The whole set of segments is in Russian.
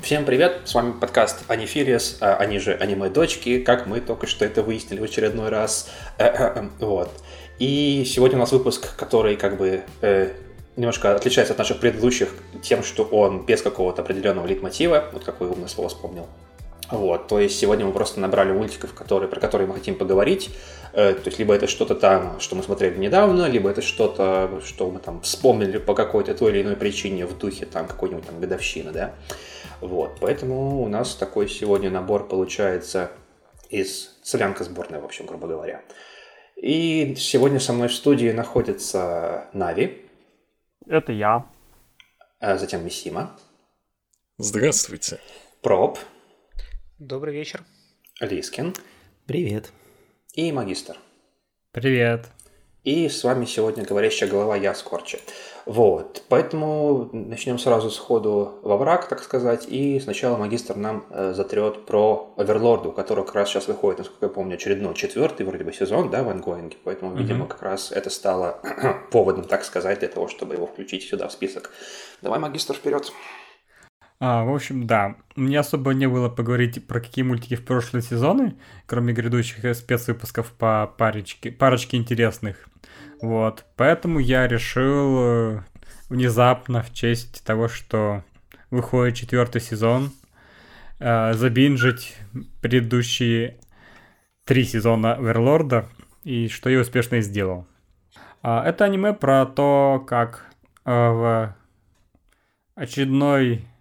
Всем привет, с вами подкаст Анифириас, они же аниме-дочки, как мы только что это выяснили в очередной раз. Вот. И сегодня у нас выпуск, который немножко отличается от наших предыдущих тем, что он без какого-то определенного лейтмотива, вот какое умное слово вспомнил. Вот, то есть сегодня мы просто набрали мультиков, про которые мы хотим поговорить. То есть либо это что-то там, что мы смотрели недавно, либо это что-то, что мы там вспомнили по какой-то той или иной причине в духе там какой-нибудь там годовщины, да. Вот, поэтому у нас такой сегодня набор получается из солянка сборная, в общем, грубо говоря. И сегодня со мной в студии находится Нави. Это я. Затем Мисима. Здравствуйте. Проб. Добрый вечер. Лискин. Привет. И Магистр. Привет. И с вами сегодня говорящая голова я, Скорчи. Вот, поэтому начнем сразу сходу во враг, так сказать, и сначала Магистр нам затрет про Оверлорда, у которого как раз сейчас выходит, насколько я помню, очередной 4-й вроде бы сезон, да, в ангоинге, поэтому, видимо, как раз это стало поводом, так сказать, для того, чтобы его включить сюда в список. Давай, Магистр, вперед. В общем, да, мне особо не было поговорить про какие мультики в прошлые сезоны, кроме грядущих спецвыпусков по парочке интересных. Вот, поэтому я решил внезапно в честь того, что выходит 4-й сезон, забинжить предыдущие 3 сезона Оверлорда, и что я успешно и сделал. Это аниме про то, как в очередной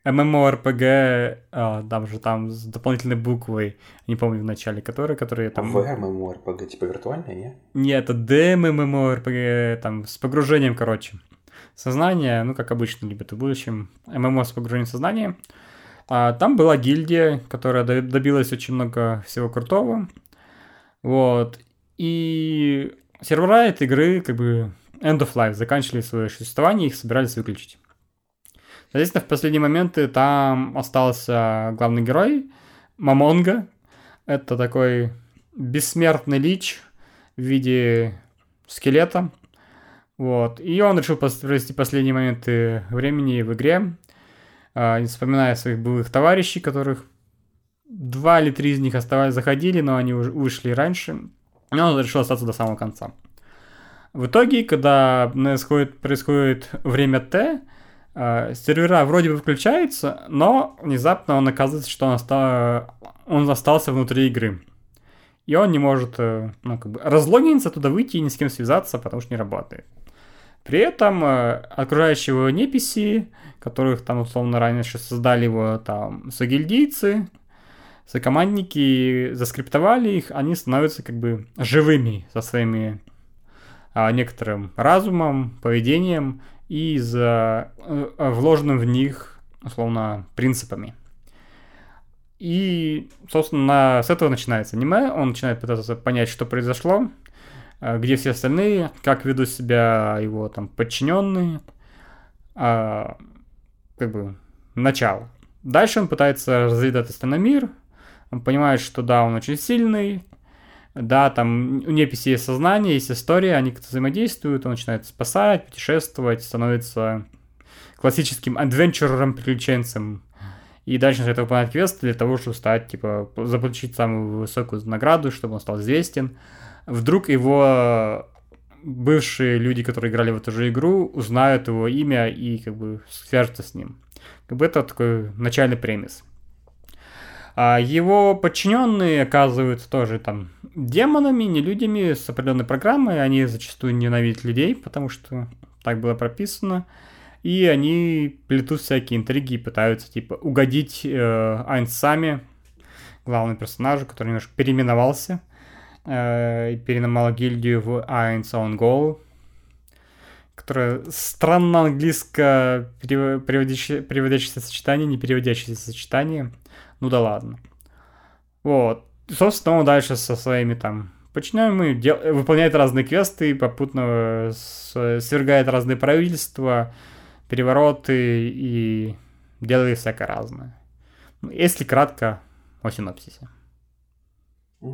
MMORPG, там с дополнительной буквой, не помню в начале, которые там... В MMORPG, типа виртуальная, не? Нет, это DMMORPG, там, с погружением, сознания, ну, как обычно любят в будущем, ММО с погружением сознания. Там была гильдия, которая добилась очень много всего крутого, вот, и сервера этой игры, end of life, заканчивали свое существование, их собирались выключить. Соответственно, в последние моменты там остался главный герой, Мамонга. Это такой бессмертный лич в виде скелета. Вот. И он решил провести последние моменты времени в игре, вспоминая своих былых товарищей, которых 2 или 3 из них заходили, но они уже вышли раньше. И он решил остаться до самого конца. В итоге, когда происходит время Т, сервера вроде бы включаются, но внезапно он оказывается, что он остался внутри игры. И он не может разлогиниться туда, выйти и ни с кем связаться, потому что не работает. При этом окружающие его неписи, которых там условно раньше создали его там согильдийцы, сокомандники, заскриптовали их, они становятся живыми со своими некоторым разумом, поведением и вложенным в них, условно, принципами. И, собственно, с этого начинается аниме. Он начинает пытаться понять, что произошло, где все остальные, как ведут себя его там подчиненные. Начало. Дальше он пытается разведать остальной мир. Он понимает, что да, он очень сильный. Да, там у неписи есть сознание, есть история, они как-то взаимодействуют, он начинает спасать, путешествовать, становится классическим адвенчурером, приключенцем. И дальше начинает выполнять квесты для того, чтобы стать, заполучить самую высокую награду, чтобы он стал известен. Вдруг его бывшие люди, которые играли в эту же игру, узнают его имя и свяжутся с ним. Это такой начальный премис. Его подчиненные оказываются тоже там демонами, не людьми, с определенной программой. Они зачастую ненавидят людей, потому что так было прописано. И они плетут всякие интриги и пытаются угодить Айнсами, главному персонажу, который немножко переименовался. Переименовал гильдию в Ain's Own Goal, которое странно английско переводящееся сочетание, не переводящееся сочетание. Ну да ладно. Вот. И, собственно, он дальше со своими там подчиненными выполняет разные квесты, попутно свергает разные правительства, перевороты и делает всякое разное. Если кратко о синопсисе.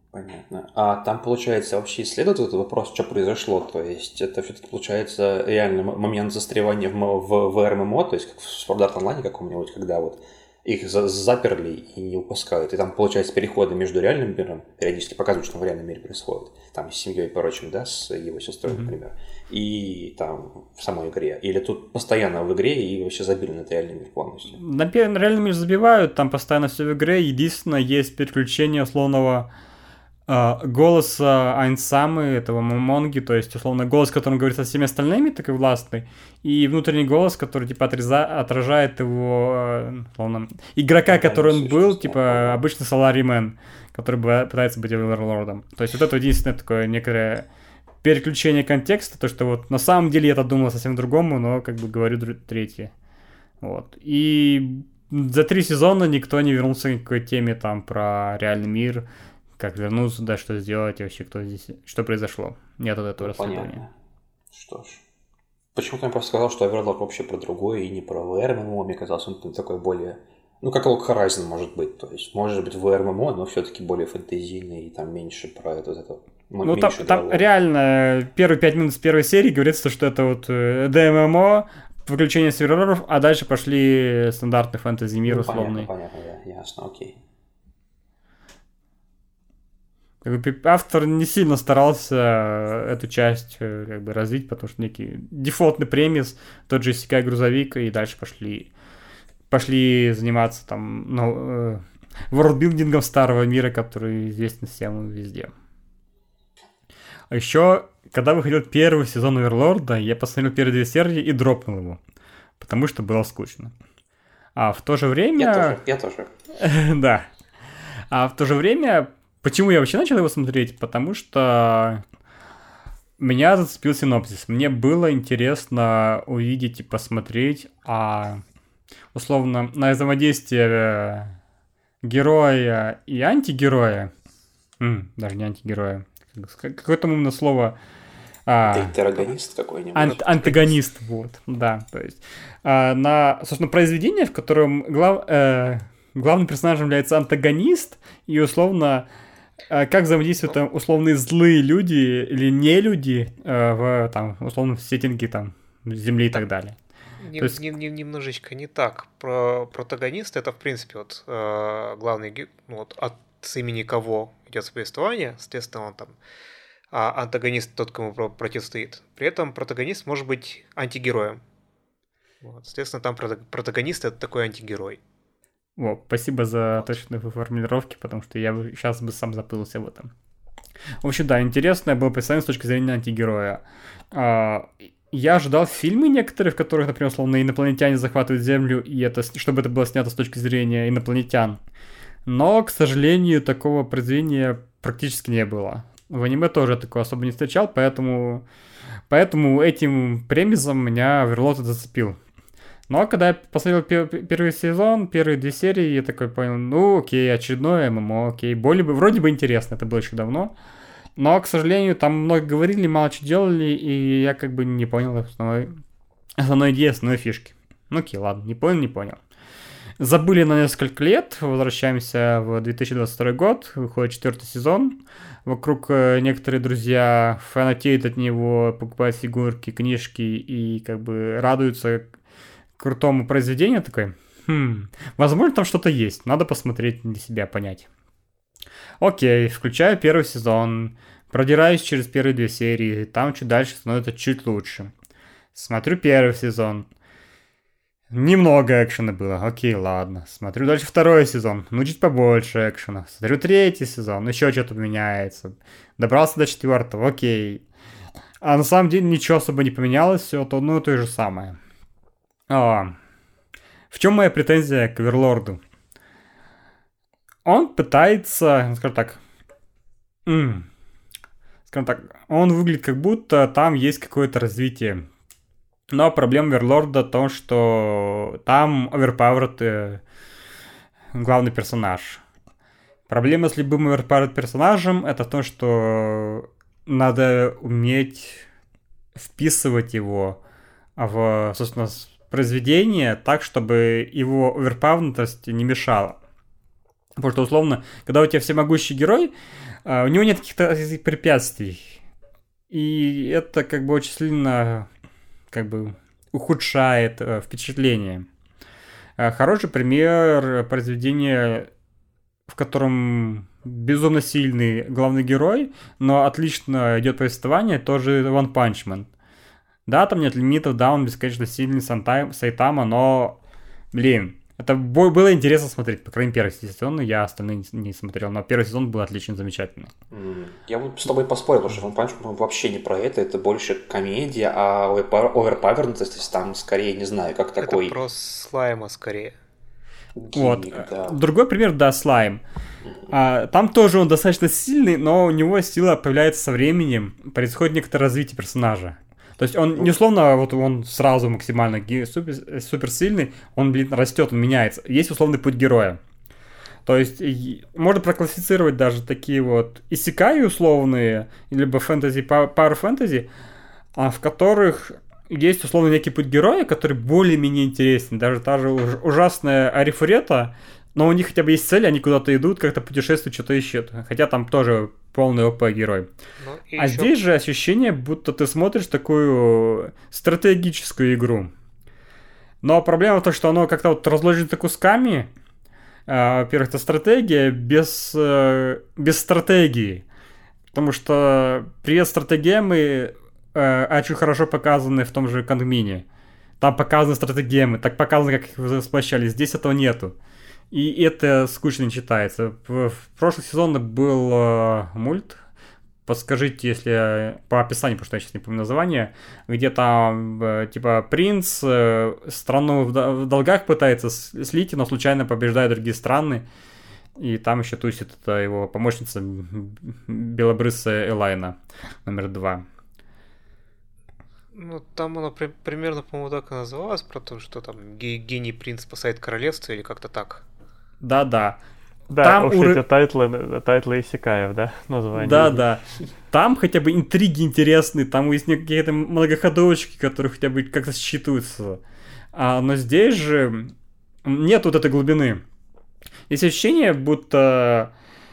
Понятно. А там, получается, вообще исследуют этот вопрос, что произошло? То есть это все-таки, получается, реально момент застревания в РММО, то есть как в Sword Art Online каком-нибудь, когда вот их заперли и не выпускают. И там, получается, переходы между реальным миром, периодически показывают, что в реальном мире происходит. Там с семьей и прочим, да, с его сестрой, например. И там в самой игре. Или тут постоянно в игре и вообще забили на этот реальный мир полностью? На реальный мир забивают, там постоянно все в игре. Единственное, есть переключение условного голоса Айнсамы, этого Монги, то есть, условно, голос, который говорит со всеми остальными, такой властный, и внутренний голос, который, типа, отражает его, условно, игрока, который он был, типа, обычный саларимен, который пытается быть оверлордом. То есть, вот это единственное такое некоторое переключение контекста, то, что вот на самом деле я-то думал совсем другому, но, как бы, говорю третье. Вот. И за 3 сезона никто не вернулся к никакой теме, там, про реальный мир, как вернуться, да, что сделать, и вообще кто здесь, что произошло. Нет от этого расследования. Понятно. Что ж. Почему-то я просто сказал, что Overlord вообще про другое и не про ВР-ММО. Мне казалось, он такой более... Ну, как Log Horizon может быть. То есть, может быть, ВР-ММО, но все-таки более фэнтезийный и там меньше про это. Ну, там реально первые 5 минут с первой серии говорится, что это вот ДММО, выключение серверов, а дальше пошли стандартный фэнтези-мир условный. Понятно, да, ясно, окей. Автор не сильно старался эту часть как бы развить, потому что некий дефолтный премис, тот же Исекай грузовик, и дальше пошли заниматься там ворлдбилдингом старого мира, который известен всем везде. А еще, когда выходил первый сезон Оверлорда, я посмотрел первые 2 серии и дропнул его, потому что было скучно. А в то же время... Я тоже. Да. А в то же время... Почему я вообще начал его смотреть? Потому что меня зацепил синопсис. Мне было интересно увидеть и посмотреть, условно, на взаимодействие героя и антигероя. Даже не антигероя. Какое-то умное слово. Антагонист какой-нибудь. Антагонист, вот, да. То есть, собственно, произведение, в котором главным персонажем является антагонист, и условно... Как взаимодействуют там условные злые люди или не люди в там условном сеттинге там Земли и так далее. Немножечко не так. Про протагонист это, в принципе, вот главный, вот от имени кого идет повествование, соответственно, он там антагонист тот, кому противостоит. При этом протагонист может быть антигероем. Вот, соответственно, там протагонист это такой антигерой. Вот, спасибо за точные формулировки, потому что я сейчас бы сам запылился в этом. В общем, да, интересное было представление с точки зрения антигероя. Я ожидал фильмы некоторые, в которых, например, условно, инопланетяне захватывают Землю, и это, чтобы это было снято с точки зрения инопланетян. Но, к сожалению, такого произведения практически не было. В аниме тоже такого особо не встречал, поэтому этим премизом меня Оверлорд зацепил. Но когда я посмотрел первый сезон, первые 2 серии, я такой понял, ну окей, очередное ММО, окей, вроде бы интересно, это было еще давно. Но, к сожалению, там много говорили, мало что делали, и я как бы не понял основной идеи, основной фишки. Ну окей, ладно, не понял. Забыли на несколько лет, возвращаемся в 2022 год, выходит 4-й сезон. Вокруг некоторые друзья фанатеют от него, покупают фигурки, книжки и как бы радуются крутому произведению, такой, возможно, там что-то есть, надо посмотреть для себя, понять. Окей, включаю первый сезон, продираюсь через первые 2 серии, там чуть дальше становится чуть лучше. Смотрю первый сезон, немного экшена было, окей, ладно. Смотрю дальше 2-й сезон, чуть побольше экшена. Смотрю 3-й сезон, еще что-то меняется. Добрался до 4-го, окей. А на самом деле ничего особо не поменялось, все то же самое. В чем моя претензия к Оверлорду? Он пытается, скажем так, он выглядит как будто там есть какое-то развитие. Но проблема Оверлорда в том, что там overpowered главный персонаж. Проблема с любым overpowered персонажем это в том, что надо уметь вписывать его в, собственно, произведение так, чтобы его оверпавнутость не мешала. Потому что, условно, когда у тебя всемогущий герой, у него нет каких-то препятствий. И это как бы очень сильно как бы ухудшает впечатление. Хороший пример произведения, в котором безумно сильный главный герой, но отлично идет повествование, тоже One Punch Man. Да, там нет лимитов, да, он бесконечно сильный Сайтама, но, блин, это было интересно смотреть. По крайней мере, первый сезон, я остальные не смотрел, но первый сезон был отлично, замечательный. Я вот с тобой поспорил, потому что One Punch Man вообще не про это больше комедия, а оверпавернутость там скорее, не знаю, как такой... Это про слайма скорее. Вот. Да. Другой пример, да, слайм. Там тоже он достаточно сильный, но у него сила появляется со временем, происходит некоторое развитие персонажа. То есть он, не условно, вот он сразу максимально супер сильный, он, блин, растет, он меняется. Есть условный путь героя. То есть можно проклассифицировать даже такие вот исекаи условные, либо фэнтези, пауэр фэнтези, в которых есть условно некий путь героя, который более-менее интересен. Даже та же ужасная Арифурета, но у них хотя бы есть цель, они куда-то идут, как-то путешествуют, что-то ищут. Хотя там тоже полный ОП герой. Здесь же ощущение, будто ты смотришь такую стратегическую игру. Но проблема в том, что оно как-то вот разложено кусками. Во-первых, это стратегия без стратегии. Потому что привет стратегемы очень хорошо показаны в том же Кангмине. Там показаны стратегемы, так показано, как их восплощали. Здесь этого нету. И это скучно читается. В прошлых сезонах был мульт, подскажите, если по описанию, потому что я сейчас не помню название, где там типа принц страну в долгах пытается слить, но случайно побеждает другие страны. И там еще тусит это его помощница белобрысая Элайна, номер 2. Ну, там оно примерно, по-моему, так и называлось, про то, что там гений принц спасает королевство или как-то так. Да. Да, там уж эти тайтлы Исекаев, да, название. Да. Там хотя бы интриги интересные, там есть какие-то многоходовочки, которые хотя бы как-то считываются. Но здесь же нет вот этой глубины. Есть ощущение, будто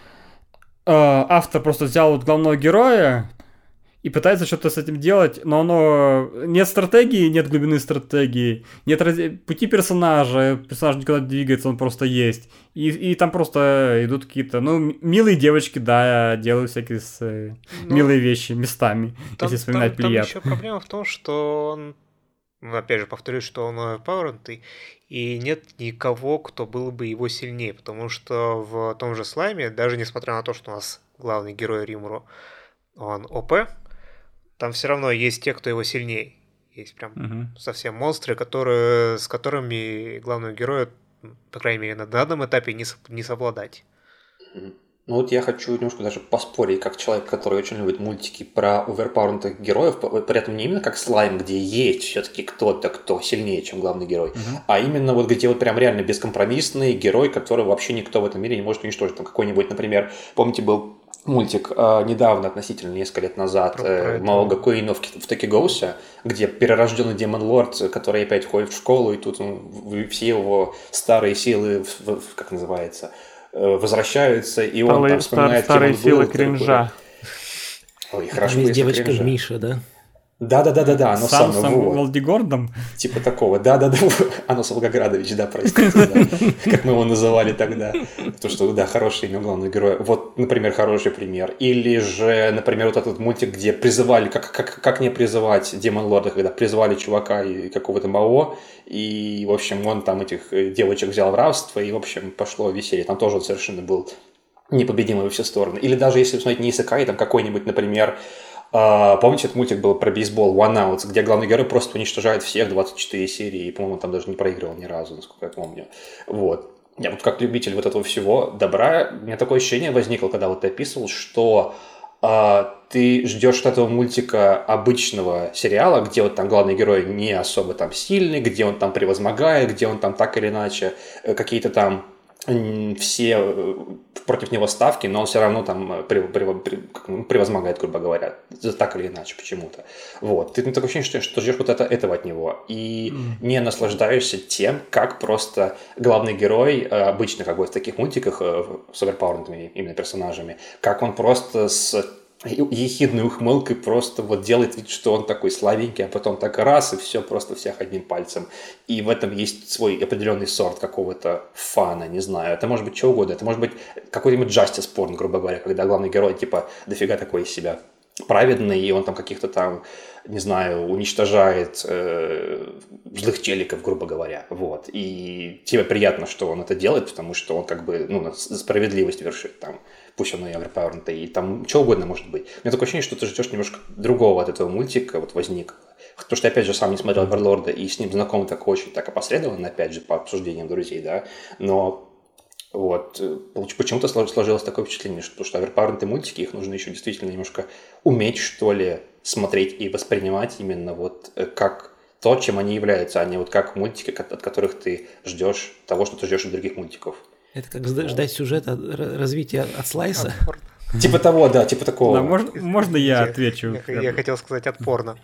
автор просто взял вот главного героя и пытается что-то с этим делать, но нет стратегии, нет глубины стратегии, нет пути персонаж никуда не двигается, он просто есть. И там просто идут какие-то, милые девочки, да, делают всякие милые вещи местами, если вспоминать Плеяд. Там еще проблема в том, что он, опять же, повторюсь, что он overpowered, и нет никого, кто был бы его сильнее, потому что в том же слайме, даже несмотря на то, что у нас главный герой Римуру, он ОП, там все равно есть те, кто его сильнее. Есть прям совсем монстры, с которыми главному герою, по крайней мере, на данном этапе не совладать. Ну вот я хочу немножко даже поспорить, как человек, который очень любит мультики про оверпауэрных героев, при этом не именно как слайм, где есть все-таки кто-то, кто сильнее, чем главный герой, а именно вот где вот прям реально бескомпромиссный герой, который вообще никто в этом мире не может уничтожить. Там какой-нибудь, например, помните, был мультик недавно, относительно несколько лет назад, Маога Куин в Токигоусе, где перерожденный демон-лорд, который опять ходит в школу, и тут все его старые силы, как называется, возвращаются, и он там вспоминает, старые кем он был. Силы кринжа. Ой, хорошо, есть девочка кринжа. Миша, да? Да, оно сам самое. Волдигордом? Типа такого, да, Анус Волгоградович, да, простите, да, как мы его называли тогда. Потому что, да, хорошее имя главного героя. Вот, например, хороший пример. Или же, например, вот этот мультик, где призывали, как не призывать Демон-лорда, когда призывали чувака и какого-то Мао, и, в общем, он там этих девочек взял в рабство, и, в общем, пошло веселье. Там тоже он совершенно был непобедимый во все стороны. Или даже, если посмотреть не Исекай, там какой-нибудь, например, помните, этот мультик был про бейсбол One Out, где главный герой просто уничтожает всех 24 серии, и, по-моему, там даже не проигрывал ни разу, насколько я помню. Вот. Я вот как любитель вот этого всего добра, у меня такое ощущение возникло, когда вот ты описывал, что ты ждешь от этого мультика обычного сериала, где вот там главный герой не особо там сильный, где он там превозмогает, где он там так или иначе какие-то там все против него ставки, но он все равно там превозмогает, грубо говоря, так или иначе почему-то. Вот. Ты такое ощущение, что ждешь вот этого от него и не наслаждаешься тем, как просто главный герой, обычно как бы в таких мультиках с оверпауэрными именно персонажами, как он просто с ехидной ухмылкой просто вот делает вид, что он такой слабенький, а потом так раз, и все, просто всех одним пальцем. И в этом есть свой определенный сорт какого-то фана, не знаю. Это может быть что угодно. Это может быть какой-нибудь justice porn, грубо говоря, когда главный герой, типа, дофига такой из себя праведный, и он там каких-то там, не знаю, уничтожает злых челиков, грубо говоря. Вот. И тебе приятно, что он это делает, потому что он как бы, справедливость вершит там. Пусть он и оверпауэрнутый, и там что угодно может быть. У меня такое ощущение, что ты ждешь немножко другого от этого мультика, вот возник. Потому что, опять же, сам не смотрел Оверлорда, и с ним знаком так очень так опосредованно, опять же, по обсуждениям друзей, да, но вот почему-то сложилось такое впечатление, что оверпауэрнутые мультики, их нужно еще действительно немножко уметь, что ли, смотреть и воспринимать именно вот как то, чем они являются, а не вот как мультики, от которых ты ждешь того, что ты ждешь от других мультиков. Это как ждать сюжета, развития от слайса. Типа того, да, типа такого. Да, можно я отвечу? Я хотел сказать от порно.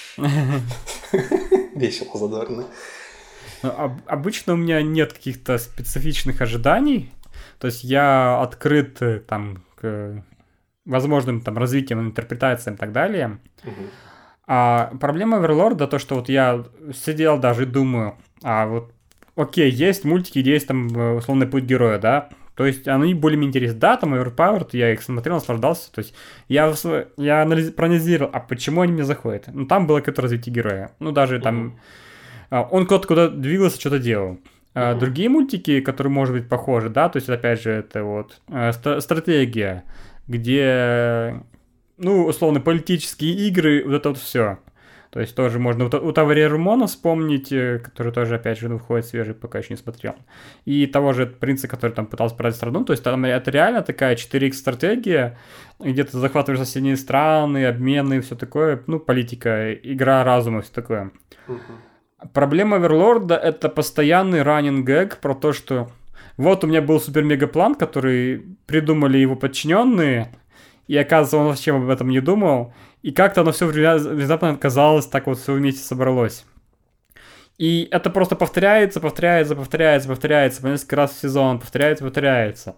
Весело, задорно. Обычно у меня нет каких-то специфичных ожиданий. То есть я открыт там к возможным там развитиям, интерпретациям и так далее. А проблема Оверлорда то, что вот я сидел даже и думаю, вот окей, есть мультики, есть там условный путь героя, да, то есть они более-менее интересны. Да, там Overpowered, я их смотрел, наслаждался, то есть я проанализировал, а почему они мне заходят. Ну, там было какое-то развитие героя, даже там он куда-то двигался, что-то делал. Другие мультики, которые, может быть, похожи, да, то есть, опять же, это вот стратегия, где, условно, политические игры, вот это вот все. То есть тоже можно у Тавария Румона вспомнить, который тоже, опять же, выходит свежий, пока еще не смотрел. И того же принца, который там пытался продать страну. То есть там это реально такая 4X стратегия, где ты захватываешь соседние страны, обмены и все такое. Политика, игра разума, все такое. Проблема Оверлорда — это постоянный running gag про то, что вот у меня был супер-мега-план, который придумали его подчиненные, и оказывается, он вообще об этом не думал. И как-то оно все внезапно оказалось, так вот все вместе собралось. И это просто повторяется по несколько раз в сезон, повторяется.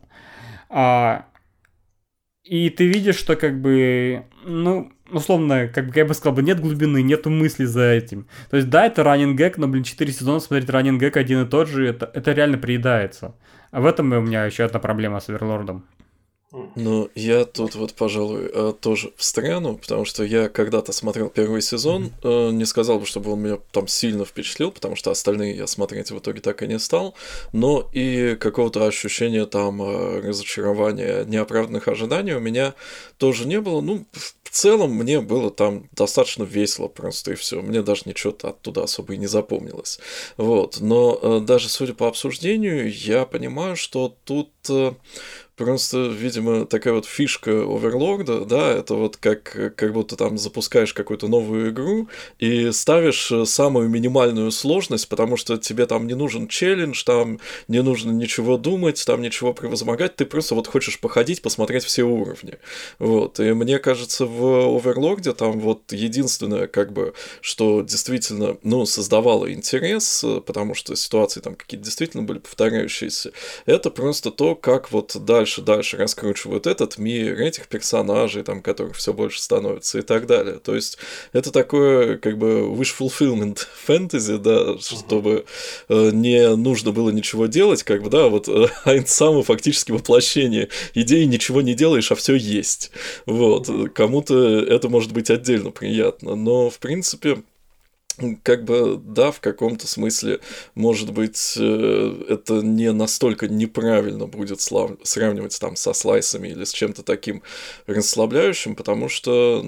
И ты видишь, что как бы, условно, как бы я бы сказал, нет глубины, нету мысли за этим. То есть, да, это running gag, но, 4 сезона смотреть running gag один и тот же, это реально приедается. А в этом у меня еще одна проблема с Оверлордом. Ну, я тут вот, пожалуй, тоже встряну, потому что я когда-то смотрел первый сезон, не сказал бы, чтобы он меня там сильно впечатлил, потому что остальные я смотреть в итоге так и не стал, но и какого-то ощущения там разочарования, неоправданных ожиданий у меня тоже не было. В целом мне было там достаточно весело просто, и все. Мне даже ничего оттуда особо и не запомнилось. Вот. Но даже судя по обсуждению, я понимаю, что тут просто, видимо, такая вот фишка Оверлорда, да, это вот как будто там запускаешь какую-то новую игру и ставишь самую минимальную сложность, потому что тебе там не нужен челлендж, там не нужно ничего думать, там ничего превозмогать, ты просто вот хочешь походить, посмотреть все уровни. Вот, и мне кажется, в Оверлорде там вот единственное, как бы, что действительно, создавало интерес, потому что ситуации там какие-то действительно были повторяющиеся, это просто то, как вот дальше раскручивают этот мир, этих персонажей, там, которых все больше становится и так далее. То есть это такое, как бы, wish fulfillment фэнтези, да, чтобы не нужно было ничего делать, как бы, да, вот Айнсама фактически воплощение идеи, ничего не делаешь, а все есть. Вот. Кому-то это может быть отдельно приятно, но, в принципе, как бы, да, в каком-то смысле, может быть, это не настолько неправильно будет сравнивать там со слайсами или с чем-то таким расслабляющим, потому что,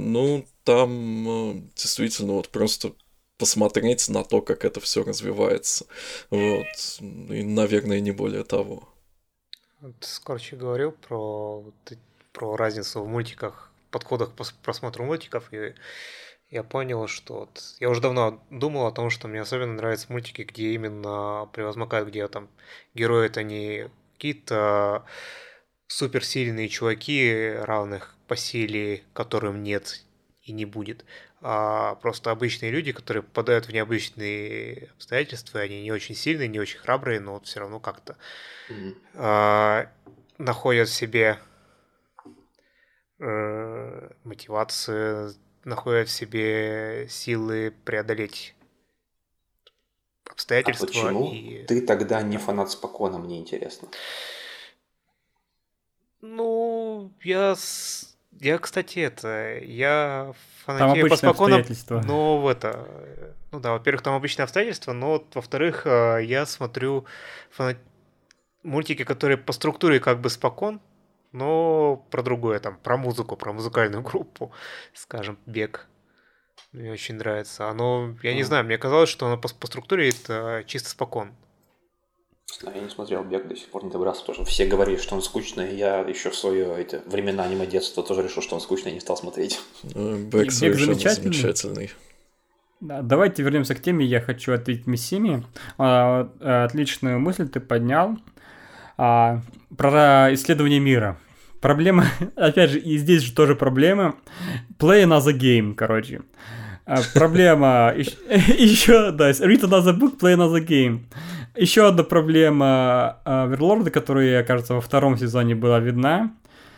там действительно вот просто посмотреть на то, как это все развивается. Вот. И, наверное, не более того. Короче, говорил про разницу в мультиках, подходах к просмотру мультиков, и я понял, что я уже давно думал о том, что мне особенно нравятся мультики, где именно превозмогают, где там герои — это не какие-то суперсильные чуваки, равных по силе, которым нет и не будет, а просто обычные люди, которые попадают в необычные обстоятельства, они не очень сильные, не очень храбрые, но вот все равно как-то находят в себе мотивацию, находят в себе силы преодолеть А обстоятельства. почему И, ты тогда не фанат Спокона, мне интересно. ну, я, кстати, я Там фанатею по обычные спокойно, обстоятельства. но ну да, во-первых, там обычные обстоятельства, но вот, во-вторых, я смотрю мультики, которые по структуре как бы спокон, но про другое, там, про музыку, про музыкальную группу, скажем, Бег. Мне очень нравится. Оно, я не М, знаю, мне казалось, что оно по структуре это чисто спокон. Не знаю, я не смотрел Бег, до сих пор не добрался, потому что все говорили, что он скучный. Я еще в свое времена аниме-детства тоже решил, что он скучный, и не стал смотреть. Бэк Бег совершенно замечательный. замечательный. Да, давайте вернемся к теме. Я хочу ответить Миссиме. Отличную мысль ты поднял. Про исследование мира. Проблема, опять же, и здесь же тоже проблема. Play another game, короче. Проблема еще, да, read another book, play another game. Еще одна проблема Оверлорда, которая, кажется, во втором сезоне была видна.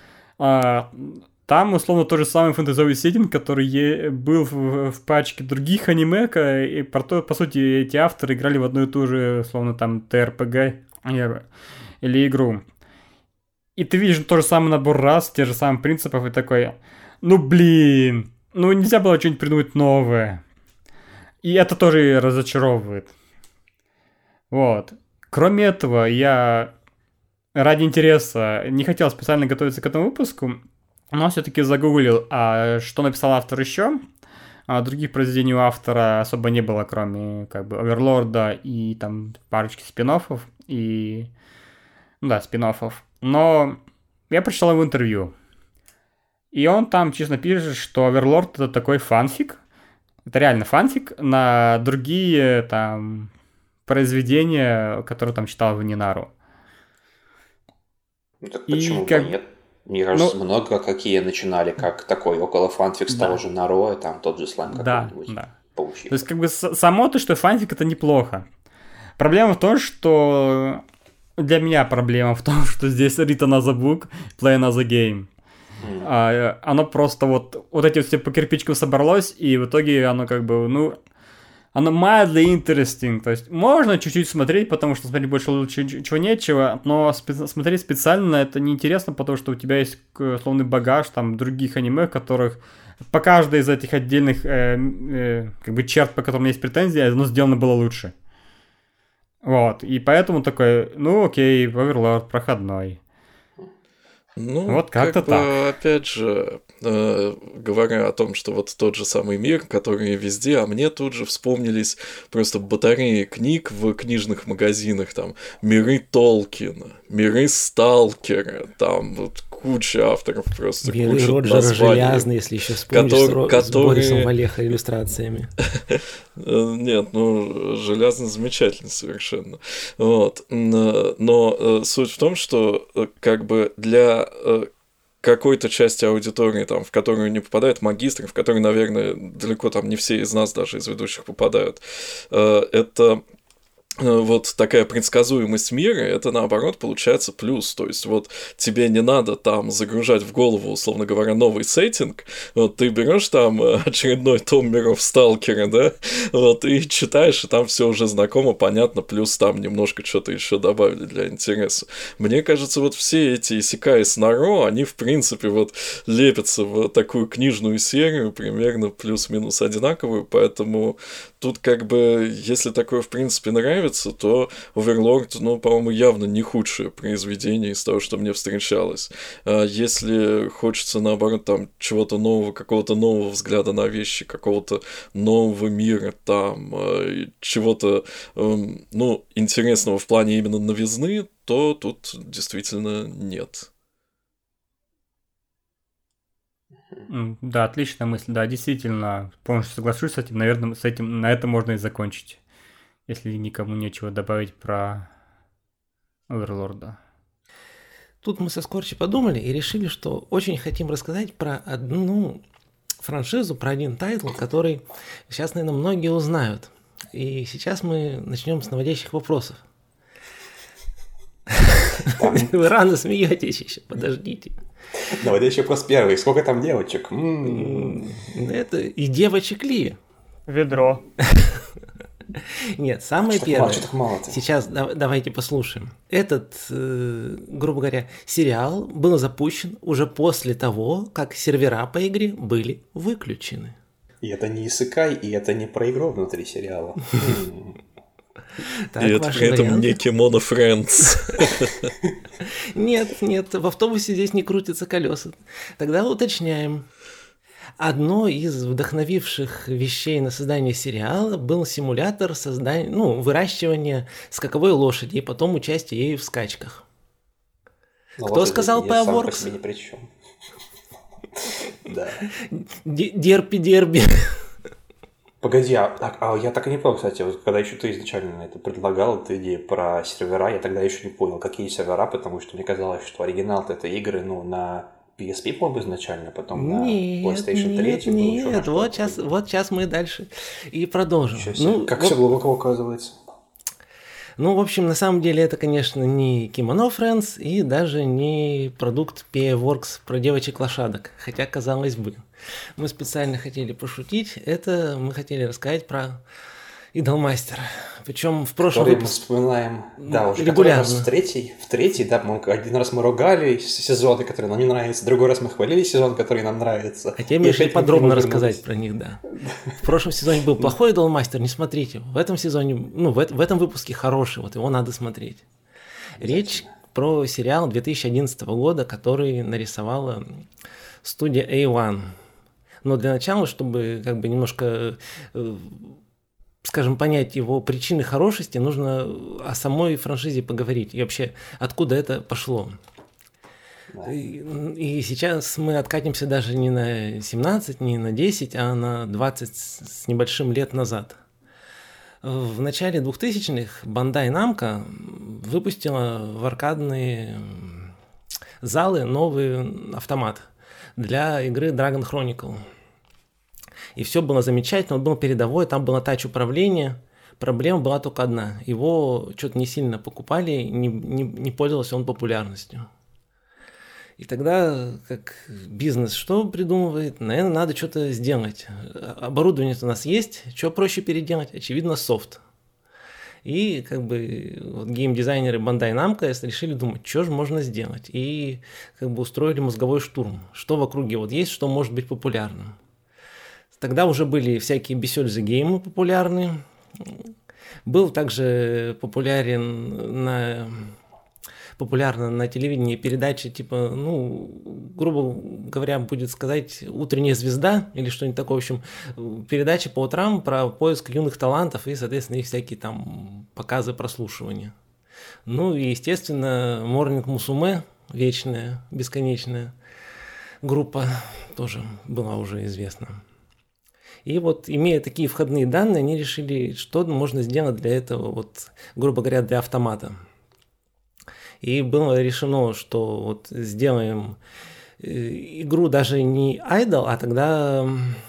Там, условно, тот же самый фэнтезовый сеттинг, который был в пачке других аниме, и по сути, эти авторы играли в одну и ту же, условно, там, ТРПГ или игру. И ты видишь тот же самый набор рас, те же самые принципов, и такой, ну блин, ну нельзя было что-нибудь придумать новое. И это тоже разочаровывает. Вот. Кроме этого, я ради интереса не хотел специально готовиться к этому выпуску, но все-таки загуглил, что написал автор еще. Других произведений у автора особо не было, кроме как бы Оверлорда и там парочки спин-оффов и... Ну да, спин-оффов. Но я прочитал его интервью. И он там честно пишет, что Оверлорд это такой фанфик. Это реально фанфик на другие там произведения, которые там читал в Нинару. Ну так И почему бы нет? Мне кажется, много какие начинали, как такой около фанфик с того же Наро, и там тот же слайм какой-нибудь получился. То есть как бы само то, что фанфик это неплохо. Проблема в том, что... Для меня проблема в том, что здесь read another book, play another game. Оно просто вот эти вот все по кирпичкам собралось, и в итоге оно как бы, ну, оно mildly interesting. То есть можно чуть-чуть смотреть, потому что смотреть больше лучше чего нечего, но смотреть специально это неинтересно, потому что у тебя есть условный багаж там других аниме, которых по каждой из этих отдельных как бы черт, по которым есть претензии, оно сделано было лучше. Вот, и поэтому такой, ну окей, Оверлорд проходной. Ну, вот как-то так. Опять же, говоря о том, что вот тот же самый мир, который везде, а мне тут же вспомнились просто батареи книг в книжных магазинах, там, миры Толкина, миры Сталкера, там вот куча авторов просто, миры куча Роджера названий. Железный, если еще вспомнишь, с Борисом Валехой иллюстрациями. Нет, ну, Железный замечательный совершенно. Вот. Но суть в том, что как бы для какой-то части аудитории, там, в которую не попадают магистры, в которую, наверное, далеко там не все из нас даже из ведущих попадают, это вот такая предсказуемость мира, это наоборот получается плюс, то есть вот тебе не надо там загружать в голову, условно говоря, новый сеттинг, вот ты берешь там очередной том миров Сталкера, да, вот и читаешь, и там все уже знакомо, понятно, плюс там немножко что-то еще добавили для интереса. Мне кажется, вот все эти исекаи с Наро, они в принципе вот лепятся в такую книжную серию, примерно плюс-минус одинаковую, поэтому тут как бы, если такое в принципе нравится, то Оверлорд, ну, по-моему, явно не худшее произведение из того, что мне встречалось. Если хочется, наоборот, там, чего-то нового, какого-то нового взгляда на вещи, какого-то нового мира, там, чего-то, ну, интересного в плане именно новизны, то тут действительно нет. Да, отличная мысль, да, действительно, полностью соглашусь с этим, наверное, на этом можно и закончить, если никому нечего добавить про Оверлорда. Тут мы со Скорчи подумали и решили, что очень хотим рассказать про одну франшизу, про один тайтл, который сейчас, наверное, многие узнают. И сейчас мы начнем с наводящих вопросов. Вы рано смеетесь еще, подождите. Наводящий вопрос первый. Сколько там девочек? Это и девочек ли? Ведро. Нет, самое Что-то первое. что-то мало-то. Сейчас давайте послушаем. Этот, грубо говоря, сериал был запущен уже после того, как сервера по игре были выключены. И это не исыкай, и это не про игру внутри сериала. Так, И это ваши при этом варианты? не Кимоно Френдс. Нет, в автобусе здесь не крутятся колеса. Тогда уточняем. Одной из вдохновивших вещей на создание сериала был симулятор создания, выращивания скаковой лошади и потом участия ею в скачках. Кто сказал я сам по Powerworks? себе ни при чем. Да. Дерби. Погоди, я так и не понял, кстати, вот когда еще ты изначально это предлагал, эту идею про сервера, я тогда еще не понял, какие сервера, потому что мне казалось, что оригинал-то это игры, на PSP, по-моему, изначально, потом на PlayStation 3. Нет, вот сейчас мы дальше и продолжим. Как все глубоко оказывается. В общем, на самом деле это, конечно, не Kimono Friends и даже не продукт PA-Works про девочек-лошадок, хотя, казалось бы. Мы специально хотели пошутить, это мы хотели рассказать про Idolmaster. Причем в прошлом Мы вспоминаем, уже регулярно. Раз в третий, один раз мы ругали сезоны, которые нам не нравятся, другой раз мы хвалили сезон, который нам нравится. Хотя мы решили подробно рассказать про них, да. В прошлом сезоне был плохой Idolmaster, не смотрите. В этом сезоне, в этом выпуске хороший, вот его надо смотреть. Речь про сериал 2011 года, который нарисовала студия A1. Но для начала, чтобы немножко, скажем, понять его причины хорошести, нужно о самой франшизе поговорить. И вообще, откуда это пошло. Да. И сейчас мы откатимся даже не на 17, не на 10, а на 20 с небольшим лет назад. В начале 2000-х Bandai Namco выпустила в аркадные залы новый автомат для игры Dragon Chronicle. И все было замечательно, он был передовой, там было тач-управление. Проблема была только одна. Его что-то не сильно покупали, не пользовался он популярностью. И тогда, как бизнес что придумывает? Наверное, надо что-то сделать. Оборудование у нас есть, что проще переделать? Очевидно, софт. И геймдизайнеры Bandai Namco решили думать, что же можно сделать. И устроили мозговой штурм. Что в округе есть, что может быть популярным. Тогда уже были всякие бесельзы-геймы популярны. Был также популярна на телевидении передачи грубо говоря, будет сказать «Утренняя звезда» или что-нибудь такое. В общем, передачи по утрам про поиск юных талантов и, соответственно, их всякие там показы, прослушивания. И, естественно, Morning Musume, вечная, бесконечная группа, тоже была уже известна. И имея такие входные данные, они решили, что можно сделать для этого, грубо говоря, для автомата. И было решено, что сделаем игру даже не idle, а тогда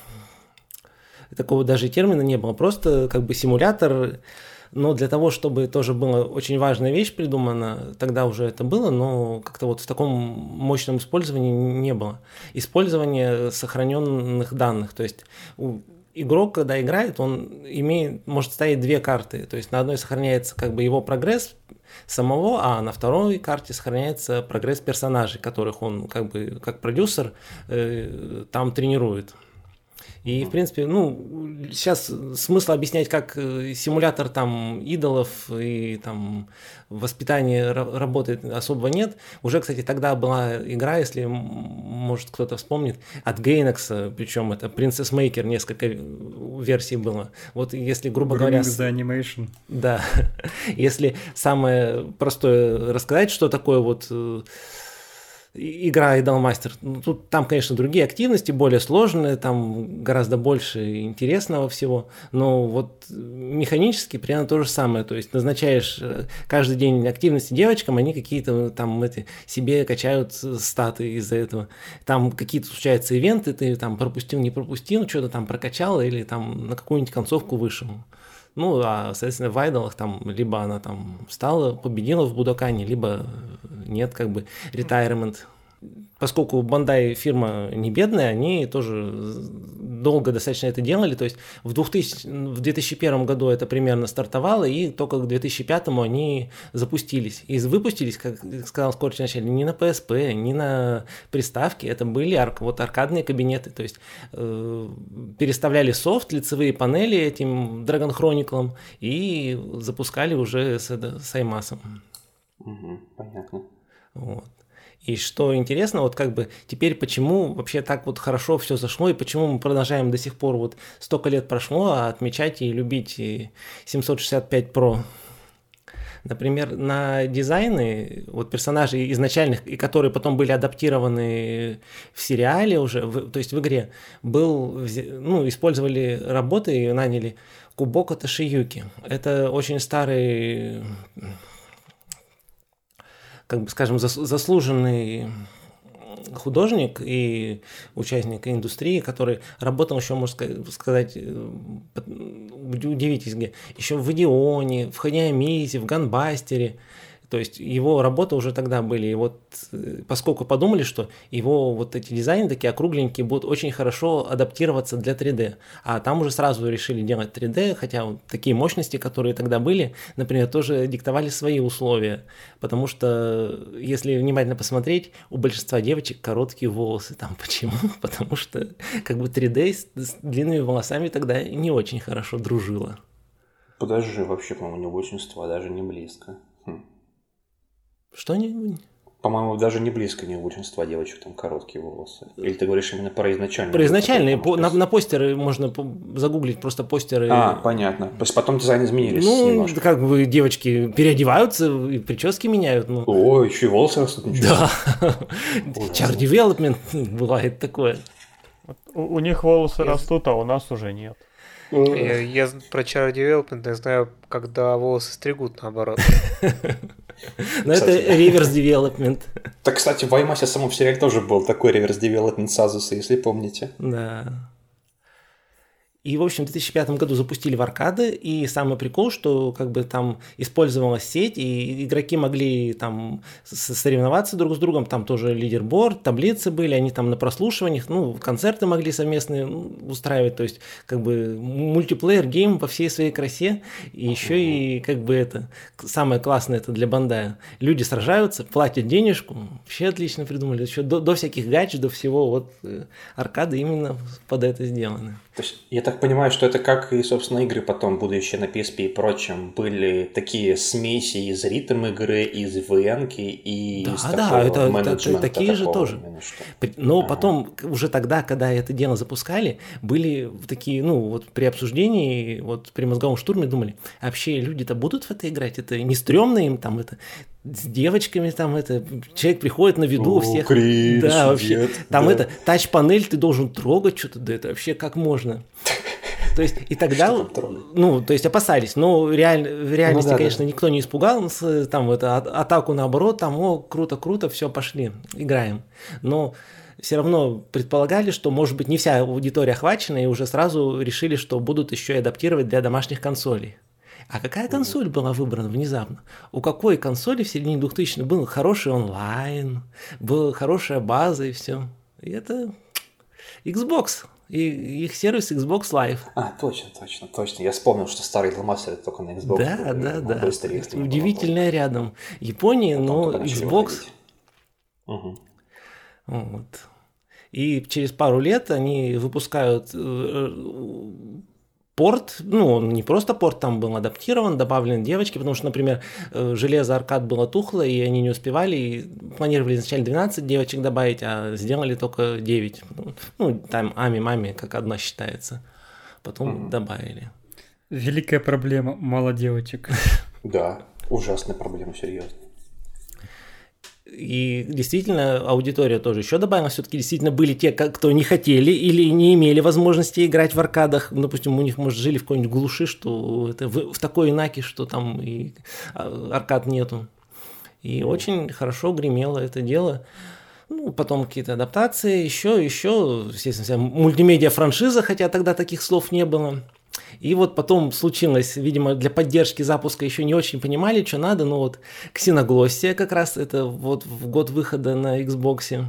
такого даже термина не было, просто симулятор. Но для того, чтобы тоже была очень важная вещь придумана, тогда уже это было, но как-то в таком мощном использовании не было. Использование сохраненных данных, то есть игрок, когда играет, он может ставить две карты, то есть на одной сохраняется его прогресс самого, а на второй карте сохраняется прогресс персонажей, которых он как продюсер там тренирует. И, в принципе, сейчас смысла объяснять, как симулятор идолов и воспитание работает, особо нет. Уже, кстати, тогда была игра, если, может, кто-то вспомнит, от Gainax, причем это Princess Maker, несколько версий было. Если, грубо говоря... The Animation. игра Idolmaster. Ну, там, конечно, другие активности, более сложные, там гораздо больше интересного всего, но вот механически примерно то же самое. То есть назначаешь каждый день активности девочкам, они какие-то там себе качают статы из-за этого. Там какие-то случаются ивенты, ты там пропустил, не пропустил, что-то там прокачал или там на какую-нибудь концовку вышел. Ну, а, соответственно, в айдолах там либо она там встала, победила в Будокане, либо нет, как бы, retirement. Поскольку Bandai фирма не бедная, они тоже долго достаточно это делали, то есть в 2001 году это примерно стартовало, и только к 2005 они запустились. И выпустились, как сказал Скорч вначале, не на PSP, не на приставке, это были аркадные кабинеты, то есть переставляли софт, лицевые панели этим Dragon Chronicle и запускали уже с IMAS. Понятно. Вот. И что интересно, вот как бы теперь почему вообще так вот хорошо все зашло, и почему мы продолжаем до сих пор, вот столько лет прошло, отмечать и любить 765 Pro. Например, на дизайны вот персонажей изначальных, и которые потом были адаптированы в сериале уже, то есть в игре, использовали работы и наняли Кубоко Тошиюки. Это очень старый, как бы, скажем, заслуженный художник и участник индустрии, который работал еще, можно сказать, удивитесь где, еще в Идионе, в Ханиамизе, в Ганбастере. То есть его работы уже тогда были. И вот поскольку подумали, что его вот эти дизайны такие округленькие будут очень хорошо адаптироваться для 3D. А там уже сразу решили делать 3D, хотя вот такие мощности, которые тогда были, например, тоже диктовали свои условия. Потому что, если внимательно посмотреть, у большинства девочек короткие волосы. Там почему? Потому что как бы 3D с длинными волосами тогда не очень хорошо дружило. Подожди, вообще, по-моему, не у большинства, даже не близко. Что-нибудь? По-моему, даже не близко не у большинства девочек там короткие волосы. Или ты говоришь именно про изначальные? Про изначальные. На постеры можно загуглить просто постеры. Понятно. То есть потом дизайн изменились немножко. Как бы девочки переодеваются и прически меняют. О, еще и волосы растут. Да. Char Development бывает такое. У них волосы растут, а у нас уже нет. Я про Char Development я знаю, когда волосы стригут, наоборот. Но это реверс-девелопмент. Так, кстати, в IMAX самом в сериале тоже был такой реверс-девелопмент Сазуса, если помните. Да. И, в общем, в 2005 году запустили в аркады, и самый прикол, что как бы там использовалась сеть, и игроки могли там соревноваться друг с другом, там тоже лидерборд, таблицы были, они там на прослушиваниях, концерты могли совместные устраивать, то есть как бы мультиплеер-гейм во всей своей красе, и еще и как бы это, самое классное это для Бандая, люди сражаются, платят денежку, вообще отлично придумали, еще до всяких гач, до всего, вот аркады именно под это сделаны. То есть, я так понимаю, что это как и, собственно, игры потом, будущие на PSP и прочем, были такие смеси из ритм игры, из ивенки и из такого менеджмента. Такие же тоже. Но потом, уже тогда, когда это дело запускали, были такие, вот при обсуждении, вот при мозговом штурме думали, а вообще люди-то будут в это играть? Это не стрёмно им там это... С девочками там это, человек приходит на виду у всех. Кринж, да, вообще. нет, там да. это, тач-панель, ты должен трогать что-то, да это вообще как можно. То есть, и тогда, то есть опасались, но в реальности, конечно, никто не испугался, там это атаку наоборот, там, круто, все, пошли, играем. Но все равно предполагали, что, может быть, не вся аудитория охвачена, и уже сразу решили, что будут еще и адаптировать для домашних консолей. А какая консоль была выбрана внезапно? У какой консоли в середине 2000-х был хороший онлайн, была хорошая база и все? И это Xbox. И их сервис Xbox Live. Точно. Я вспомнил, что старый Idolmaster это только на Xbox. Да. Удивительное рядом. Япония, но Xbox. Вот. И через пару лет они выпускают порт, не просто порт, там был адаптирован, добавлены девочки, потому что, например, железо аркад было тухло, и они не успевали, и планировали изначально 12 девочек добавить, а сделали только 9. Там ами-мами как одна считается. Потом добавили. Великая проблема, мало девочек. Да, ужасная проблема, серьезно. И действительно, аудитория тоже еще добавилась. Все-таки действительно были те, кто не хотели или не имели возможности играть в аркадах. Допустим, у них, может, жили в какой-нибудь глуши, что это в такой инаке, что там и аркад нету. И очень хорошо гремело это дело. Ну, потом какие-то адаптации, еще, естественно, вся мультимедиа-франшиза, хотя тогда таких слов не было. И вот потом случилось, видимо, для поддержки запуска еще не очень понимали, что надо, но вот Ксеноглоссия как раз, это вот в год выхода на Xbox.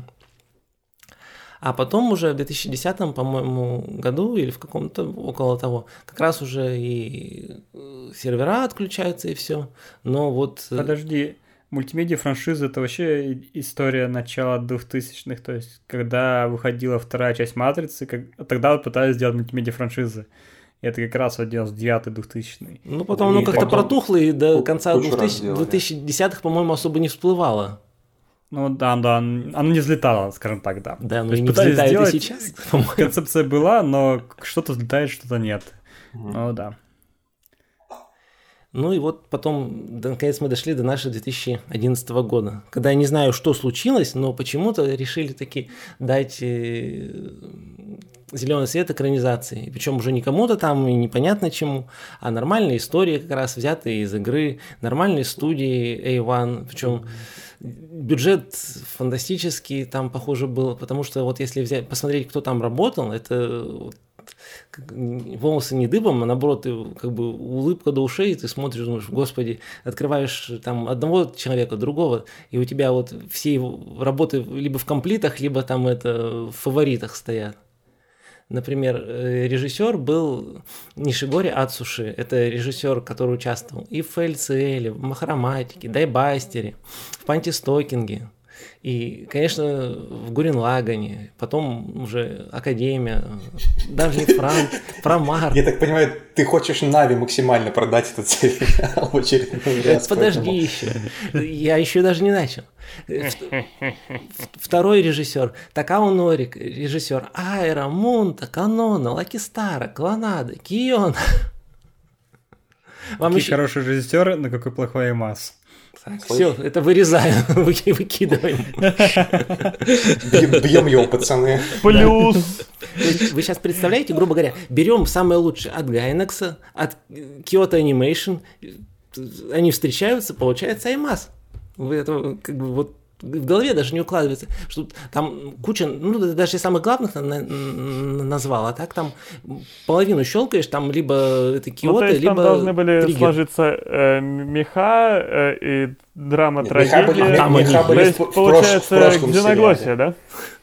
А потом уже в 2010, по-моему, году или в каком-то около того, как раз уже и сервера отключаются и все. Но вот... Подожди, мультимедиа-франшиза — это вообще история начала 2000-х, то есть когда выходила вторая часть «Матрицы», тогда вот пытались сделать мультимедиа-франшизы. Это как раз вот 99-й, 2000-й. Ну, потом оно как-то протухло, и до конца 2010-х, по-моему, особо не всплывало. Ну, да, оно не взлетало, скажем так, да. Да, оно и не взлетает и сейчас, по-моему. Концепция была, но что-то взлетает, что-то нет. Ну, да. Ну, и вот потом, наконец, мы дошли до нашего 2011 года, когда я не знаю, что случилось, но почему-то решили таки дать... зеленый свет экранизации. Причем уже не кому-то там и непонятно чему, а нормальные истории как раз взятые из игры, нормальные студии A1, причем бюджет фантастический там, похоже, был, потому что вот если посмотреть, кто там работал, это волосы не дыбом, а наоборот, как бы улыбка до ушей, ты смотришь, думаешь, господи, открываешь там одного человека, другого, и у тебя вот все его работы либо в комплитах, либо там это в фаворитах стоят. Например, режиссер был Нишигори Ацуши. Это режиссер, который участвовал и в ФЛЦЛ, в Махроматике, Дайбастере, в Пантистокинге. И, конечно, в Гуррен Лагане, потом уже Академия, Дажний Франк, Промар. Я так понимаю, ты хочешь Нави максимально продать этот сериал в очередной раз. Подожди еще. Я еще даже не начал. Второй режиссер Такао Норик, режиссер Айра, Мунта, Канона, Лаки Стара, Клонада, Кион. Какой хороший режиссер, но какой плохой Эмас. Все, это вырезаем, выкидываем. Бьем его, пацаны. Плюс. Вы сейчас представляете, грубо говоря, берем самое лучшее от Гайнекса, от Kyoto Animation, они встречаются, получается Аймас. Вы это как бы вот в голове даже не укладывается, что там куча, ну, даже самых главных назвал, а так там половину щелкаешь, там либо это Киото, ну, то есть либо там должны были триггер. Сложиться меха и драма-трагедия. То есть, получается, Ксеноглоссия, да?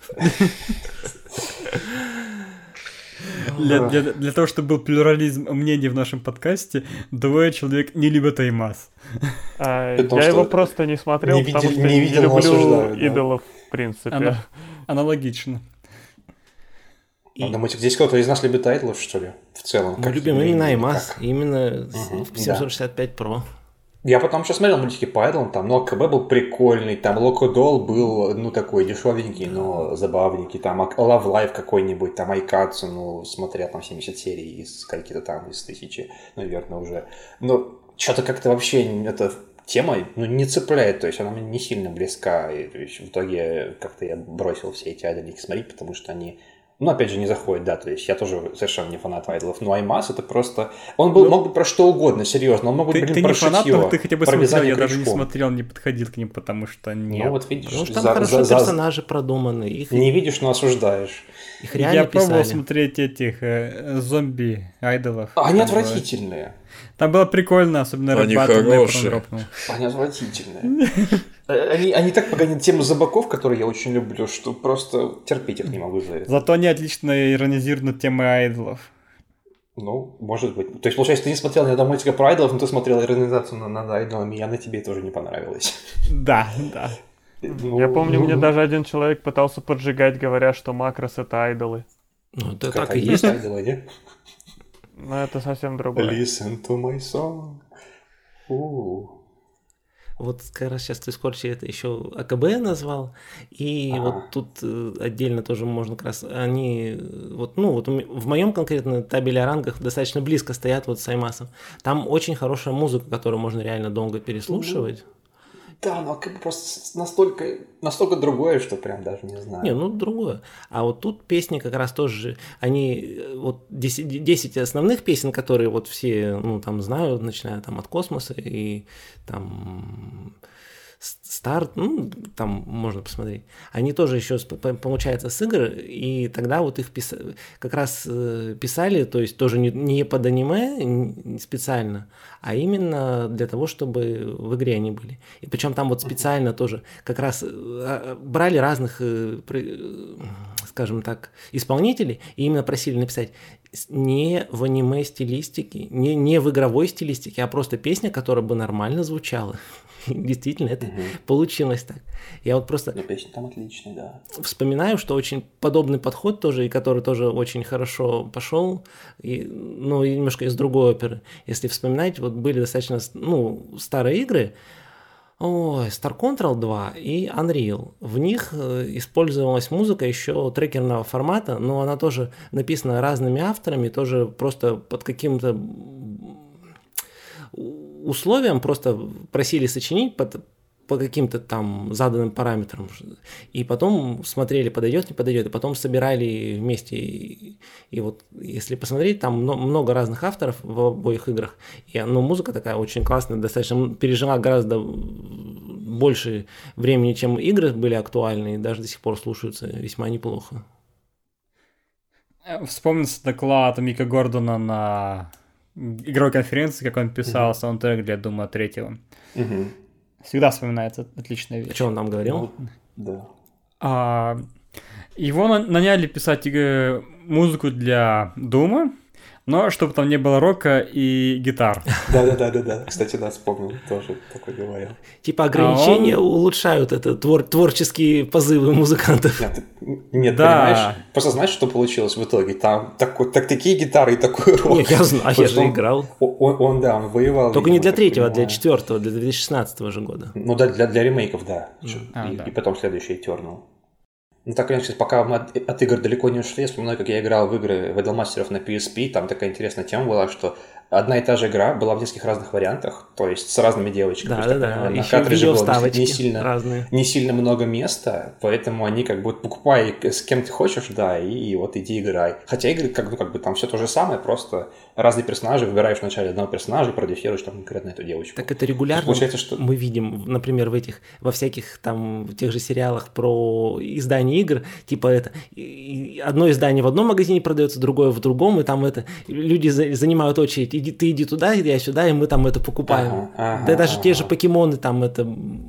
Для того, чтобы был плюрализм мнений в нашем подкасте, двое человек не любят Аймас. Я его просто не смотрел, потому что не люблю идолов, в принципе. Аналогично. Думаете, здесь кто-то из нас любит айдлов, что ли? В целом. Мы любим именно Аймас, именно в 765 Pro. Я потом сейчас смотрел мультики по айдлам, там, ну, АКБ был прикольный, там, Локодол был, ну, такой дешевенький, но забавненький, там, Love Live какой-нибудь, там, Айкацу, ну, смотря там 70 серий из каких-то там, из 1000, наверное, уже. Но что-то как-то вообще эта тема, ну, не цепляет, то есть она мне не сильно близка, и, то есть, в итоге как-то я бросил все эти айдолики смотреть, потому что они... Ну, опять же, не заходит, да, то есть я тоже совершенно не фанат айдолов, но Аймас это просто... Он был, мог быть про что угодно, серьезно, он мог быть, ты про не фанат, шитьё, но ты хотя бы про смотрел, я вязание даже не крючком. смотрел, не подходил к ним, потому что нет. Ну, вот видишь, Потому что там хорошо персонажи продуманы. Их не видишь, но осуждаешь. Их реально я пробовал писали. смотреть этих зомби-айдолов. Они отвратительные. Там было прикольно, особенно Они Red Battle хорошие. дропнул. Они отвратительные. Они так погонят тему забаков, которые я очень люблю, что просто терпеть их не могу за это. Зато они отлично иронизируют над темой айдолов. Ну, может быть. То есть, получается, ты не смотрел ни одного мультика про айдолов, но ты смотрел экранизацию над айдолами, и она тебе тоже не понравилась. Да. Я помню, мне даже один человек пытался поджигать, говоря, что Макрос — это айдолы. Ну, это Как так и они есть. айдолы, не? Но это совсем другое. Listen to my song. Вот как раз сейчас ты скорче это еще АКБ назвал, и вот тут отдельно тоже можно как раз, они, вот, ну, вот в моем конкретно табеле о рангах достаточно близко стоят вот с Аймасом. Там очень хорошая музыка, которую можно реально долго переслушивать. Да, но как бы просто настолько другое, что прям даже не знаю. Не, ну другое. А вот тут песни как раз тоже, они, вот 10 основных песен, которые вот все, ну, там знают, начиная там от «Космоса» и там «Старт», ну, там можно посмотреть. Они тоже еще, получается, с игр, и тогда вот их как раз писали, то есть тоже не под аниме специально, а именно для того, чтобы в игре они были. И причем там вот специально тоже как раз брали разных, скажем так, исполнителей и именно просили написать не в аниме стилистике, не в игровой стилистике, а просто песня, которая бы нормально звучала. Действительно, это получилось так. Я вот просто песня там отличная, да. Вспоминаю, что очень подобный подход тоже, и который тоже очень хорошо пошел, ну, и немножко из другой оперы. Если вспоминать, вот были достаточно, ну, старые игры, Star Control 2 и Unreal. В них использовалась музыка еще трекерного формата, но она тоже написана разными авторами, тоже просто под каким-то условиям, просто просили сочинить по каким-то там заданным параметрам. И потом смотрели, подойдет, не подойдет, и потом собирали вместе. И вот если посмотреть, там много разных авторов в обоих играх. И музыка такая очень классная, достаточно пережила гораздо больше времени, чем игры были актуальны, и даже до сих пор слушаются весьма неплохо. Вспомнился доклад Мика Гордона на игровой конференции, как он писал саундтрек для Дума 3. Всегда вспоминается отличная вещь. Что он там говорил? Да. Его наняли писать музыку для Дума, но чтобы там не было рока и гитар. Да. Кстати, да, вспомнил, тоже такой говорил. Типа ограничения улучшают творческие позывы музыкантов. Нет, понимаешь? Просто знаешь, что получилось в итоге? Там такие гитары и такой рок. Нет, я знаю, я же играл. Он воевал. Только не для 3-го, а для 4-го, для 2016 же года. Ну да, для ремейков, да. И потом следующий Eternal. Ну так, конечно, пока мы от игр далеко не ушли, я вспоминаю, как я играл в игры в Idolmaster'ов на PSP, там такая интересная тема была, что одна и та же игра была в нескольких разных вариантах, то есть с разными девочками. Да. На картридже было не сильно много места, поэтому они как бы покупай с кем ты хочешь, да, и вот иди играй. Хотя игры как бы там все то же самое, просто разные персонажи, выбираешь вначале одного персонажа и продюсируешь там конкретно эту девочку. Так это регулярно получается, что... мы видим, например, во всяких там в тех же сериалах про издание игр, типа это одно издание в одном магазине продается, другое в другом, и там это люди занимают очередь, ты иди туда, я сюда, и мы там это покупаем. Да даже те же покемоны там это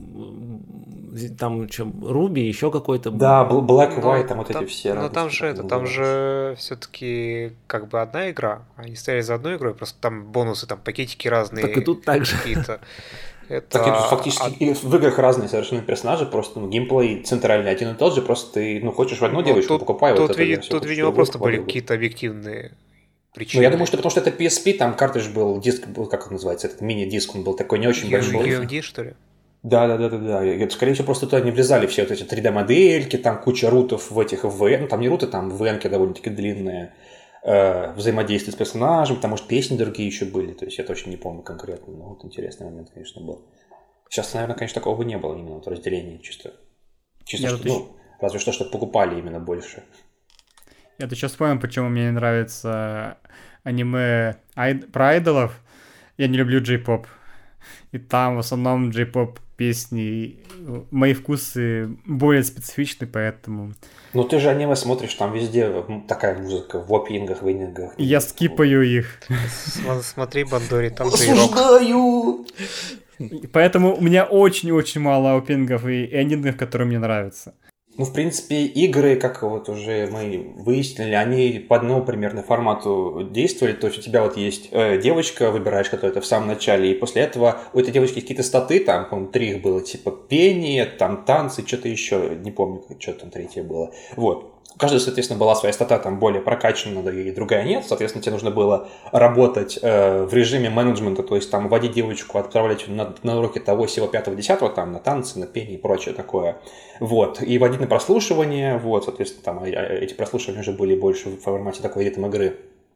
там что, Руби, еще какой-то. Да, Black и White, там вот эти все. Но там же все-таки как бы одна игра. Они стояли за одной игрой, просто там бонусы, там пакетики разные. Так и тут так же. Какие-то. Так и тут фактически в играх разные совершенно персонажи, просто геймплей центральный один и тот же, просто ты хочешь в одну девочку, покупай вот это. Тут, видимо, просто были какие-то объективные причины. Ну, я думаю, что потому что это PSP, там картридж был, диск был, как он называется, этот мини-диск, он был такой не очень большой. UMD, что ли? Да. Скорее всего, просто туда не влезали все вот эти 3D-модельки, там куча рутов в этих ну там не руты, там венки довольно-таки длинные, взаимодействие с персонажем, там, может, песни другие еще были, то есть я точно не помню конкретно, но вот интересный момент, конечно, был. Сейчас, наверное, конечно, такого бы не было, именно вот разделения чисто что, разве что покупали именно больше. Я сейчас понял, почему мне не нравится аниме про айдолов. Я не люблю джей-поп. И там в основном джей-поп песни. Мои вкусы более специфичны, поэтому... Ну ты же аниме смотришь, там везде такая музыка, в опенингах, в эндингах. Я скипаю их. Смотри, Бандори, там же осуждаю! Поэтому у меня очень-очень мало опенингов и эндингов, которые мне нравятся. Ну, в принципе, игры, как вот уже мы выяснили, они по одному примерно формату действовали. То есть у тебя вот есть девочка, выбираешь, которая это в самом начале, и после этого у этой девочки есть какие-то статы, там, по-моему, 3 их было, типа пение, там танцы, что-то еще, не помню, что там третье было. Вот. У каждой, соответственно, была своя стата там более прокачана, и другая нет. Соответственно, тебе нужно было работать в режиме менеджмента, то есть там вводить девочку, отправлять на уроки того, сего, 5, 10, там, на танцы, на пение и прочее такое. Вот. И вводить на прослушивание, вот, соответственно, там эти прослушивания уже были больше в формате такой ритм игры.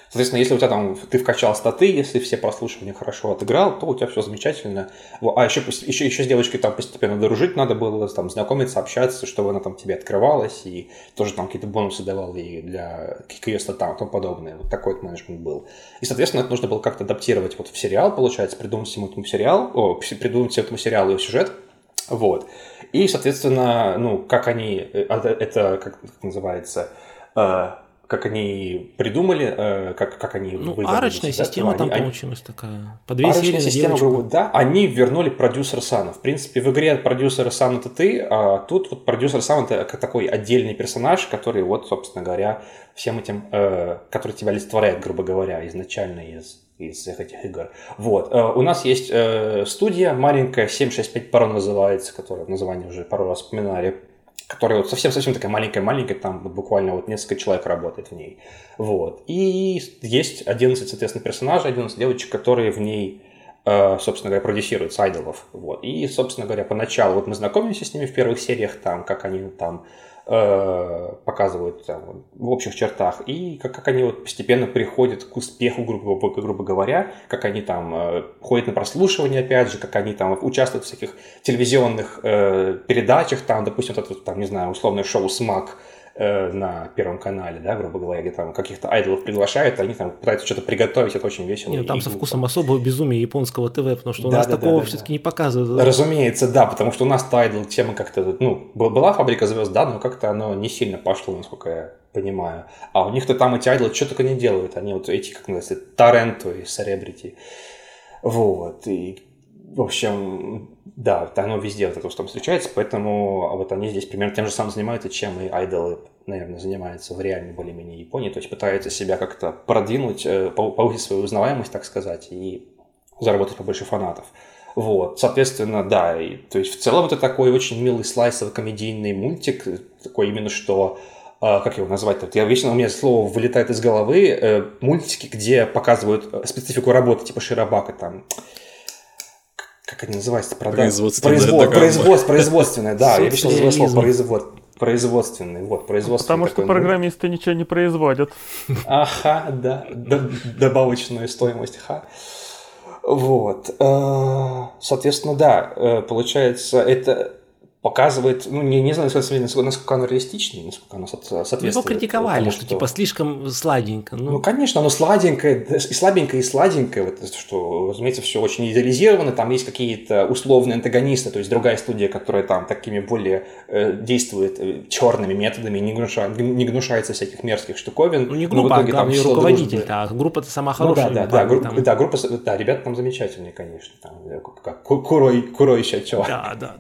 Соответственно, если у тебя там ты вкачал статы, если все прослушивания хорошо отыграл, то у тебя все замечательно. А еще с девочкой там постепенно дружить надо было, там знакомиться, общаться, чтобы она там тебе открывалась и тоже там какие-то бонусы давал ей к ее статам и тому подобное. Вот такой вот менеджмент был. И, соответственно, это нужно было как-то адаптировать вот в сериал, получается, придумать всему этому сериалу его сюжет. Вот. И, соответственно, ну, как они, это как называется, как они придумали, как они выбрали. Арочная система там получилась такая. По 2 серии на девочку. Да, они вернули продюсера Сана. В принципе, в игре продюсер Сан это ты, а тут вот продюсер Сан это такой отдельный персонаж, который вот, собственно говоря, всем этим, который тебя олицетворяет, грубо говоря, изначально из этих игр. Вот. У нас есть студия маленькая, 765 Pro называется, которая название уже пару раз вспоминали, которая вот совсем-совсем такая маленькая-маленькая, там вот буквально вот несколько человек работает в ней. Вот. И есть 11, соответственно, персонажей, 11 девочек, которые в ней, собственно говоря, продюсируют айдолов. Вот. И, собственно говоря, поначалу вот мы знакомимся с ними в первых сериях, там, как они там показывают там, в общих чертах, и как они вот постепенно приходят к успеху, грубо говоря, как они там ходят на прослушивание, опять же, как они там участвуют в всяких телевизионных передачах, там, допустим, вот это, там, не знаю, условное шоу «Смак» на Первом канале, да, грубо говоря, где там каких-то айдолов приглашают, они там пытаются что-то приготовить, это очень весело. Нет, там со вкусом особого безумия японского ТВ, потому что у нас такого все-таки не показывают. Разумеется, да, потому что у нас айдол тема как-то, ну, была «Фабрика звезд», да, но как-то оно не сильно пошло, насколько я понимаю. А у них-то там эти айдолы что только не делают, они вот эти, как называется, Торренто и Celebrity. Вот, и в общем, да, оно везде вот это там встречается, поэтому вот они здесь примерно тем же самым занимаются, чем и айдолы, наверное, занимаются в реальной более-менее Японии, то есть пытаются себя как-то продвинуть, повысить свою узнаваемость, так сказать, и заработать побольше фанатов. Вот, соответственно, да, и, то есть в целом это такой очень милый слайсовый комедийный мультик, такой именно что... как его назвать-то? Я вечно, у меня слово вылетает из головы, мультики, где показывают специфику работы, типа Широбака там... Как они называются? Производственное, да. Я вечно называю слово производственный. Вот, производственный. Потому что программисты ничего не производят. Ага, да. Добавочную стоимость, Вот. Соответственно, да, получается, это показывает, ну, не знаю, насколько оно реалистично, насколько оно соответствует. Его критиковали, что типа слишком сладенько. Ну, конечно, оно сладенькое, и сладенькое, вот, что, разумеется, все очень идеализировано, там есть какие-то условные антагонисты, то есть другая студия, которая там такими более действует черными методами, не гнушается всяких мерзких штуковин. Ну, не группа, а главный руководитель, а группа-то сама хорошая. Ну, да, группа, ребята там замечательные, конечно, там, как Курой Щачо. Да.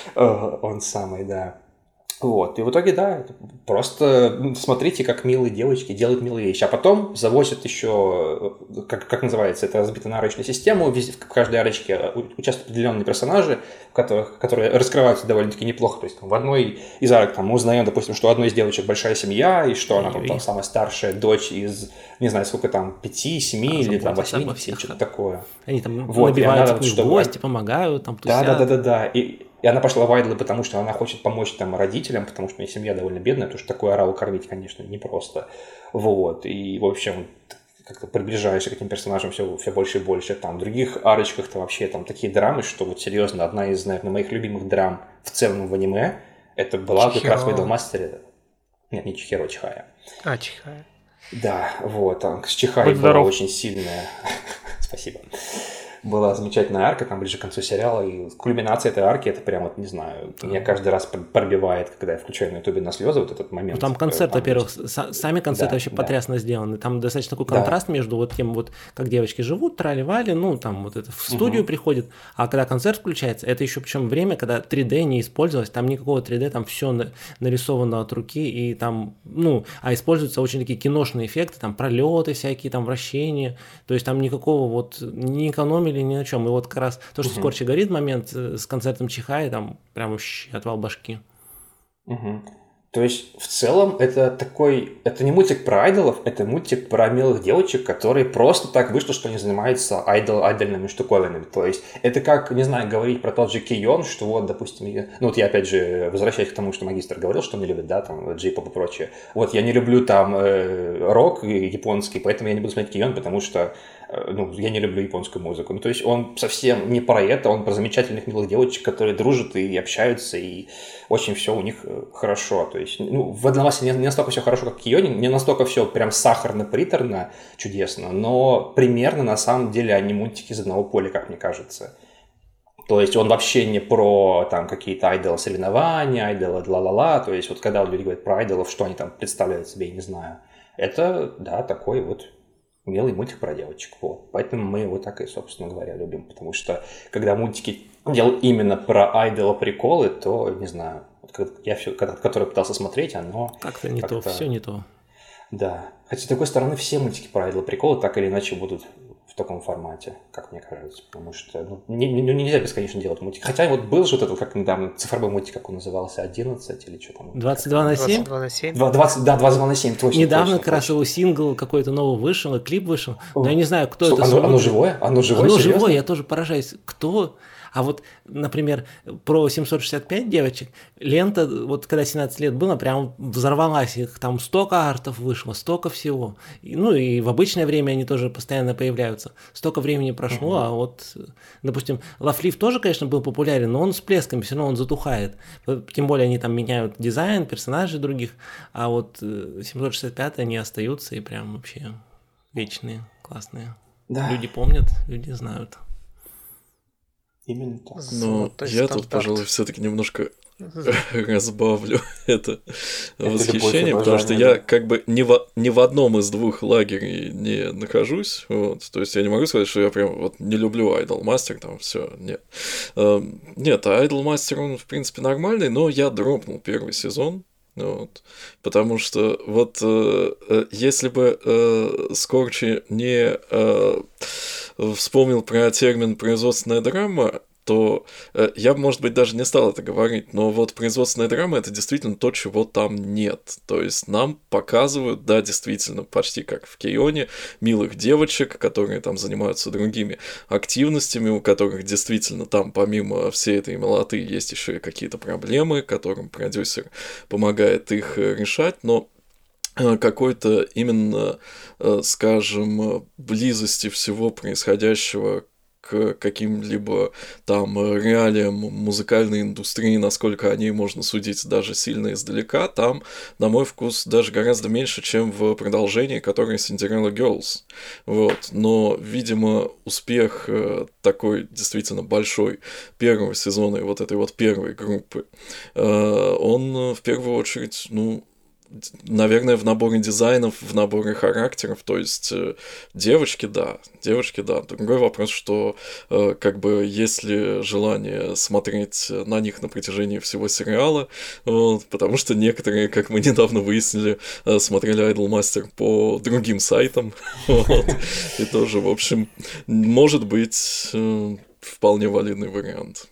Он самый, да. Вот, и в итоге, да, просто смотрите, как милые девочки делают милые вещи. А потом завозят еще, как называется, это разбито на арочную систему, в каждой арочке участвуют определенные персонажи, которые раскрываются довольно-таки неплохо. То есть в одной из арок там, мы узнаем, допустим, что у одной из девочек большая семья, и что она там самая старшая дочь из, не знаю, сколько там, 5, 7 или там 8, что-то такое. Они там набиваются в гости, помогают, там тусят. Да. И она пошла в айдолы, потому что она хочет помочь там родителям, потому что у нее семья довольно бедная, потому что такую ораву кормить, конечно, непросто. Вот. И, в общем, как-то приближаешься к этим персонажам все больше и больше. Там в других арочках-то вообще там такие драмы, что вот серьезно, одна из, наверное, моих любимых драм в целом в аниме, это была как раз в Idolmaster. Нет, не Чихиро, Чихая. Чихая. Да, вот, там с Чихай была очень сильная. Спасибо. Была замечательная арка, там ближе к концу сериала, и кульминация этой арки, это прям, вот, не знаю, меня каждый раз пробивает, когда я включаю на ютубе на слезы вот этот момент. Ну, там концерт, во-первых, сами концерты вообще потрясно сделаны, там достаточно такой контраст между вот тем, вот, как девочки живут, трали-вали, ну, там вот это в студию приходит, а когда концерт включается, это еще причем время, когда 3D не использовалось, там никакого 3D, там все нарисовано от руки, и там, ну, а используются очень такие киношные эффекты, там пролеты всякие, там вращения, то есть там никакого вот, не экономили ни на чем. И вот как раз то, что Скорчи говорит, момент с концертом Чихая, там прям вообще отвал башки. То То есть, в целом, это не мультик про айдолов, это мультик про милых девочек, которые просто так вышло, что они занимаются айдольными штуковинами. То есть, это как, не знаю, говорить про тот же Кион, что вот, допустим, я опять же возвращаюсь к тому, что магистр говорил, что он не любит, да, там, джей-поп и прочее. Вот, я не люблю там рок японский, поэтому я не буду смотреть Кион, потому что я не люблю японскую музыку. Ну, то есть он совсем не про это, он про замечательных милых девочек, которые дружат и общаются, и очень все у них хорошо. То есть, в Айдолмасте не настолько все хорошо, как в Кионе, не настолько все прям сахарно-приторно, чудесно, но примерно на самом деле они мультики из одного поля, как мне кажется. То есть он вообще не про там какие-то айдол-соревнования, айдолы-ла-ла-ла. То есть вот когда люди говорят про айдолов, что они там представляют себе, я не знаю. Это, да, такой вот милый мультик про девочек. Вот. Поэтому мы его так и, собственно говоря, любим. Потому что, когда мультики делают именно про айдола приколы, то, не знаю, я все, который пытался смотреть, оно... Как-то не то, все не то. Да. Хотя, с другой стороны, все мультики про айдола приколы так или иначе будут в таком формате, как мне кажется. Потому что нельзя бесконечно делать мультик. Хотя вот был же вот этот, как недавно, цифровой мультик, как он назывался, 11 или что там? 22/7? 22/7? 22/7, точно. Недавно как раз его сингл какой-то новый вышел, и клип вышел. Но я не знаю, кто это смотрит. Оно живое? Оно живое, я тоже поражаюсь. Кто? А вот, например, про 765 девочек, лента, вот когда 17 лет было, прям взорвалась, их там столько артов вышло, столько всего. И в обычное время они тоже постоянно появляются. Столько времени прошло, а вот, допустим, Лавлив тоже, конечно, был популярен, но он с плесками, все равно он затухает. Тем более они там меняют дизайн, персонажей других, а вот 765 они остаются и прям вообще вечные, классные. Да. Люди помнят, люди знают. Именно так. Но я тут, пожалуй, все-таки немножко разбавлю это восхищение, потому что я как бы ни в одном из двух лагерей не нахожусь. Вот. То есть я не могу сказать, что я прям вот не люблю Idolmaster, там все, нет. Нет, Idolmaster, он, в принципе, нормальный, но я дропнул первый сезон. Вот. Потому что вот если бы Скорчи не вспомнил про термин «производственная драма», то я бы, может быть, даже не стал это говорить, но вот производственная драма — это действительно то, чего там нет. То есть нам показывают, да, действительно, почти как в Кионе, милых девочек, которые там занимаются другими активностями, у которых действительно там, помимо всей этой милоты, есть еще и какие-то проблемы, которым продюсер помогает их решать, но какой-то именно, скажем, близости всего происходящего к каким-либо там реалиям музыкальной индустрии, насколько о ней можно судить даже сильно издалека, там, на мой вкус, даже гораздо меньше, чем в продолжении, которое Cinderella Girls. Вот. Но, видимо, успех такой действительно большой первого сезона и вот этой вот первой группы, он в первую очередь, наверное, в наборе дизайнов, в наборе характеров, то есть девочки, да. Другой вопрос, что как бы есть ли желание смотреть на них на протяжении всего сериала, вот, потому что некоторые, как мы недавно выяснили, смотрели Idolmaster по другим сайтам, вот, и тоже, в общем, может быть, вполне валидный вариант.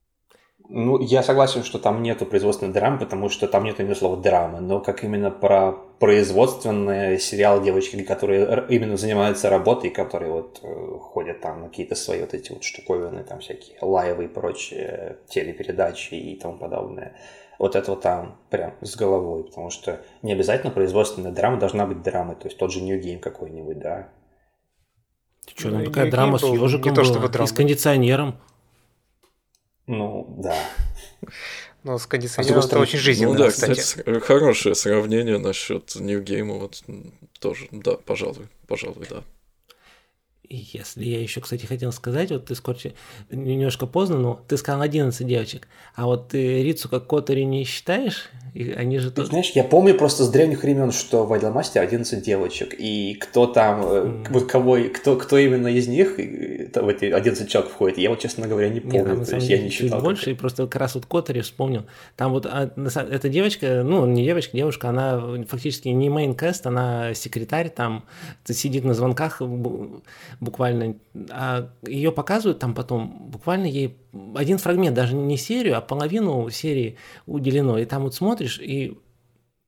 Я согласен, что там нету производственной драмы, потому что там нету именно слова драма, но как именно про производственные сериалы девочки, которые именно занимаются работой, которые вот ходят там на какие-то свои вот эти вот штуковины, там всякие лайвы и прочие телепередачи и тому подобное. Вот это вот там прям с головой, потому что не обязательно производственная драма должна быть драмой, то есть тот же New Game какой-нибудь, да. Что, там такая драма с ежиком была, и с кондиционером. Да. Но с кондиционером это очень жизненно, кстати. Хорошее сравнение насчет New Game, вот тоже, да, пожалуй, да. Если я еще, кстати, хотел сказать, вот ты, Скорчи, немножко поздно, но ты сказал 11 девочек, а вот ты Рицу как Котори не считаешь? И они же тоже... Знаешь, я помню просто с древних времен, что в Idolmaster 11 девочек, и кто там, кто именно из них в эти 11 человек входит, я вот, честно говоря, не помню. Нет, то есть я не считал. Больше, и просто как раз вот Котори вспомнил. Там вот эта девочка, не девушка, она фактически не мейн-кэст, она секретарь, там сидит на звонках буквально, а ее показывают там потом, буквально ей один фрагмент, даже не серию, а половину серии уделено, и там вот смотришь, и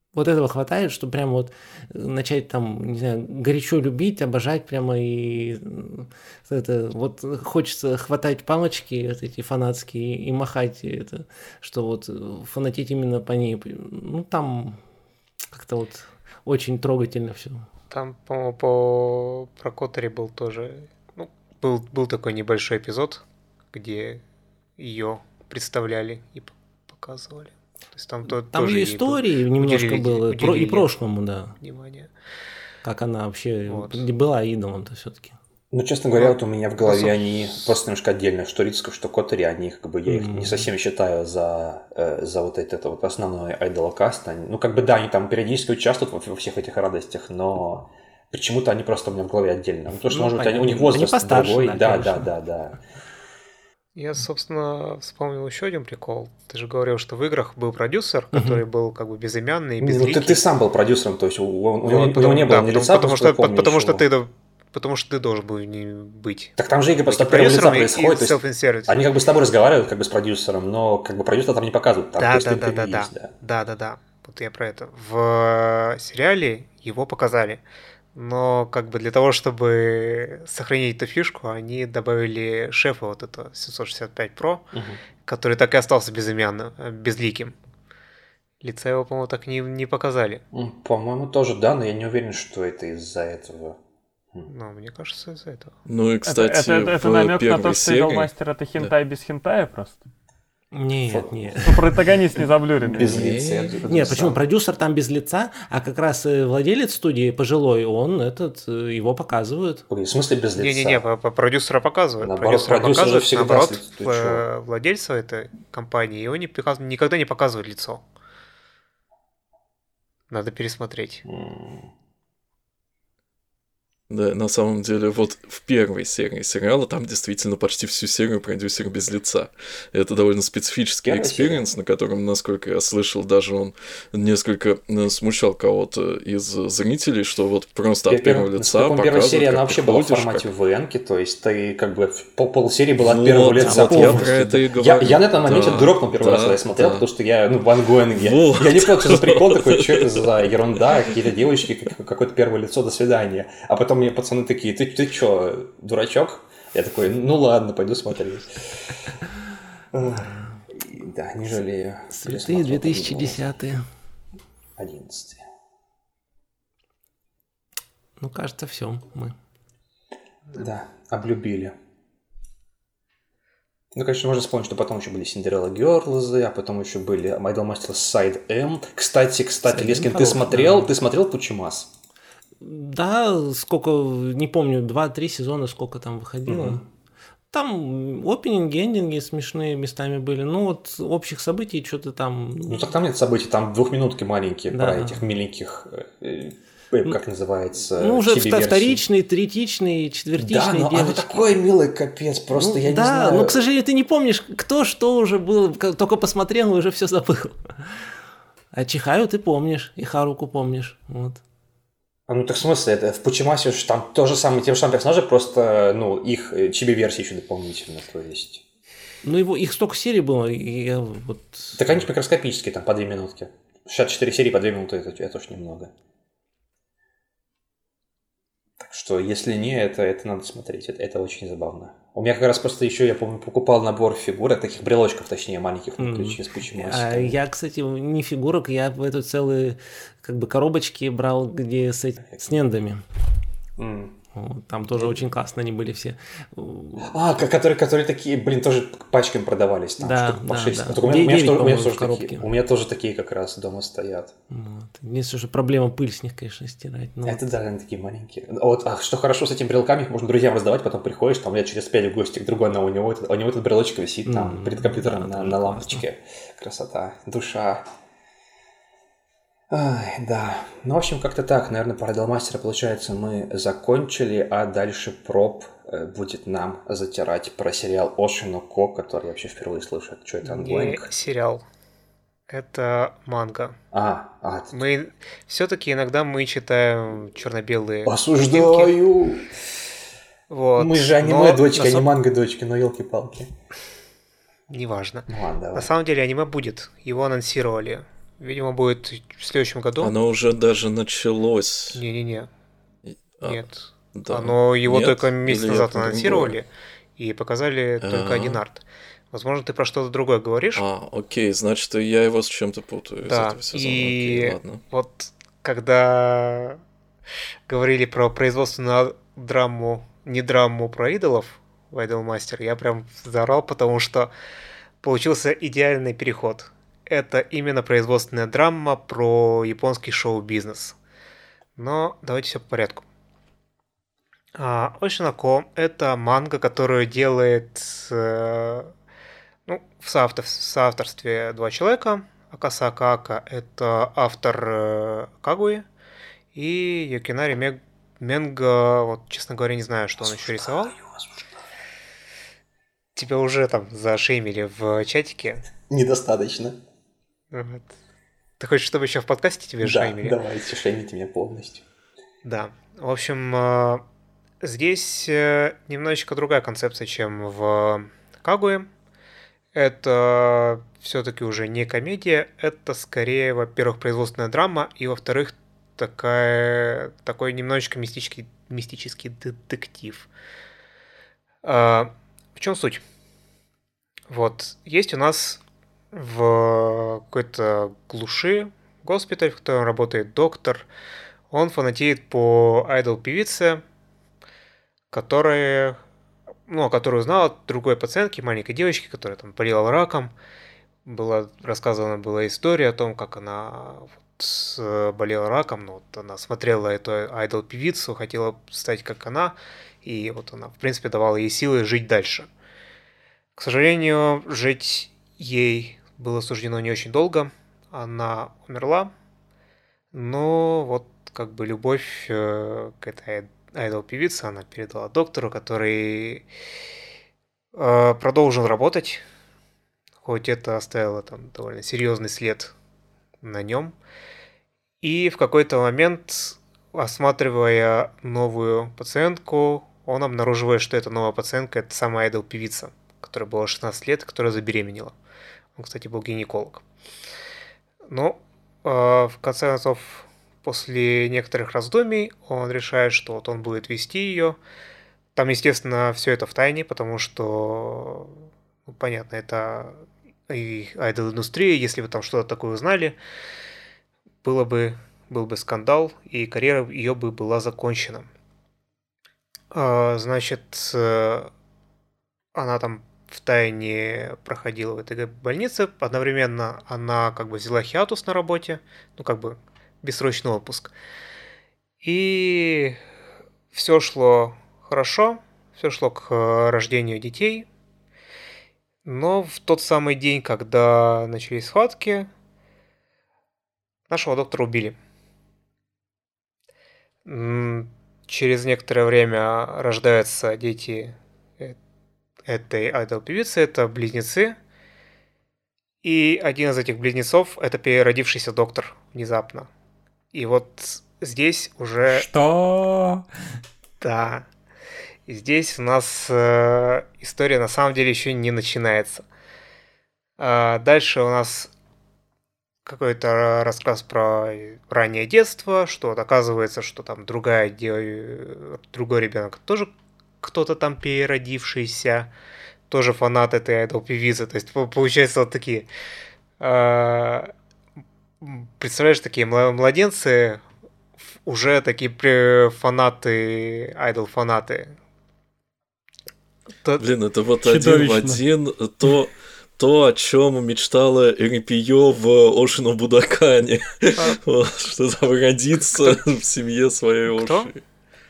Вот этого хватает, чтобы прямо вот начать там, не знаю, горячо любить, обожать прямо и это вот хочется хватать палочки вот эти фанатские и махать это, что вот фанатеть именно по ней. Ну там как-то вот очень трогательно все. Там, по-моему, про Котори был тоже, ну, был такой небольшой эпизод, где ее представляли и показывали. То есть там тоже и истории немножко было, и прошлому, да. Внимание. Как она вообще была идолом-то все-таки. Ну, честно говоря, вот у меня в голове они просто немножко отдельно, что Рицко, что Котори, они как бы, я их не совсем считаю за вот это вот основной айдол-каст. Ну, как бы, да, они там периодически участвуют во всех этих радостях, но почему-то они просто у меня в голове отдельно. Ну, потому что, может быть, у них возраст другой. Да. Я, собственно, вспомнил еще один прикол. Ты же говорил, что в играх был продюсер, который был как бы безымянный и безликий. Ну, ты сам был продюсером, то есть у него не было ни лица, потому что ты должен был не быть. Так там же игры просто первого лица происходит. Они как бы с тобой разговаривают, как бы с продюсером, но как бы продюсера там не показывают. Да. Вот я про это. В сериале его показали. Но как бы для того, чтобы сохранить эту фишку, они добавили шефа вот этого 765 Pro, который так и остался безымянным, безликим. Лица его, по-моему, так не показали. По-моему, тоже да, но я не уверен, что это из-за этого. Ну, мне кажется, из-за этого. Ну и, кстати, это намек на то, что Идолмастер это хентай без хентая просто? Нет. Что протагонист не заблюренный. Без лица. Нет, почему? Продюсер там без лица, а как раз владелец студии пожилой, он его показывают. В смысле без лица? Не-не-не, продюсера показывают. Наоборот, продюсера всегда наоборот, владельца этой компании, его никогда не показывают лицо. Надо пересмотреть. Да, на самом деле, вот в первой серии сериала там действительно почти всю серию продюсер без лица. Это довольно специфический экспириенс, на котором, насколько я слышал, даже он несколько смущал кого-то из зрителей, что вот просто от первого лица показывают, первая серия, она вообще была в формате ВН-ки, то есть ты как бы полсерии была от первого лица. Я про это и говорю. Я на этом моменте дропнул первый раз, когда я смотрел, потому что я, в ангоинге. Я не понял, что за прикол такой, что это за ерунда, какие-то девочки, какое-то первое лицо, до свидания. А потом мне пацаны такие, ты чё, дурачок? Я такой, ну ладно, пойду смотреть. Да, не жалею. Святые 2010-е. 11. Ну, кажется, все мы. Да, облюбили. Ну, конечно, можно вспомнить, что потом еще были Cinderella Girls, а потом еще были Idolmaster Side M. Кстати, Лескин, ты смотрел Пучимас? Да, сколько, не помню, 2-3 сезона, сколько там выходило. Там опенинги, эндинги смешные местами были. Ну, вот общих событий что-то там... Ну, так там нет событий, там двухминутки маленькие про этих миленьких... как называется? Ну, уже вторичный, третичный, четвертичный девочки. Да, оно такой милый капец, просто я не знаю. Да, но, к сожалению, ты не помнишь, кто что уже был, только посмотрел и уже все забыл. А Чихаю ты помнишь, и Харуку помнишь, вот. Ну, так в смысле, это в Пучимасе там те же самые персонажи, просто, их чиби-версии еще дополнительно, то есть... Ну, их столько серий было, и я вот... Так они микроскопические, там, по 2 минутки. 64 серии по 2 минуты, это уж немного. Так что, если не, это надо смотреть, это очень забавно. У меня как раз просто еще, я помню, покупал набор фигурок, таких брелочков, точнее, маленьких внутри, с Пучимаси. Я, кстати, не фигурок, я в эту целые, как бы, коробочки брал, где с нендами. Там тоже очень классно они были все. Которые такие, тоже пачками продавались. Там, да, штук по 6. Да. У меня тоже такие как раз дома стоят. Единственное, что проблема пыль с них, конечно, стирать. Это да, они такие маленькие. Что хорошо с этими брелками, их можно друзьям раздавать, потом приходишь, там лет через 5 в гости к другой, у него этот брелочек висит там перед компьютером на лампочке. Красота, душа. Ай, да. Ну, в общем, как-то так. Наверное, про Idolmaster, получается, мы закончили, а дальше проб будет нам затирать про сериал Ошиноко, который я вообще впервые слышу. Что это, ангоинг? Не сериал. Это манга. Мы все-таки иногда мы читаем черно-белые. Осуждаю! Вот. Мы же аниме-дочки, а не манго-дочки, но елки-палки. Неважно. Ну ладно, давай. На самом деле аниме будет. Его анонсировали Видимо, будет в следующем году. Оно уже даже началось. Не-не-не. Нет. Да. Его Нет? только месяц Или назад это анонсировали и показали только один арт. Возможно, ты про что-то другое говоришь. Окей, значит, я его с чем-то путаю из этого сезона. Окей, ладно. Вот когда говорили про производственную драму, не драму про идолов в Idolmaster, я прям заорал, потому что получился идеальный переход. Это именно производственная драма про японский шоу-бизнес. Но давайте все по порядку. Oshinoko — это манга, которую делает в соавторстве два человека. Акаса Акаака — это автор Кагуи, и Юкинари Менго, вот, честно говоря, не знаю, что он еще рисовал. Тебя уже там зашеймили в чатике. Недостаточно. Вот. Ты хочешь, чтобы еще в подкасте тебя шеймили? Да, давайте, шеймите меня полностью. Да. В общем, здесь немножечко другая концепция, чем в Кагуе. Это все-таки уже не комедия, это скорее, во-первых, производственная драма, и, во-вторых, такой немножечко мистический детектив. В чем суть? Вот, есть у нас в какой-то глуши госпиталь, в котором работает доктор. Он фанатеет по айдол-певице, которую узнал от другой пациентки, маленькой девочки, которая там болела раком. Рассказана была история о том, как она болела раком, но вот она смотрела эту айдол-певицу, хотела стать как она, и вот она, в принципе, давала ей силы жить дальше. К сожалению, жить ей было суждено не очень долго, она умерла, но вот как бы любовь к этой айдол-певице она передала доктору, который продолжил работать, хоть это оставило там довольно серьезный след на нем. И в какой-то момент, осматривая новую пациентку, он обнаруживает, что эта новая пациентка — это самая айдол-певица, которой было 16 лет, которая забеременела. Он, кстати, был гинеколог. Но в конце концов, после некоторых раздумий, он решает, что вот он будет вести ее. Там, естественно, все это в тайне, потому что, понятно, это и айдол-индустрия, если бы там что-то такое узнали, был бы скандал, и карьера ее бы была закончена. Значит, она там в тайне проходила в этой больнице. Одновременно она как бы взяла хиатус на работе, бессрочный отпуск. И все шло хорошо, все шло к рождению детей. Но в тот самый день, когда начались схватки, нашего доктора убили. Через некоторое время рождаются дети этой айдол-певицы, это близнецы. И один из этих близнецов — это переродившийся доктор внезапно. И вот здесь уже... Что? Да. И здесь у нас история на самом деле еще не начинается. Дальше у нас какой-то рассказ про раннее детство, что вот оказывается, что там другой ребенок тоже кто-то там переродившийся, тоже фанат этой айдол-певицы. То есть получается вот такие... Представляешь, такие младенцы, уже такие фанаты, айдол-фанаты. Блин, это вот один в один то, о чем мечтала Эрипиё в Ошино Будакане. Что там родиться в семье своей Оши.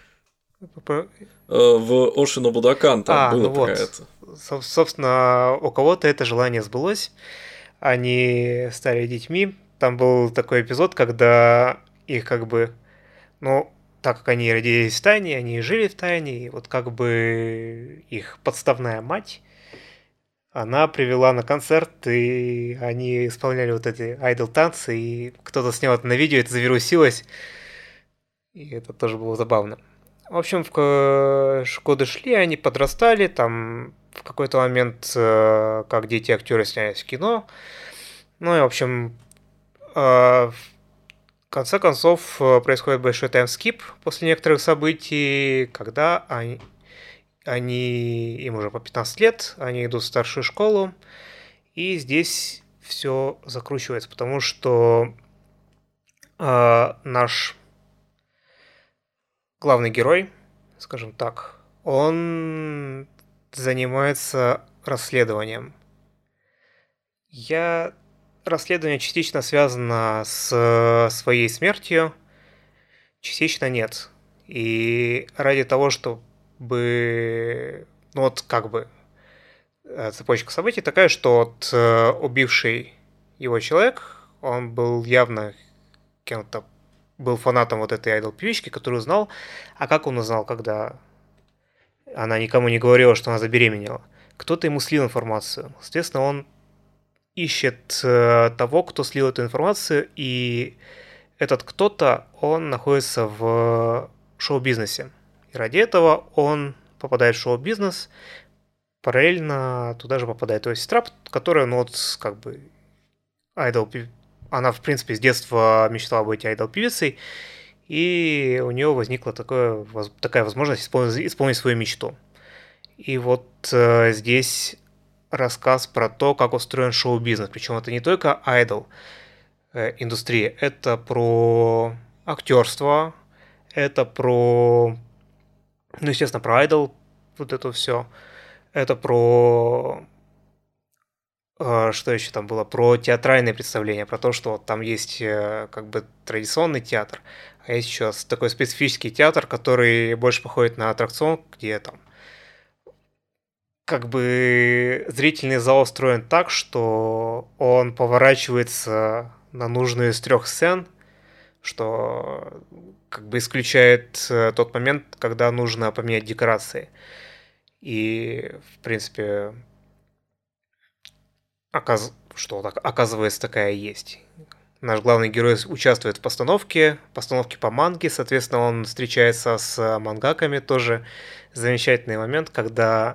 В Ошино Будакан там было про это. Собственно, у кого-то это желание сбылось. Они стали детьми. Там был такой эпизод, когда их так как они родились в тайне, они жили в тайне, и вот как бы их подставная мать, она привела на концерт, и они исполняли вот эти айдол-танцы, и кто-то снял это на видео, это завирусилось, и это тоже было забавно. В общем, годы шли, они подрастали, там в какой-то момент, как дети-актеры снялись в кино, ну и, в общем, в конце концов происходит большой таймскип после некоторых событий, когда им уже по 15 лет, они идут в старшую школу, и здесь все закручивается, потому что наш главный герой, скажем так, он занимается расследованием. Расследование частично связано с своей смертью, частично нет. И ради того, чтобы... Ну вот как бы цепочка событий такая, что убивший его человек, он был явно кем-то, был фанатом вот этой айдол-певички, которую знал. А как он узнал, когда она никому не говорила, что она забеременела? Кто-то ему слил информацию. Соответственно, он ищет того, кто слил эту информацию, и этот кто-то, он находится в шоу-бизнесе. И ради этого он попадает в шоу-бизнес, параллельно туда же попадает его сестра, которая, ну вот, как бы, она, в принципе, с детства мечтала быть айдол-певицей, и у нее возникла такая возможность исполнить свою мечту. И вот здесь рассказ про то, как устроен шоу-бизнес. Причем это не только айдол индустрия, это про актерство, это про, ну, естественно, про айдол, вот это все. Это про... Что еще там было? Про театральные представления, про то, что там есть как бы традиционный театр, а есть еще такой специфический театр, который больше походит на аттракцион, где там как бы зрительный зал устроен так, что он поворачивается на нужную из 3 сцен, что как бы исключает тот момент, когда нужно поменять декорации. И, в принципе, оказывается, такая есть. Наш главный герой участвует в постановке по манге, соответственно, он встречается с мангаками, тоже замечательный момент, когда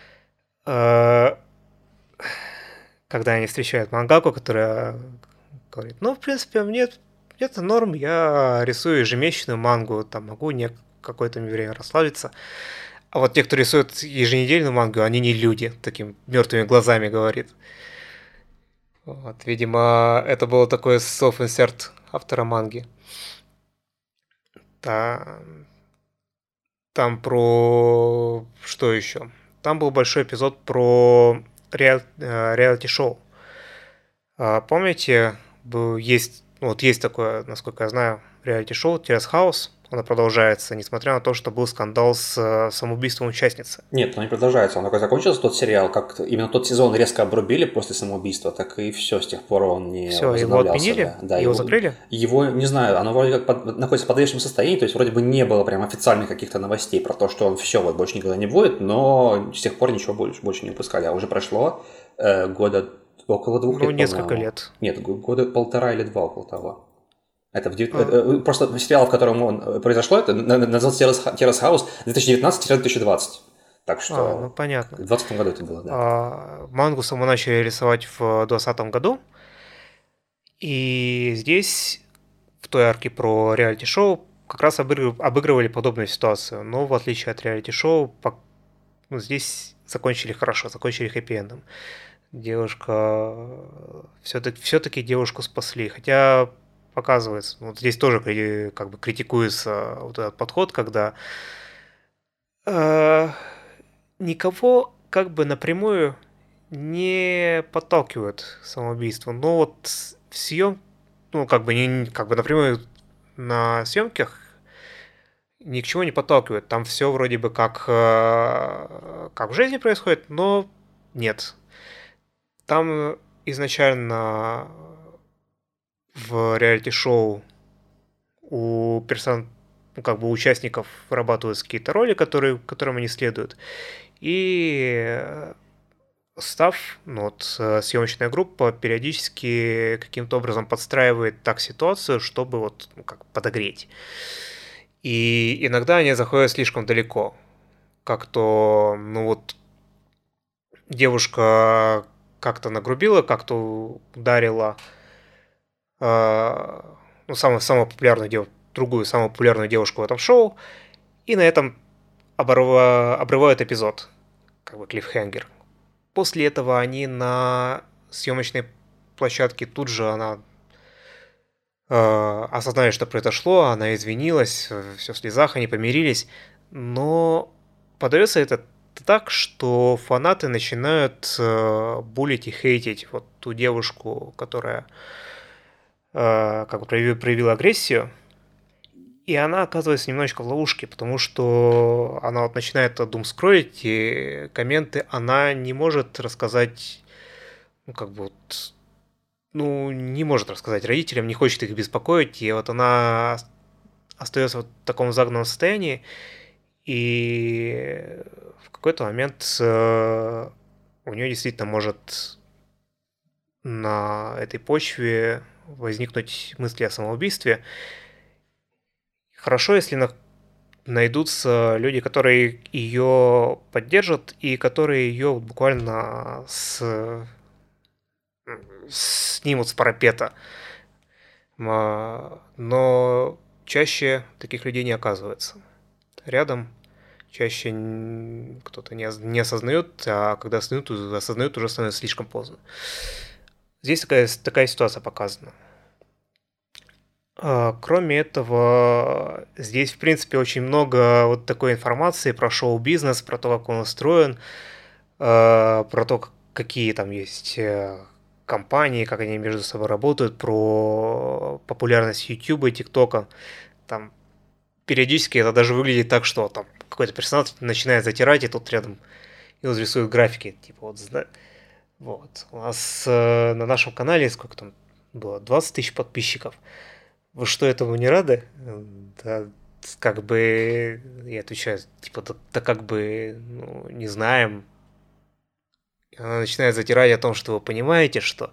они встречают мангаку, которая говорит, ну, в принципе, мне это норм, я рисую ежемесячную мангу, там могу какое-то время расслабиться. А вот те, кто рисует еженедельную мангу, они не люди, таким мертвыми глазами говорит. Вот, видимо, это было такое self-insert автора манги. Там про... Что еще? Там был большой эпизод про реалити-шоу. Помните, есть такое, насколько я знаю, реалити-шоу «Террас Хаус». Оно продолжается, несмотря на то, что был скандал с самоубийством участницы. Нет, оно не продолжается. Он такой закончился, тот сериал, как именно тот сезон резко обрубили после самоубийства, так и все, с тех пор он не все, возобновлялся. Его отменили? Да, его закрыли? Его, не знаю, оно вроде как находится в подвешенном состоянии, то есть вроде бы не было прям официальных каких-то новостей про то, что он все, вот больше никогда не будет, но с тех пор ничего больше не выпускали. А уже прошло года около 2 лет, Ну, несколько лет. Нет, года 1,5 или 2 около того. Это просто сериал, в котором произошло, это называется «Террас Хаус» 2019-2020. Так что ну, понятно. В 2020 году это было, да. Мангу мы начали рисовать в 2020 году. И здесь, в той арке про реалити-шоу, как раз обыгрывали подобную ситуацию. Но в отличие от реалити-шоу, здесь закончили хорошо, закончили хэппи-эндом. Девушка... Все-таки девушку спасли. Хотя... Показывается. Вот здесь тоже как бы критикуется вот этот подход, когда никого как бы напрямую не подталкивают к самоубийству. Но вот напрямую на съемках ни к чему не подталкивают. Там все вроде бы как в жизни происходит, но нет. Там изначально в реалити-шоу у участников вырабатываются какие-то роли, которым они следуют. И съемочная группа периодически каким-то образом подстраивает так ситуацию, чтобы подогреть. И иногда они заходят слишком далеко. Как-то, девушка как-то нагрубила, как-то ударила ну, самую популярную другую самую популярную девушку в этом шоу, и на этом обрывают эпизод, как бы клиффхенгер. После этого они на съемочной площадке тут же она осознали, что произошло, она извинилась, все в слезах, они помирились, но подается это так, что фанаты начинают булить и хейтить вот ту девушку, которая как бы проявила агрессию, и она оказывается немножечко в ловушке, потому что она вот начинает думскроить, и комменты она не может рассказать, ну, как бы вот, ну, не может рассказать родителям, не хочет их беспокоить, и вот она остается вот в таком загнанном состоянии, и в какой-то момент у нее действительно может на этой почве возникнуть мысли о самоубийстве. Хорошо, если найдутся люди, которые ее поддержат и которые ее буквально снимут с парапета. Но чаще таких людей не оказывается. Рядом чаще кто-то не осознает, а когда осознают, уже становится слишком поздно. Здесь такая ситуация показана. Кроме этого, здесь, в принципе, очень много вот такой информации про шоу-бизнес, про то, как он устроен, про то, какие там есть компании, как они между собой работают, про популярность YouTube и TikTok. Там периодически это даже выглядит так, что там какой-то персонаж начинает затирать, и тут рядом ему рисуют графики. Типа вот. У нас на нашем канале сколько там было? 20 тысяч подписчиков. Вы что, этому не рады? Да, как бы, я отвечаю, типа, да как бы, ну, не знаем. И она начинает затирать о том, что вы понимаете, что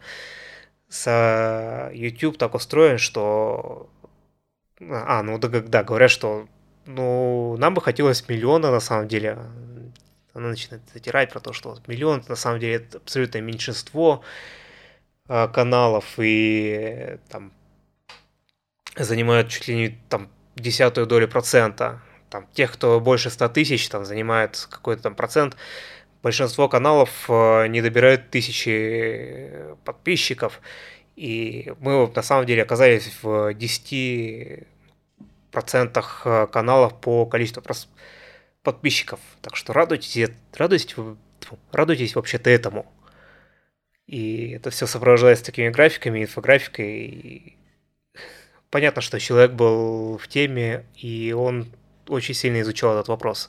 YouTube так устроен, что... ну да, говорят, что, ну, нам бы хотелось миллиона на самом деле. Она начинает затирать про то, что миллион на самом деле это абсолютное меньшинство каналов, и там занимают чуть ли не там 0,1%. Там, тех, кто больше 100 тысяч, там занимает какой-то там процент. Большинство каналов не добирают 1000 подписчиков. И мы на самом деле оказались в 10% каналов по количеству подписчиков. Так что радуйтесь вообще-то этому. И это все сопровождается такими графиками, инфографикой. И понятно, что человек был в теме, и он очень сильно изучал этот вопрос.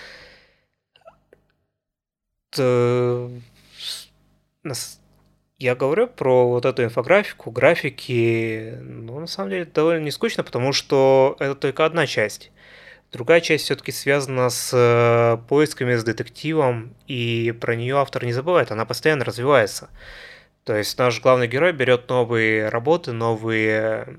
Я говорю про вот эту инфографику, графики, ну, на самом деле, довольно не скучно, потому что это только одна часть. Другая часть все-таки связана с поисками, с детективом, и про нее автор не забывает, она постоянно развивается. То есть наш главный герой берет новые работы, новые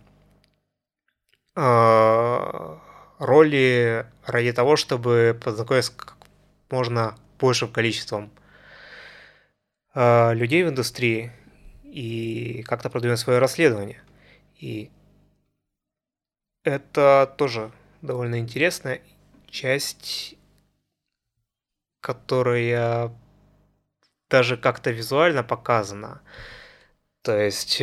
роли ради того, чтобы познакомиться как можно большим количеством людей в индустрии и как-то продвинуть свое расследование. И это тоже довольно интересная часть, которая даже как-то визуально показана. То есть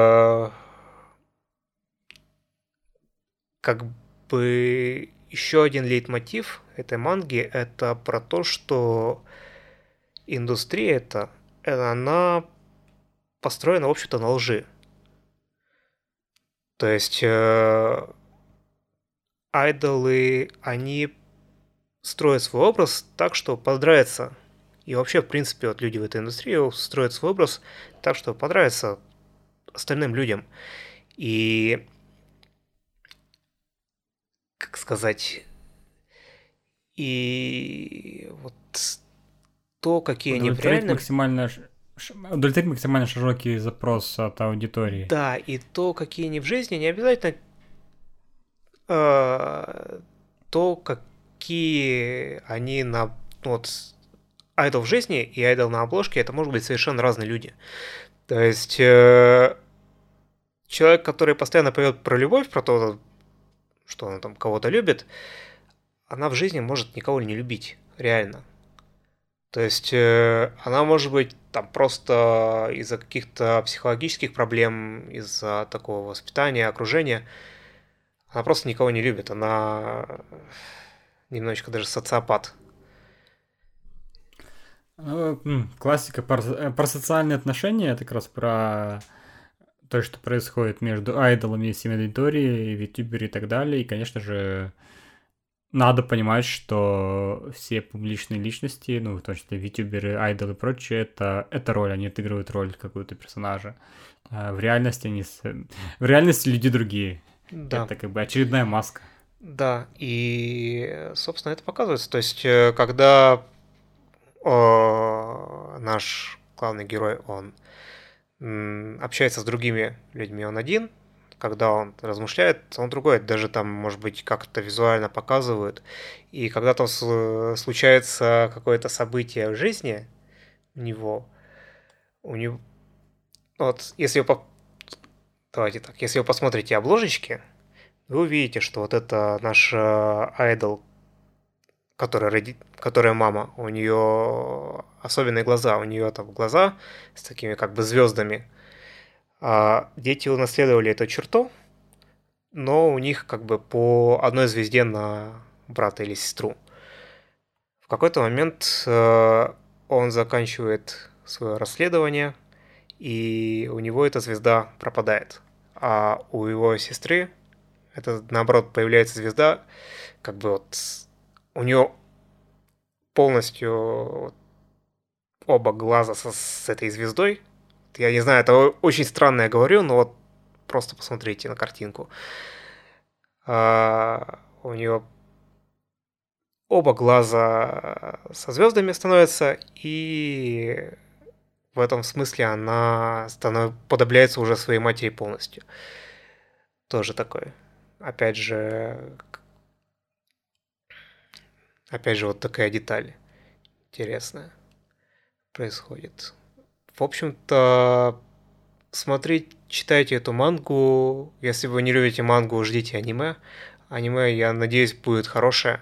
как бы еще один лейтмотив этой манги — это про то, что индустрия она построена, в общем-то, на лжи. То есть айдолы, они строят свой образ так, что понравится. И вообще, в принципе, вот люди в этой индустрии строят свой образ так, что понравится остальным людям. И, как сказать, и вот то, какие они реально... Удовлетворить максимально широкий запрос от аудитории. Да, и то, какие они в жизни, не обязательно то, какие они на... Вот, айдол в жизни и айдол на обложке, это может быть совершенно разные люди. То есть человек, который постоянно поет про любовь, про то, что она там кого-то любит, она в жизни может никого не любить, реально. То есть она может быть там просто из-за каких-то психологических проблем, из-за такого воспитания, окружения. Она просто никого не любит. Она немножечко даже социопат. Классика про социальные отношения, это как раз про то, что происходит между айдолами, семейной аудиторией, витюберы и так далее. И, конечно же, надо понимать, что все публичные личности, ну, в том числе витюберы, айдолы и прочее, это роль, они отыгрывают роль какого-то персонажа. А в реальности в реальности люди другие. Да. Это как бы очередная маска. Да, и, собственно, это показывается. То есть, когда наш главный герой, он общается с другими людьми, он один, когда он размышляет, он другой, даже там, может быть, как-то визуально показывают. И когда там случается какое-то событие в жизни у него вот, давайте так, если вы посмотрите обложечки, вы увидите, что вот это наш айдол, которая мама, у нее особенные глаза, у нее там глаза с такими как бы звездами. А дети унаследовали эту черту, но у них как бы по одной звезде на брата или сестру. В какой-то момент он заканчивает свое расследование, и у него эта звезда пропадает. А у его сестры это, наоборот, появляется звезда, как бы вот у нее полностью оба глаза с этой звездой. Я не знаю, это очень странно я говорю, но вот просто посмотрите на картинку. У нее оба глаза со звездами становятся, и в этом смысле она подобляется уже своей матери полностью. Тоже такое. Опять же, вот такая деталь интересная происходит. В общем-то, читайте эту мангу. Если вы не любите мангу, ждите аниме. Аниме, я надеюсь, будет хорошее.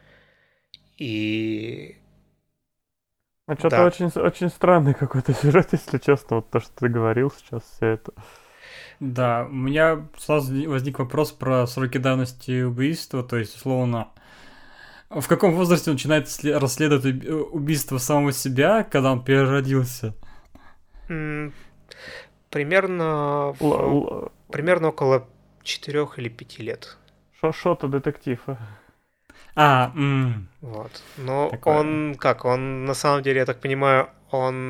И... Что-то Да. очень, очень странный какой-то сюжет, если честно, вот то, что ты говорил сейчас, все это. Да, у меня сразу возник вопрос про сроки давности убийства, то есть, условно, в каком возрасте он начинает расследовать убийство самого себя, когда он переродился? Примерно около 4 или 5 лет. Шо-то детектив. Вот. Но Такое. он на самом деле, я так понимаю, он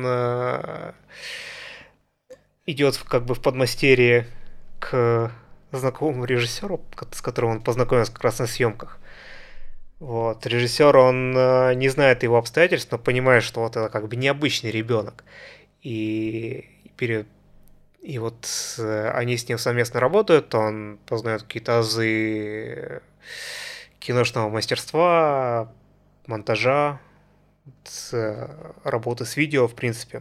идет как бы в подмастерье к знакомому режиссеру, с которым он познакомился как раз на съемках. Вот. Режиссер, он не знает его обстоятельств, но понимает, что вот это как бы необычный ребенок. И вот они с ним совместно работают, он познает какие-то азы киношного мастерства, монтажа, работы с видео, в принципе.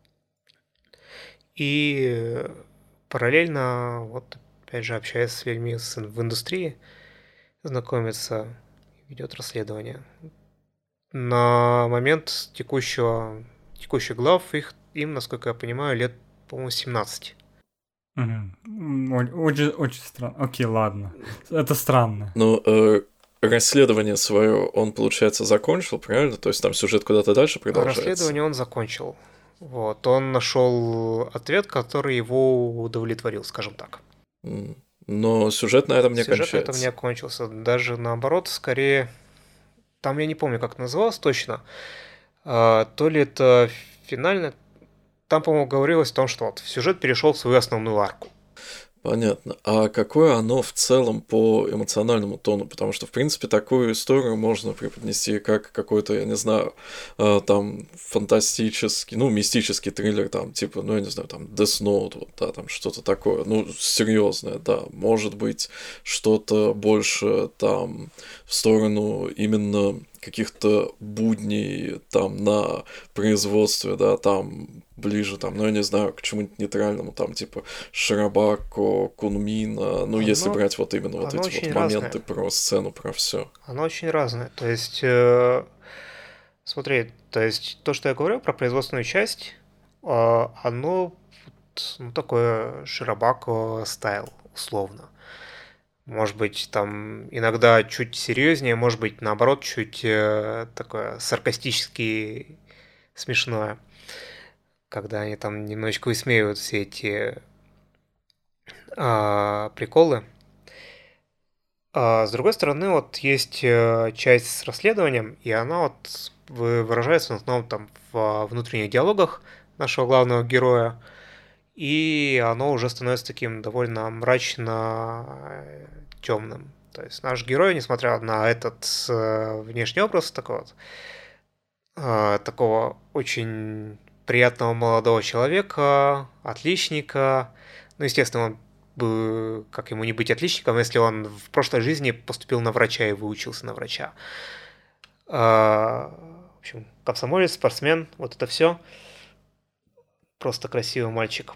И параллельно, вот, опять же, общаясь с людьми в индустрии, знакомится, ведет расследование. На момент текущих глав им, насколько я понимаю, лет, по-моему, 17. Очень, очень странно. Окей, ладно. Это странно. Ну, расследование свое он, получается, закончил, правильно? То есть там сюжет куда-то дальше продолжается? Расследование он закончил. Вот. Он нашел ответ, который его удовлетворил, скажем так. Но сюжет на этом не кончается. Сюжет на этом не окончился. Даже наоборот, скорее... Там я не помню, как называлось точно. То ли это финально... Там, по-моему, говорилось о том, что вот сюжет перешел в свою основную арку. Понятно. А какое оно в целом по эмоциональному тону? Потому что, в принципе, такую историю можно преподнести как какой-то, я не знаю, там, фантастический, ну, мистический триллер, там, типа, ну, я не знаю, там, Death Note, вот, да, там, что-то такое, ну, серьезное, да. Может быть, что-то больше, там, в сторону именно каких-то будней там на производстве, да, там ближе, там, ну, я не знаю, к чему-нибудь нейтральному, там, типа Ширабако, Кунмина, ну, если брать вот именно вот эти вот моменты про сцену, про все. Оно очень разное. То есть, смотри, то есть то, что я говорю про производственную часть, оно ну, такое Ширабако стайл, условно. Может быть, там иногда чуть серьезнее, может быть, наоборот, чуть такое саркастически смешное, когда они там немножечко высмеивают все эти приколы. А с другой стороны, вот есть часть с расследованием, и она вот выражается в основном там в внутренних диалогах нашего главного героя, и оно уже становится таким довольно мрачно темным. То есть наш герой, несмотря на этот внешний образ такого очень приятного молодого человека, отличника, ну, естественно, он бы, как ему не быть отличником, если он в прошлой жизни поступил на врача и выучился на врача. В общем, комсомолец, спортсмен, вот это все. Просто красивый мальчик.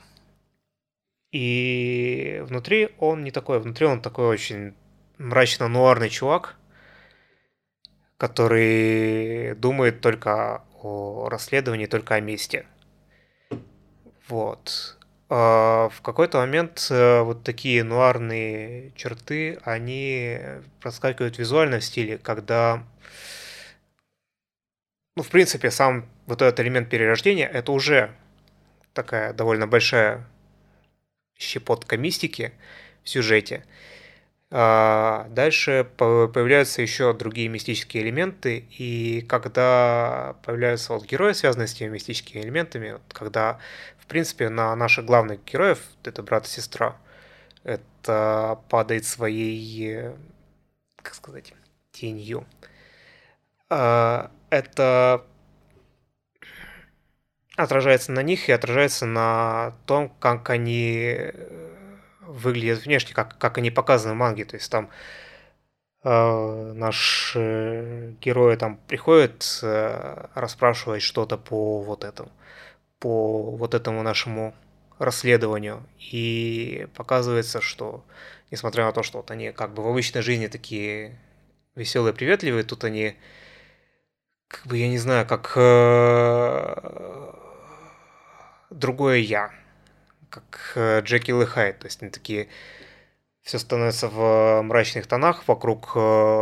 И внутри он не такой. Внутри он такой очень мрачно-нуарный чувак, который думает только о расследовании, только о мести. Вот. В какой-то момент вот такие нуарные черты, они проскакивают визуально в стиле, когда, ну, в принципе, сам вот этот элемент перерождения, это уже такая довольно большая щепотка мистики в сюжете. Дальше появляются еще другие мистические элементы, и когда появляются вот герои, связанные с этими мистическими элементами, вот когда, в принципе, на наших главных героев, это брат и сестра, это падает своей, как сказать, тенью. Это отражается на них и отражается на том, как они выглядят внешне, как они показаны в манге. То есть там наш герой там приходит расспрашивать что-то по вот этому нашему расследованию. И показывается, что несмотря на то, что вот они как бы в обычной жизни такие веселые, приветливые, тут они как бы, я не знаю, как другое я, как Джекил и Хайд, то есть они такие, все становится в мрачных тонах, вокруг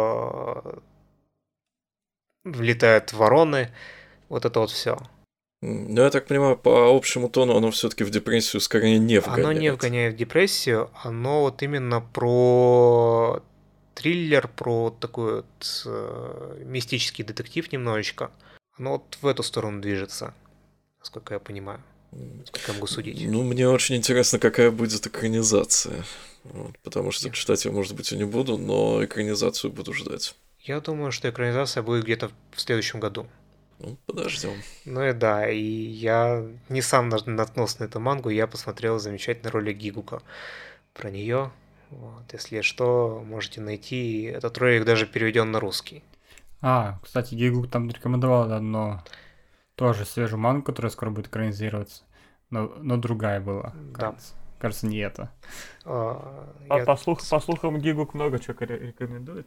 влетают вороны, вот это вот все. Ну, я так понимаю, по общему тону оно все-таки в депрессию скорее не вгоняет. Оно не вгоняет в депрессию, оно вот именно про триллер, про такой вот мистический детектив немножечко. Оно вот в эту сторону движется, насколько я понимаю. Как я могу судить? Ну, мне очень интересно, какая будет экранизация. Вот, потому что читать я, может быть, и не буду, но экранизацию буду ждать. Я думаю, что экранизация будет где-то в следующем году. Ну, подождем. Ну и да, и я не сам наткнулся на эту мангу, я посмотрел замечательный ролик Гигука про нее. Вот, если что, можете найти. Этот ролик даже переведен на русский. Кстати, Гигук там рекомендовал одно тоже свежую мангу, которая скоро будет экранизироваться, но другая была. Да. Кажется, не это. По слухам, Гигук много чего рекомендует.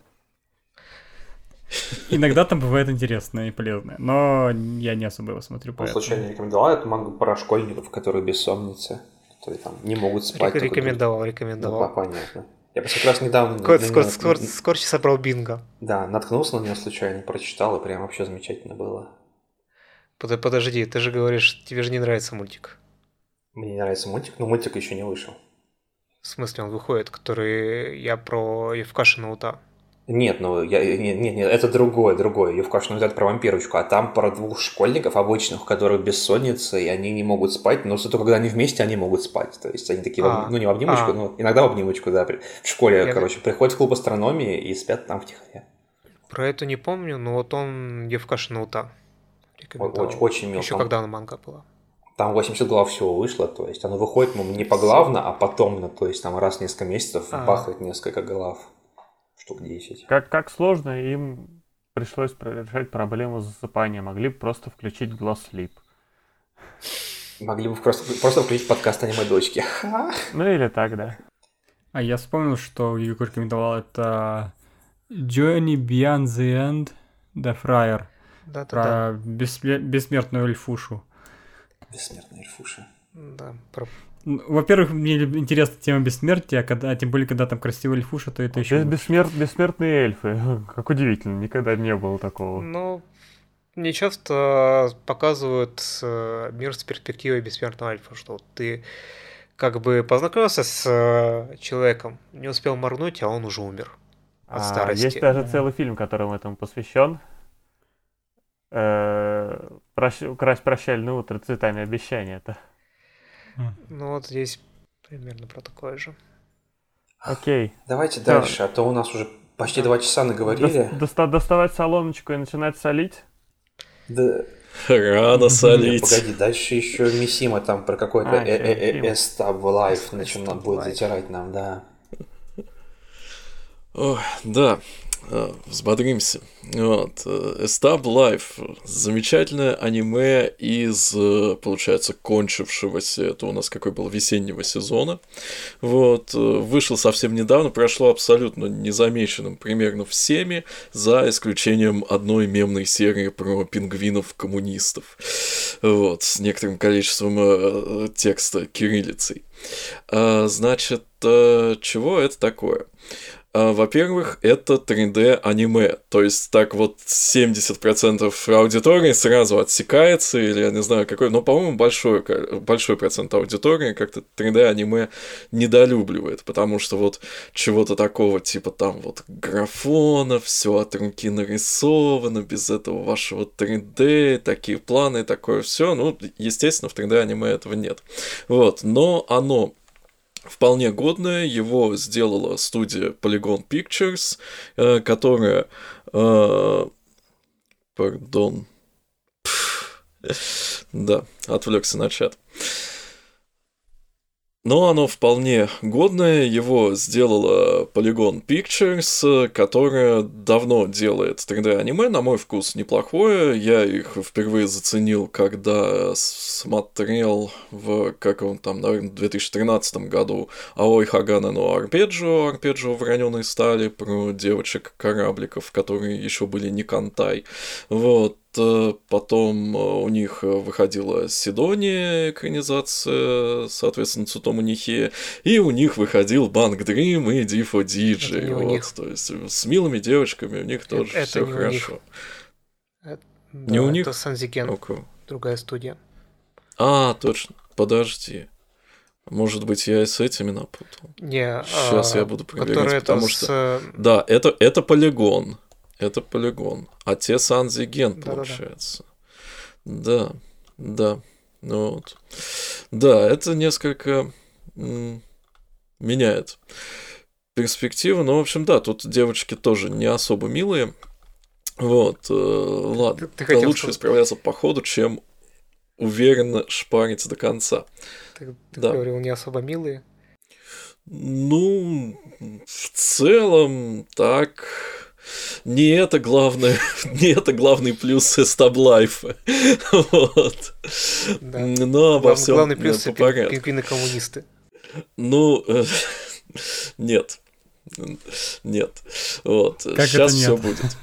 Иногда там бывает интересное и полезное, но я не особо его смотрю. Он случайно рекомендовал эту мангу про школьников, которые бессонницы, которые там не могут спать. Рекомендовал. Ну, понятно. Я просто как раз недавно... Скорчи собрал бинго. Да, наткнулся на нее случайно, прочитал, и прям вообще замечательно было. Подожди, ты же говоришь, тебе же не нравится мультик. Мне не нравится мультик, но мультик еще не вышел. В смысле он выходит, который я про Евкашина Ута? Нет, нет, это другое. Евкашина Ута про вампирочку, а там про двух школьников обычных, у которых бессонница, и они не могут спать, но зато когда они вместе, они могут спать. То есть они такие, не в обнимочку, но иногда в обнимочку, да. В школе, приходят в клуб астрономии и спят там втихаря. Про это не помню, но вот он Евкашина Ута рекомендовал. Очень мило. Еще когда она манга была. Там 80 глав всего вышло, то есть оно выходит не поглавно, а потом, то есть там раз в несколько месяцев бахает несколько глав, штук 10. Как сложно им пришлось решать проблему с засыпанием. Могли бы просто включить Glow Sleep. Могли бы просто включить подкаст «Аниме-дочки». Ну или так, да. А я вспомнил, что Егор рекомендовал это Journey Beyond the End, The Friar. Да-да-да. Про бессмертную эльфушу. Бессмертная эльфуша. Да, про... Во-первых, мне интересна тема бессмертия, тем более, когда там красивая эльфуша, то это еще... Бессмертные эльфы. Как удивительно, никогда не было такого. Ну, мне часто показывают мир с перспективой бессмертного эльфа, что ты как бы познакомился с человеком, не успел моргнуть, а он уже умер от старости. Есть даже целый фильм, которому этому посвящен. «Украсть прощальное утро цветами обещания». Это. Ну вот здесь примерно про такое же. Окей. Давайте дальше, а то у нас уже почти 2 часа наговорили. Доставать соломочку и начинать солить? Да. Рано солить. Погоди, дальше еще Мисима там про какой-то Estab Life начинает будет затирать нам, да. Ой, да, взбодримся. Вот. Estab Life. Замечательное аниме из, получается, кончившегося, это у нас какой был, весеннего сезона. Вот. Вышел совсем недавно, прошло абсолютно незамеченным примерно всеми, за исключением одной мемной серии про пингвинов-коммунистов. Вот. С некоторым количеством текста кириллицей. Значит, чего это такое? Во-первых, это 3D-аниме, то есть так вот 70% аудитории сразу отсекается, или я не знаю какой, но, по-моему, большой процент аудитории как-то 3D-аниме недолюбливает, потому что вот чего-то такого, типа там вот графона, все от руки нарисовано, без этого вашего 3D, такие планы, такое все, ну, естественно, в 3D-аниме этого нет. Вот, но оно вполне годное, его сделала студия Polygon Pictures, которая... Пардон. Да, отвлекся на чат. Но оно вполне годное, его сделала Polygon Pictures, которая давно делает 3D-аниме, на мой вкус неплохое, я их впервые заценил, когда смотрел в, как он там, наверное, в 2013 году Аой Хагане но Арпеджио вороненой стали, про девочек-корабликов, которые еще были не кантай, вот. Потом у них выходила Сидония, экранизация, соответственно, Цутомо Нихея, и у них выходил Банк Дрим и Дифо Диджей. Вот, то есть с милыми девочками у них тоже все хорошо. Не у них? Это Санзиген, другая студия. А, точно, подожди. Может быть, я и с этими напутал. Сейчас я буду проверять, потому что... Да, это Полигон. Это Полигон. А те Санзиген, получается. Да. Ну вот. Да, это несколько меняет перспективу. Но, в общем, да, тут девочки тоже не особо милые. Вот. Ладно. Ты лучше справляться по ходу, чем уверенно шпарить до конца. Ты говорил, не особо милые? Ну, в целом, так... Не это главный плюс Estab Life. Вот. Да. Но обо всем главный плюс по порядку. Пингвины-коммунисты. Ну, нет. Вот. Как сейчас это все нет? будет.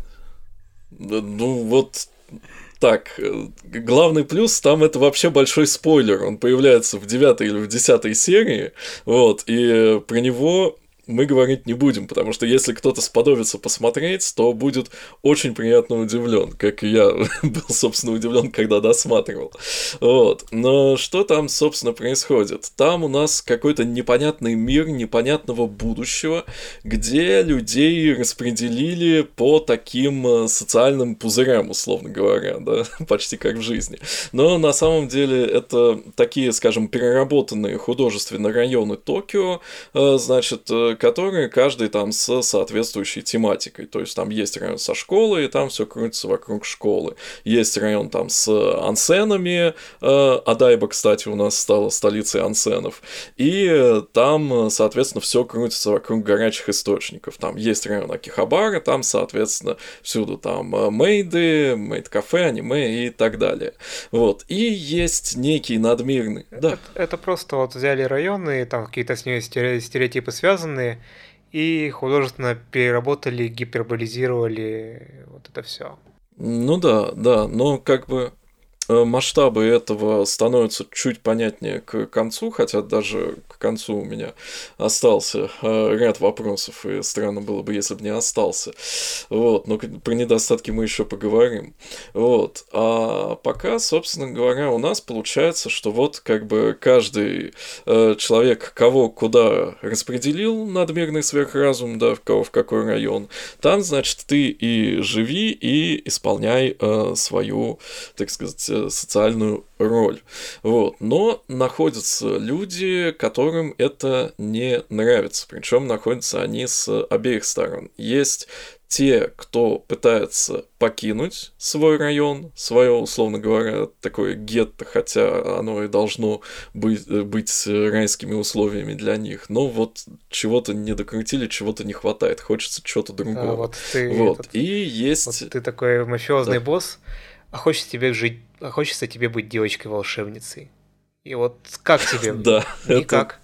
Ну, вот так. Главный плюс там это вообще большой спойлер. Он появляется в 9 или в 10 серии. Вот. И про него мы говорить не будем, потому что если кто-то сподобится посмотреть, то будет очень приятно удивлен, как и я был, собственно, удивлен, когда досматривал. Вот. Но что там, собственно, происходит? Там у нас какой-то непонятный мир непонятного будущего, где людей распределили по таким социальным пузырям, условно говоря, да, почти как в жизни. Но на самом деле это такие, скажем, переработанные художественные районы Токио, значит, которые каждый там с соответствующей тематикой. То есть там есть район со школой, и там все крутится вокруг школы. Есть район там с ансенами, Адайба, кстати, у нас стала столицей ансенов. И там, соответственно, все крутится вокруг горячих источников. Там есть район Акихабара, там, соответственно, всюду там мейды, мейд-кафе, аниме и так далее. Вот. И есть некий надмирный... Это просто вот взяли районы, там какие-то с ними стереотипы связанные, и художественно переработали, гиперболизировали вот это все. Ну да, но как бы масштабы этого становятся чуть понятнее к концу, хотя даже к концу у меня остался ряд вопросов, и странно было бы, если бы не остался. Вот, но про недостатки мы еще поговорим. Вот, а пока, собственно говоря, у нас получается, что вот как бы каждый человек, кого куда распределил надмирный сверхразум, да, кого в какой район, там, значит, ты и живи, и исполняй свою, так сказать, социальную роль. Вот. Но находятся люди, которым это не нравится. Причем находятся они с обеих сторон. Есть те, кто пытается покинуть свой район, свое, условно говоря, такое гетто, хотя оно и должно быть райскими условиями для них, но вот чего-то не докрутили, чего-то не хватает, хочется чего-то другого. Вот ты, вот. И есть... Вот ты такой мафиозный босс, а хочется тебе быть девочкой-волшебницей. И вот как тебе? Да. Никак.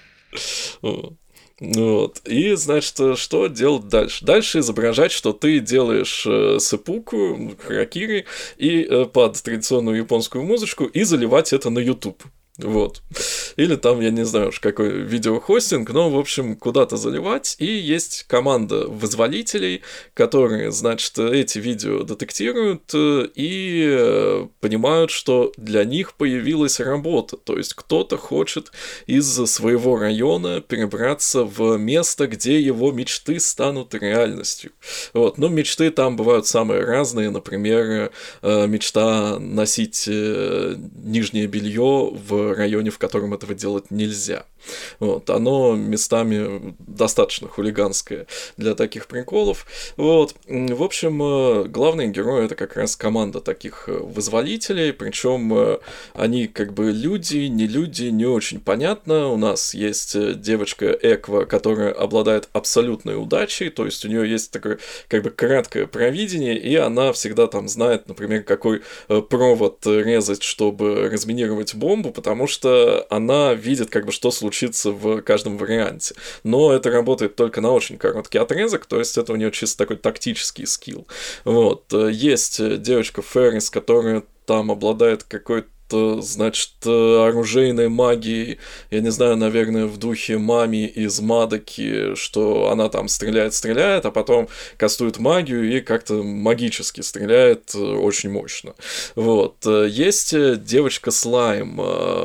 Вот. И, значит, что делать дальше? Дальше изображать, что ты делаешь сэппуку, харакири, и под традиционную японскую музычку, и заливать это на YouTube. Вот. Или там, я не знаю уж какой видеохостинг, но, в общем, куда-то заливать. И есть команда вызволителей, которые, значит, эти видео детектируют и понимают, что для них появилась работа. То есть кто-то хочет из своего района перебраться в место, где его мечты станут реальностью. Вот. Но мечты там бывают самые разные. Например, мечта носить нижнее белье в районе, в котором этого делать нельзя. Вот. Оно местами достаточно хулиганское для таких приколов. Вот. В общем, главные герои — это как раз команда таких вызволителей, причем они как бы люди, не очень понятно. У нас есть девочка Эква, которая обладает абсолютной удачей, то есть у нее есть такое как бы краткое провидение, и она всегда там знает, например, какой провод резать, чтобы разминировать бомбу, потому что она видит, как бы, что случится в каждом варианте. Но это работает только на очень короткий отрезок, то есть это у нее чисто такой тактический скилл. Вот. Есть девочка Феррис, которая там обладает какой-то, значит, оружейной магией, я не знаю, наверное, в духе Мами из Мадоки, что она там стреляет, а потом кастует магию и как-то магически стреляет очень мощно. Вот. Есть девочка Слайм,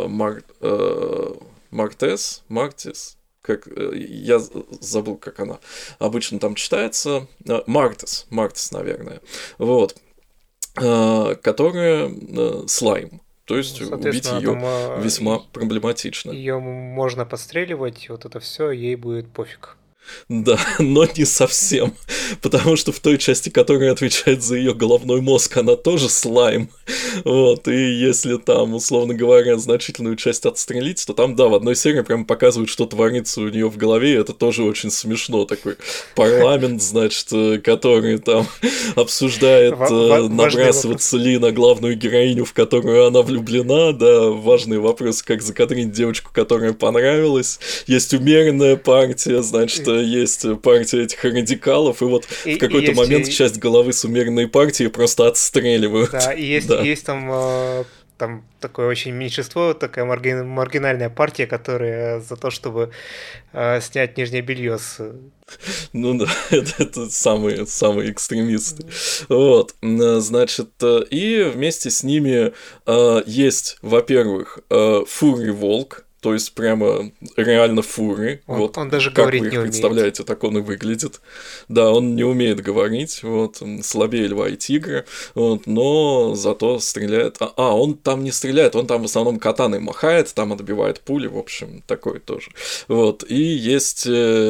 Мартис, как я забыл, как она обычно там читается, Мартис, наверное, вот, которая слайм. То есть убить ее весьма проблематично. Ее можно подстреливать, вот это все, ей будет пофиг. Да, но не совсем, потому что в той части, которая отвечает за ее головной мозг, она тоже слайм. Вот, и если там, условно говоря, значительную часть отстрелить, то там, да, в одной серии прям показывают, что творится у нее в голове, и это тоже очень смешно. Такой парламент, значит, который там обсуждает, набрасываться ли на главную героиню, в которую она влюблена, да, важный вопрос, как закадрить девочку, которая понравилась. Есть умеренная партия, значит, есть партия этих радикалов, и вот в какой-то момент часть головы с умеренной партии просто отстреливают. Да, и есть там такое очень меньшинство, такая маргинальная партия, которая за то, чтобы снять нижнее белье с... Ну да, это самые экстремисты. Вот, значит, и вместе с ними есть, во-первых, Фури Волк, то есть прямо реально фуры. Он даже как говорить вы их не умеет. представляете, так он и выглядит. Да, он не умеет говорить, слабее льва и тигра, но зато стреляет. Он там не стреляет, он там в основном катаной махает, там отбивает пули, в общем, такое тоже. И есть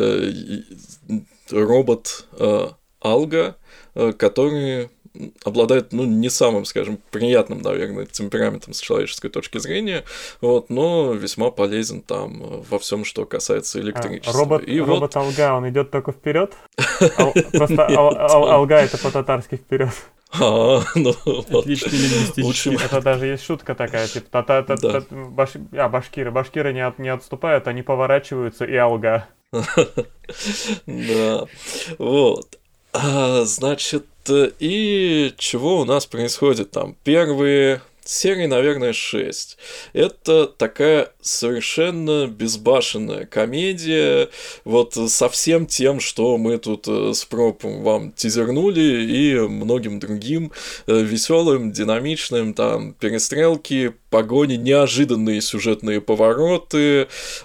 робот Алга, который обладает, не самым, скажем, приятным, наверное, темпераментом с человеческой точки зрения, но весьма полезен там во всем, что касается электричества. Робот Алга, он идет только вперед. Просто Алга это по-татарски вперед. Отличный лингвистический. Это даже есть шутка такая, типа башкиры не отступают, они поворачиваются и Алга. Да, значит, и чего у нас происходит там? Первые серии, наверное, 6. Это такая совершенно безбашенная комедия, со всем тем, что мы тут с Пропом вам тизернули, и многим другим веселым, динамичным, там, перестрелки, погони, неожиданные сюжетные повороты,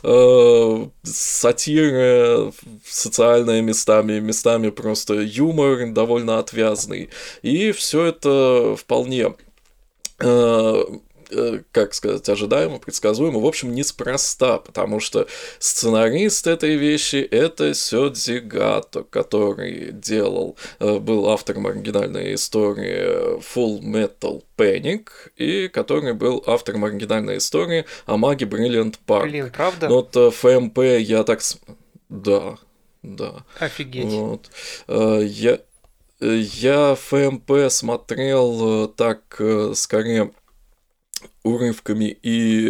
сатира социальная местами просто юмор довольно отвязный, и все это вполне как сказать, ожидаемо, предсказуемо, в общем, неспроста, потому что сценарист этой вещи — это Сёдзи Гато, который был автором оригинальной истории Full Metal Panic, и который был автором оригинальной истории Амаги Brilliant Park. Блин, правда? ФМП я так... Да. Офигеть. Я ФМП смотрел так, скорее, урывками и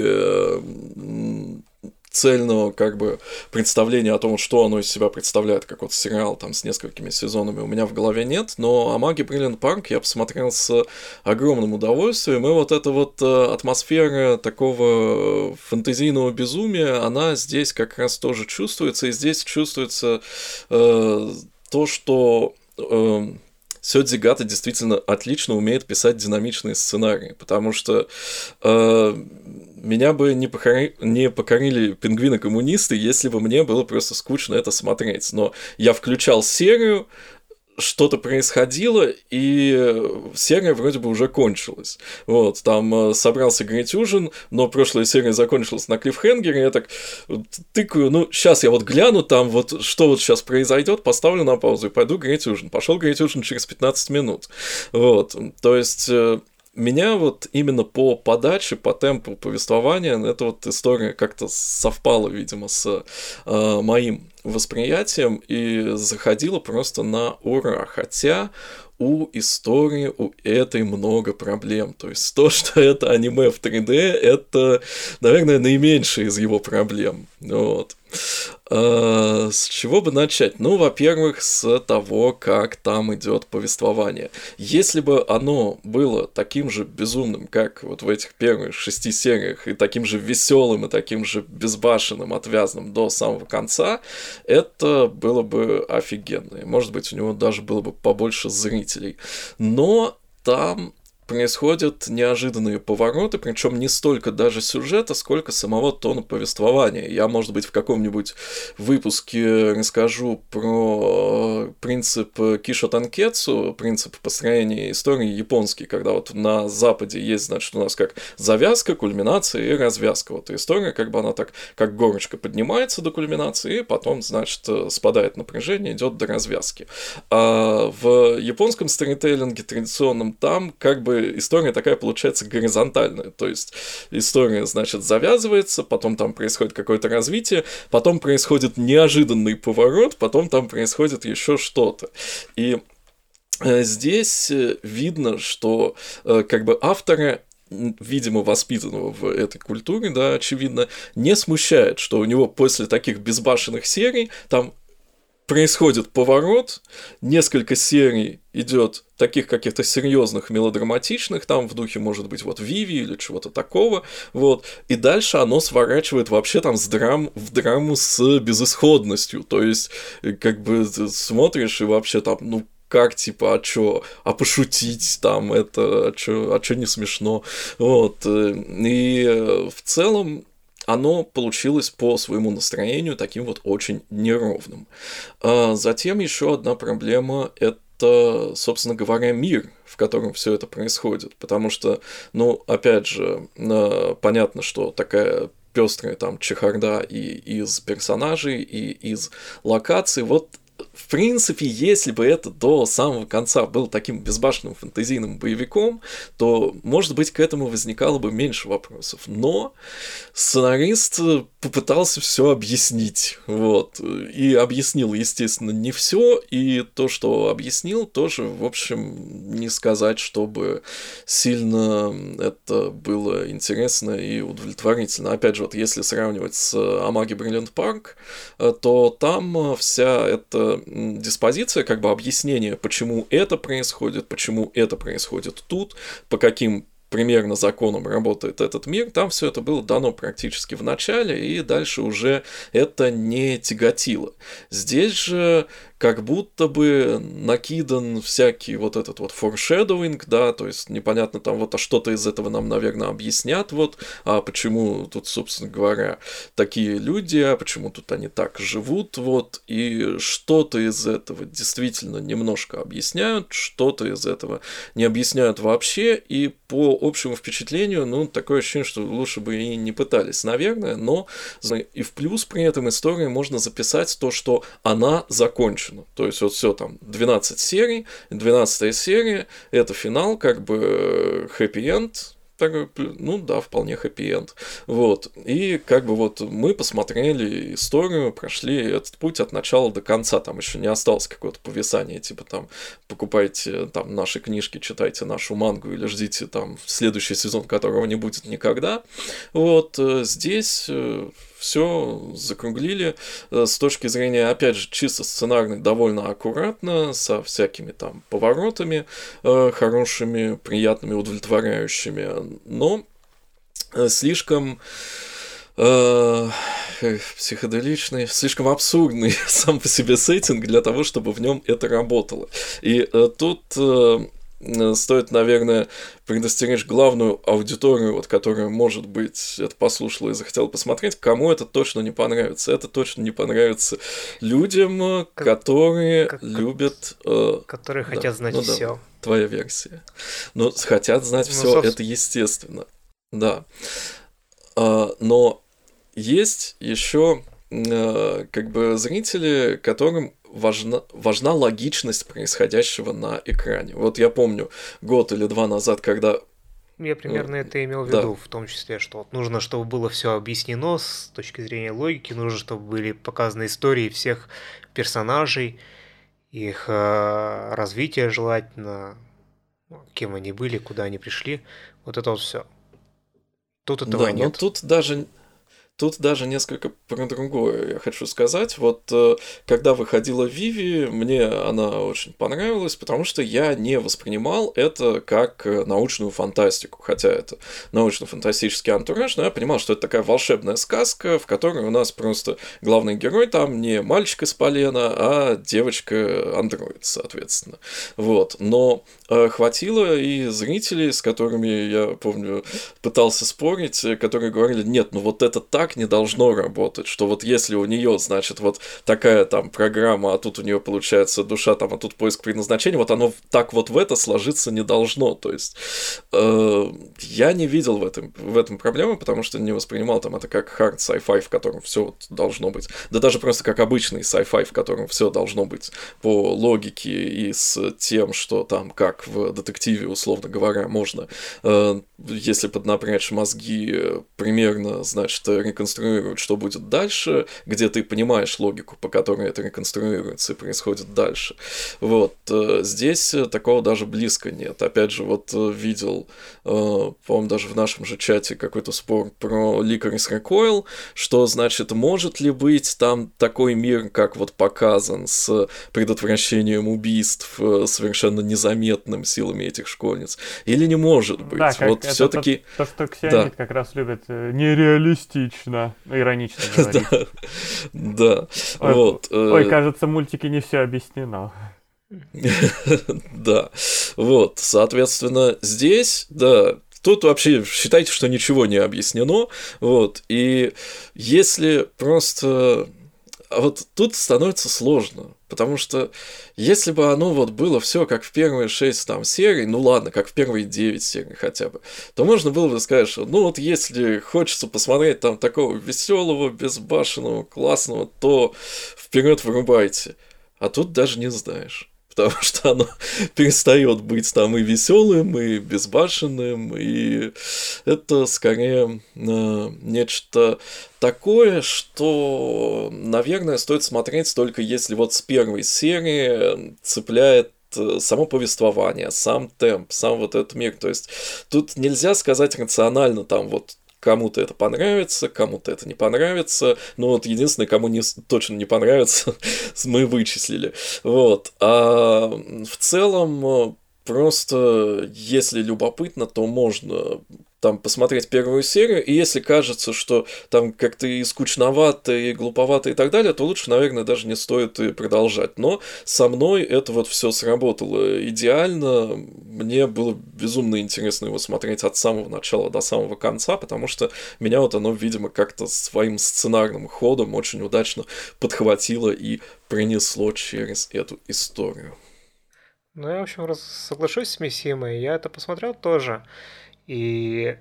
цельного представления о том, что оно из себя представляет, как сериал там с несколькими сезонами, у меня в голове нет, но Амаги Brilliant Park я посмотрел с огромным удовольствием, и эта атмосфера такого фэнтезийного безумия, она здесь как раз тоже чувствуется, и здесь чувствуется то, что Сёдзи Гато действительно отлично умеет писать динамичные сценарии, потому что меня бы не покорили пингвины-коммунисты, если бы мне было просто скучно это смотреть. Но я включал серию, что-то происходило, и серия вроде бы уже кончилась. Там собрался греть ужин, но прошлая серия закончилась на клиффхенгере, я так тыкаю, сейчас я гляну там, что сейчас произойдет, поставлю на паузу и пойду греть ужин. Пошел греть ужин через 15 минут. То есть... Меня именно по подаче, по темпу повествования эта история как-то совпала, видимо, с моим восприятием и заходила просто на ура. Хотя у истории, у этой много проблем. То есть то, что это аниме в 3D, это, наверное, наименьшая из его проблем. С чего бы начать? Во-первых, с того, как там идет повествование. Если бы оно было таким же безумным, как в этих первых 6 сериях, и таким же веселым, и таким же безбашенным, отвязным до самого конца, это было бы офигенно. И, может быть, у него даже было бы побольше зрителей. Но там происходят неожиданные повороты, причем не столько даже сюжета, сколько самого тона повествования. Я, может быть, в каком-нибудь выпуске расскажу про принцип Кишо Танкетсу, принцип построения истории японский, когда на Западе есть, у нас как завязка, кульминация и развязка. История, она так, как горочка поднимается до кульминации, и потом, спадает напряжение, идет до развязки. А в японском сторителлинге традиционном там история такая получается горизонтальная, то есть история, завязывается, потом там происходит какое-то развитие, потом происходит неожиданный поворот, потом там происходит еще что-то. И здесь видно, что автора, видимо, воспитанного в этой культуре, да, очевидно, не смущает, что у него после таких безбашенных серий там происходит поворот, несколько серий идет таких каких-то серьезных, мелодраматичных, там в духе, может быть, Виви или чего-то такого, и дальше оно сворачивает вообще там в драму с безысходностью, то есть, смотришь и вообще там, как, а чё, пошутить там, это, а чё не смешно, и в целом оно получилось по своему настроению таким вот очень неровным. Затем еще одна проблема – это, собственно говоря, мир, в котором все это происходит. Потому что, ну, опять же, понятно, что такая пестрая там чехарда и из персонажей, и из локаций. Вот, в принципе, если бы это до самого конца был таким безбашенным фэнтезийным боевиком, то, может быть, к этому возникало бы меньше вопросов. Но сценарист попытался все объяснить, вот, и объяснил, естественно, не все, и то, что объяснил, тоже, в общем, не сказать, чтобы сильно это было интересно и удовлетворительно. Опять же, вот если сравнивать с Амаги Brilliant Парк, то там вся эта диспозиция, как бы объяснение, почему это происходит тут, по каким примерно законом работает этот мир, там все это было дано практически в начале, и дальше уже это не тяготило. Здесь же как будто бы накидан всякий вот этот вот foreshadowing, да, то есть непонятно там вот, а что-то из этого нам, наверное, объяснят, вот, а почему тут, собственно говоря, такие люди, а почему тут они так живут, вот, и что-то из этого действительно немножко объясняют, что-то из этого не объясняют вообще, и по общему впечатлению, ну, такое ощущение, что лучше бы и не пытались, наверное, но и в плюс при этом истории можно записать то, что она закончена. То есть вот все там 12 серий, 12-я серия, это финал, как бы хэппи-энд, ну да, вполне хэппи-энд. Вот. И как бы вот мы посмотрели историю, прошли этот путь от начала до конца. Там еще не осталось какого-то повисания, типа там покупайте там наши книжки, читайте нашу мангу или ждите там следующий сезон, которого не будет никогда. Вот. Здесь все закруглили с точки зрения, опять же, чисто сценарной, довольно аккуратно, со всякими там поворотами хорошими, приятными, удовлетворяющими, но слишком психоделичный, слишком абсурдный сам по себе сеттинг для того, чтобы в нем это работало. И тут стоит, наверное, предостеречь главную аудиторию, вот, которая, может быть, это послушала и захотела посмотреть, кому это точно не понравится. Это точно не понравится людям, которые любят... которые хотят знать все. Да, твоя версия. Но хотят знать все, это естественно. Да. Но есть еще как бы зрители, которым важна логичность происходящего на экране. Вот я помню год или два назад, когда... Я примерно это имел в виду, в том числе, что вот нужно, чтобы было все объяснено с точки зрения логики, нужно, чтобы были показаны истории всех персонажей, их развитие желательно, кем они были, куда они пришли. Вот это вот все. Тут этого нет. Но тут даже несколько про другое я хочу сказать. Вот когда выходила Виви, мне она очень понравилась, потому что я не воспринимал это как научную фантастику. Хотя это научно-фантастический антураж, но я понимал, что это такая волшебная сказка, в которой у нас просто главный герой там не мальчик из полена, а девочка-андроид, соответственно. Вот. Но хватило и зрителей, с которыми, я помню, пытался спорить, которые говорили, нет, ну вот это так не должно работать, что вот если у нее, значит, вот такая там программа, а тут у нее получается душа, там, а тут поиск предназначения, вот оно так вот в это сложиться не должно. То есть я не видел в этом проблемы, потому что не воспринимал там это как hard sci-fi, в котором все вот должно быть. Да даже просто как обычный sci-fi, в котором все должно быть по логике и с тем, что там, как в детективе, условно говоря, можно, если поднапрячь мозги, примерно, значит, реконструировать, что будет дальше, где ты понимаешь логику, по которой это реконструируется и происходит дальше. Вот. Здесь такого даже близко нет. Опять же, вот видел, по-моему, даже в нашем же чате какой-то спор про Licorice Recoil, что, значит, может ли быть там такой мир, как вот показан, с предотвращением убийств совершенно незаметным силами этих школьниц, или не может быть? Да, вот все-таки... То, что Ксионид как раз любит нереалистично, иронично говорить. Да, вот. Ой, кажется, в мультике не все объяснено. Да, вот, соответственно, здесь, да, тут вообще считайте, что ничего не объяснено, вот, и если просто... А вот тут становится сложно, потому что если бы оно вот было все как в первые 6 там серий, ну ладно, как в первые 9 серий хотя бы, то можно было бы сказать, что ну вот если хочется посмотреть там такого веселого, безбашенного, классного, то вперед вырубайте. А тут даже не знаешь. Потому что оно перестает быть там и веселым, и безбашенным, и это скорее нечто такое, что, наверное, стоит смотреть только если вот с первой серии цепляет само повествование, сам темп, сам вот этот мир. То есть тут нельзя сказать рационально там вот кому-то это понравится, кому-то это не понравится. Но вот единственное, кому точно не понравится, мы вычислили. Вот. А в целом, просто если любопытно, то можно там посмотреть первую серию, и если кажется, что там как-то и скучновато, и глуповато, и так далее, то лучше, наверное, даже не стоит и продолжать. Но со мной это вот все сработало идеально. Мне было безумно интересно его смотреть от самого начала до самого конца, потому что меня вот оно, видимо, как-то своим сценарным ходом очень удачно подхватило и принесло через эту историю. Ну, я, в общем, соглашусь с Мисимой, я это посмотрел тоже. И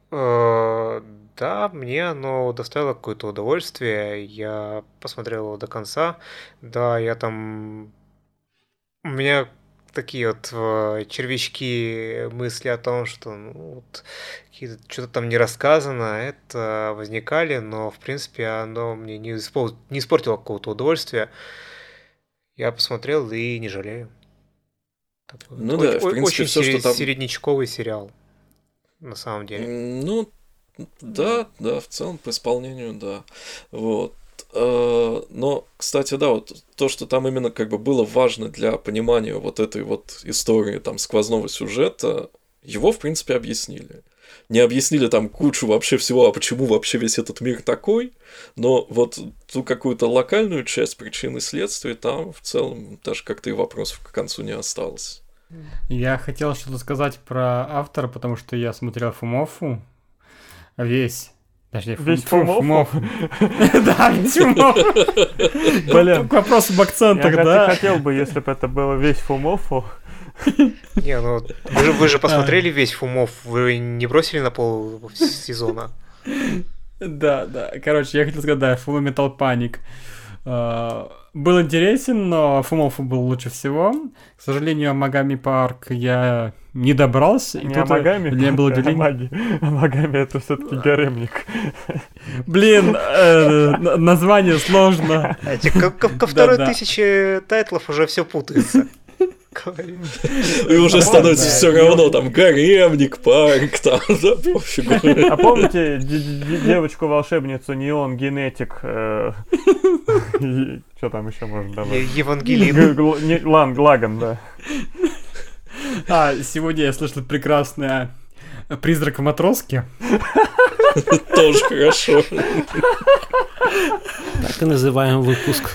да, мне оно доставило какое-то удовольствие. Я посмотрел его до конца. Да, я там... У меня такие вот червячки мысли о том, что ну, вот, что-то там не рассказано, это возникали, но в принципе оно мне не испортило какого-то удовольствия. Я посмотрел и не жалею. Такой Ну вот да, в принципе, очень все, что там... середнячковый сериал, на самом деле. Ну, да, в целом по исполнению, да. Вот. Но, кстати, да, вот то, что там именно как бы было важно для понимания вот этой вот истории там сквозного сюжета, его, в принципе, объяснили. Не объяснили там кучу вообще всего, а почему вообще весь этот мир такой, но вот ту какую-то локальную часть причин и следствий там в целом даже как-то и вопросов к концу не осталось. Я хотел что-то сказать про автора, потому что я смотрел Фумофу весь. Подожди, Весь Фумофу? Да, весь Фумофу. Блин. К вопросу об акцентах, да? Я хотел бы, если бы это было весь Фумофу. Не, ну вы же посмотрели весь Фумов, вы не бросили на пол сезона? Да. Короче, я хотел сказать, да, Full Metal Panic был интересен, но Фумофу был лучше всего. К сожалению, Амагами Парк я не добрался. Не Амагами, не было Амагами это все-таки гаремник. Блин, название сложно. Ко второй тысяче тайтлов уже все путается. И уже становится все равно, там, гаремник, парк, там, да, пофигу. А помните девочку-волшебницу Неон Генетик? Что там еще можно добавить? Евангелин. Лаган, да. Сегодня я слышал прекрасное «Призрак в матроске». Тоже хорошо. Так и называем выпуск.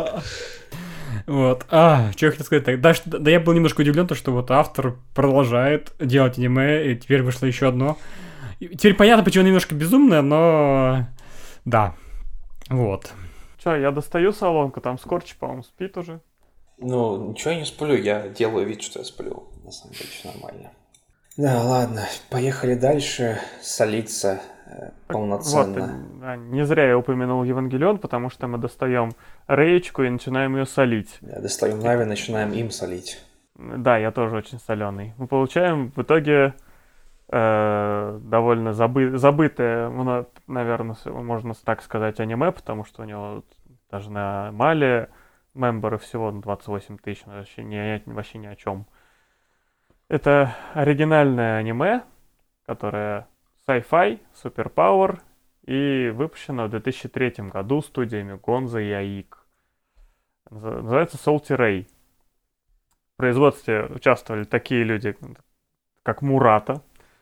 Вот. Что я хотел сказать? Да, я был немножко удивлен, что вот автор продолжает делать аниме, и теперь вышло еще одно. И теперь понятно, почему оно немножко безумное, но... Да. Вот. Че, я достаю салонку, там Скорч, по-моему, спит уже. Ну, ничего я не сплю, я делаю вид, что я сплю. На самом деле, все нормально. Да, ладно, поехали дальше солиться полноценно. Вот, не зря я упомянул Евангелион, потому что мы достаем Реечку и начинаем ее солить. Да, достаем Нави, начинаем им солить. Да, я тоже очень соленый. Мы получаем в итоге довольно забытое, наверное, можно так сказать, аниме, потому что у него даже на Мале мемберы всего 28 тысяч, вообще ни о чем. Это оригинальное аниме, которое sci-fi, суперпауэр, и выпущено в 2003 году студиями Гонза и Аик. Называется Salty Ray. В производстве участвовали такие люди, как Мурата.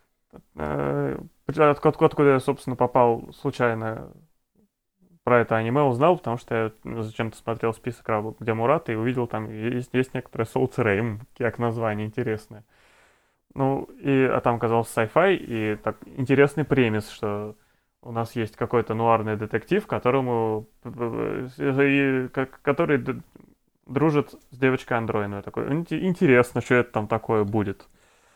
Откуда я, собственно, попал случайно про это аниме, узнал, потому что я зачем-то смотрел список где Мурата и увидел там есть некоторые Salty Ray, как название интересное. А там оказался sci-fi, и так интересный премис, что у нас есть какой-то нуарный детектив, который дружит с девочкой-андроидом. Я такой, интересно, что это там такое будет.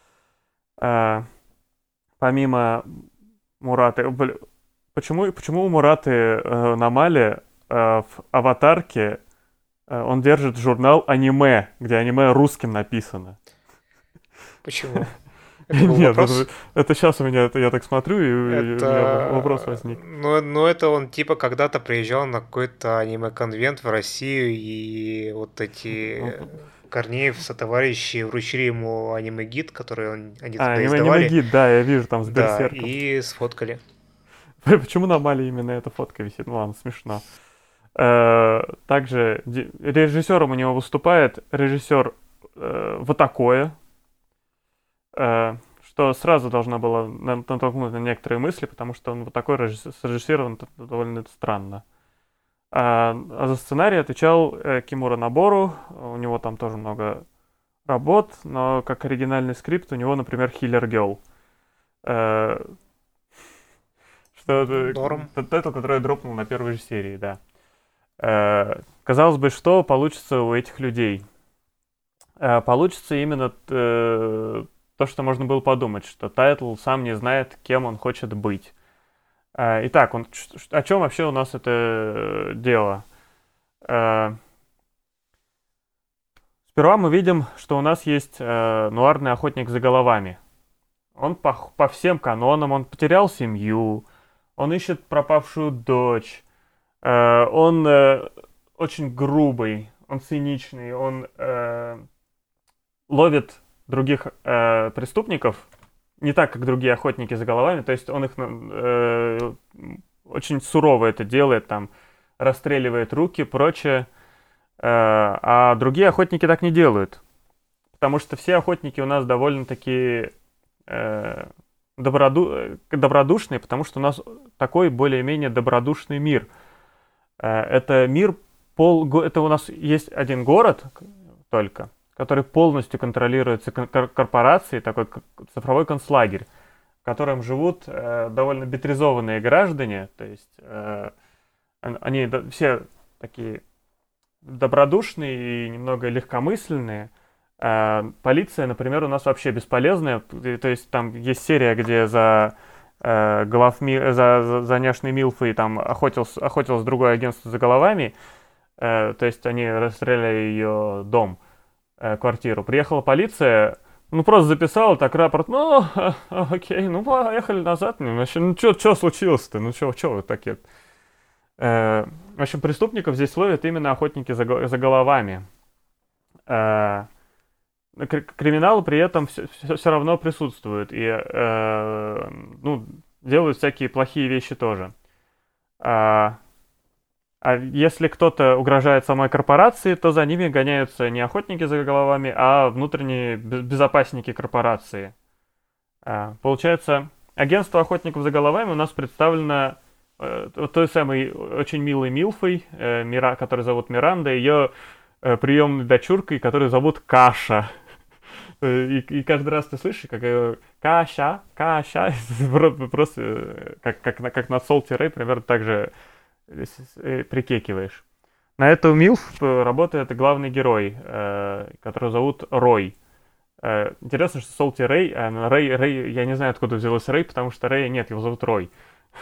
Помимо Мураты... Почему у Мураты на Мале в аватарке он держит журнал аниме, где аниме русским написано? Почему? Нет, это сейчас у меня, я так смотрю, и у меня вопрос возник. Ну, это он типа когда-то приезжал на какой-то аниме-конвент в Россию, и вот эти Корнеев сотоварищи вручили ему аниме-гид, который они тогда издавали. Аниме-гид, да, я вижу там с Берсерком. Да, и сфоткали. Почему на Мале именно эта фотка висит? Ну ладно, смешно. Также режиссером у него выступает режиссер Ватакоя, что сразу должно было натолкнуть на некоторые мысли, потому что он вот такой срежиссирован довольно странно. А за сценарий отвечал Кимура Набору, у него там тоже много работ, но как оригинальный скрипт у него, например, Healer Girl. Что тайтл, который я дропнул на первой же серии, да. Казалось бы, что получится у этих людей? Получится именно то, что можно было подумать, что тайтл сам не знает, кем он хочет быть. Итак, о чем вообще у нас это дело? Сперва мы видим, что у нас есть нуарный охотник за головами. Он по всем канонам, он потерял семью, он ищет пропавшую дочь, он очень грубый, он циничный, он ловит других преступников не так, как другие охотники за головами, то есть он их очень сурово это делает, там, расстреливает руки, прочее, а другие охотники так не делают, потому что все охотники у нас довольно-таки добродушные, потому что у нас такой более-менее добродушный мир. Это мир, это у нас есть один город только, который полностью контролируется корпорацией, такой цифровой концлагерь, в котором живут довольно бетризованные граждане, то есть они все такие добродушные и немного легкомысленные. Полиция, например, у нас вообще бесполезная, то есть там есть серия, где за няшной Милфой там охотилось другое агентство за головами, то есть они расстреляли ее дом, квартиру. Приехала полиция, просто записала так рапорт, окей, поехали назад, что случилось-то, что вы такие? В общем, преступников здесь ловят именно охотники за головами. Криминал при этом все равно присутствует и делают всякие плохие вещи тоже. А если кто-то угрожает самой корпорации, то за ними гоняются не охотники за головами, а внутренние безопасники корпорации. Получается, агентство охотников за головами у нас представлено той самой очень милой Милфой, которую зовут Миранда, ее приемной дочуркой, которую зовут Каша. И каждый раз ты слышишь, как Каша, просто как на Salty Ray, примерно так же прикекиваешь. На эту Милф работает главный герой, которого зовут Рой. Интересно, что Salty Ray, а Рэй, я не знаю, откуда взялось Рэй, потому что Рэя нет, его зовут Рой.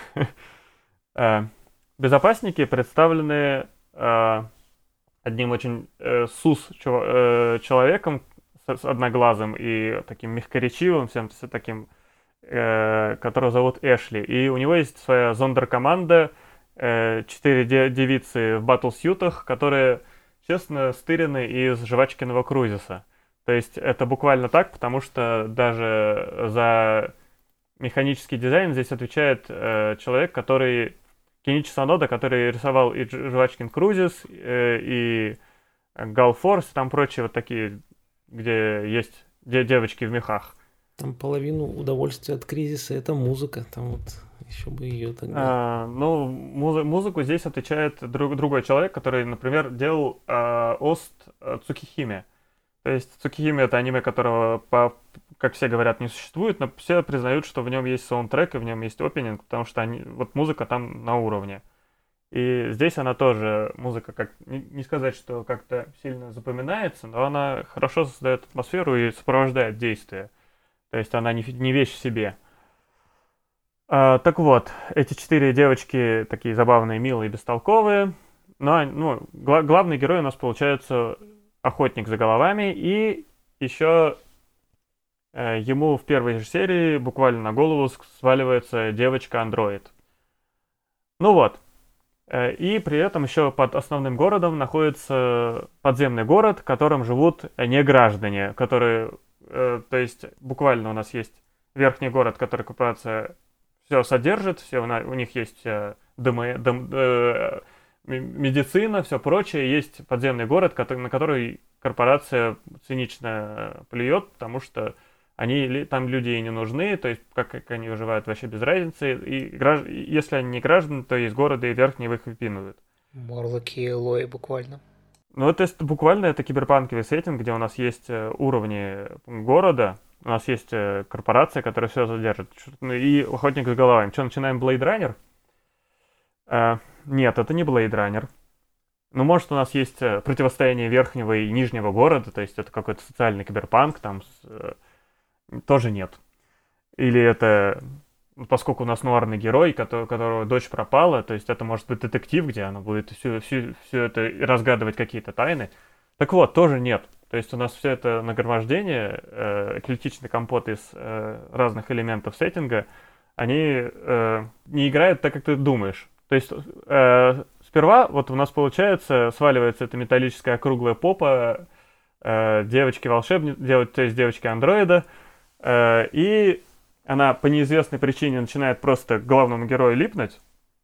Безопасники представлены одним очень человеком с одноглазым и таким мягкоречивым, всем таким, которого зовут Эшли. И у него есть своя зондеркоманда, 4 девицы в батлсьютах, которые, честно, стырены из жвачкиного крузиса. То есть это буквально так, потому что даже за механический дизайн здесь отвечает человек, который Кеничи Санода, который рисовал и Жвачкин Крузис, и Галфорс, там прочие вот такие, где есть девочки в мехах. Там половину удовольствия от Кризиса — это музыка, там вот еще бы ее тогда... Музыку здесь отвечает другой человек, который, например, делал Ост Цукихиме. То То есть Цукихиме — это аниме, которого, как все говорят, не существует, но все признают, что в нем есть саундтрек и в нем есть опенинг, потому что вот музыка там на уровне. И здесь она тоже, музыка, как не сказать, что как-то сильно запоминается, но она хорошо создает атмосферу и сопровождает действие. То есть она не вещь в себе. Так вот, эти 4 девочки такие забавные, милые, бестолковые. Но главный герой у нас получается охотник за головами, и еще ему в первой же серии буквально на голову сваливается девочка-андроид. Ну вот. И при этом еще под основным городом находится подземный город, в котором живут неграждане, которые, то есть буквально у нас есть верхний город, который корпорация все содержит, все, у них есть медицина, все прочее, есть подземный город, на который корпорация цинично плюет, потому что там люди и не нужны, то есть как они выживают, вообще без разницы. И если они не граждане, то из города и верхние их выпинывают. Морлоки и Элои буквально. Ну, то есть буквально это киберпанковый сеттинг, где у нас есть уровни города, у нас есть корпорация, которая все задержит. И охотник за головами. Что, начинаем Blade Runner? Нет, это не Blade Runner. Ну, может, у нас есть противостояние верхнего и нижнего города, то есть это какой-то социальный киберпанк, там тоже нет. Или это, поскольку у нас нуарный герой, которого дочь пропала, то есть это может быть детектив, где она будет все это разгадывать какие-то тайны. Так вот, тоже нет. То есть у нас все это нагромождение, эклектичный компот из разных элементов сеттинга, они не играют так, как ты думаешь. То есть сперва вот у нас получается, сваливается эта металлическая округлая попа девочки-волшебницы, то есть девочки-андроида, и она по неизвестной причине начинает просто к главному герою липнуть,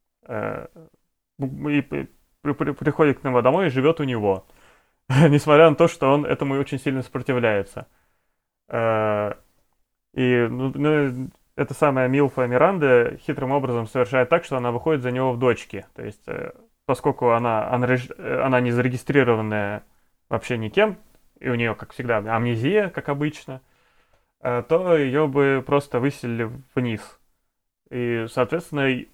и приходит к нему домой и живет у него. Несмотря на то, что он этому очень сильно сопротивляется. И эта самая Милфа Миранда хитрым образом совершает так, что она выходит за него в дочки. То есть, поскольку она не зарегистрированная вообще никем, и у нее, как всегда, амнезия, как обычно, то ее бы просто выселили вниз. И, соответственно,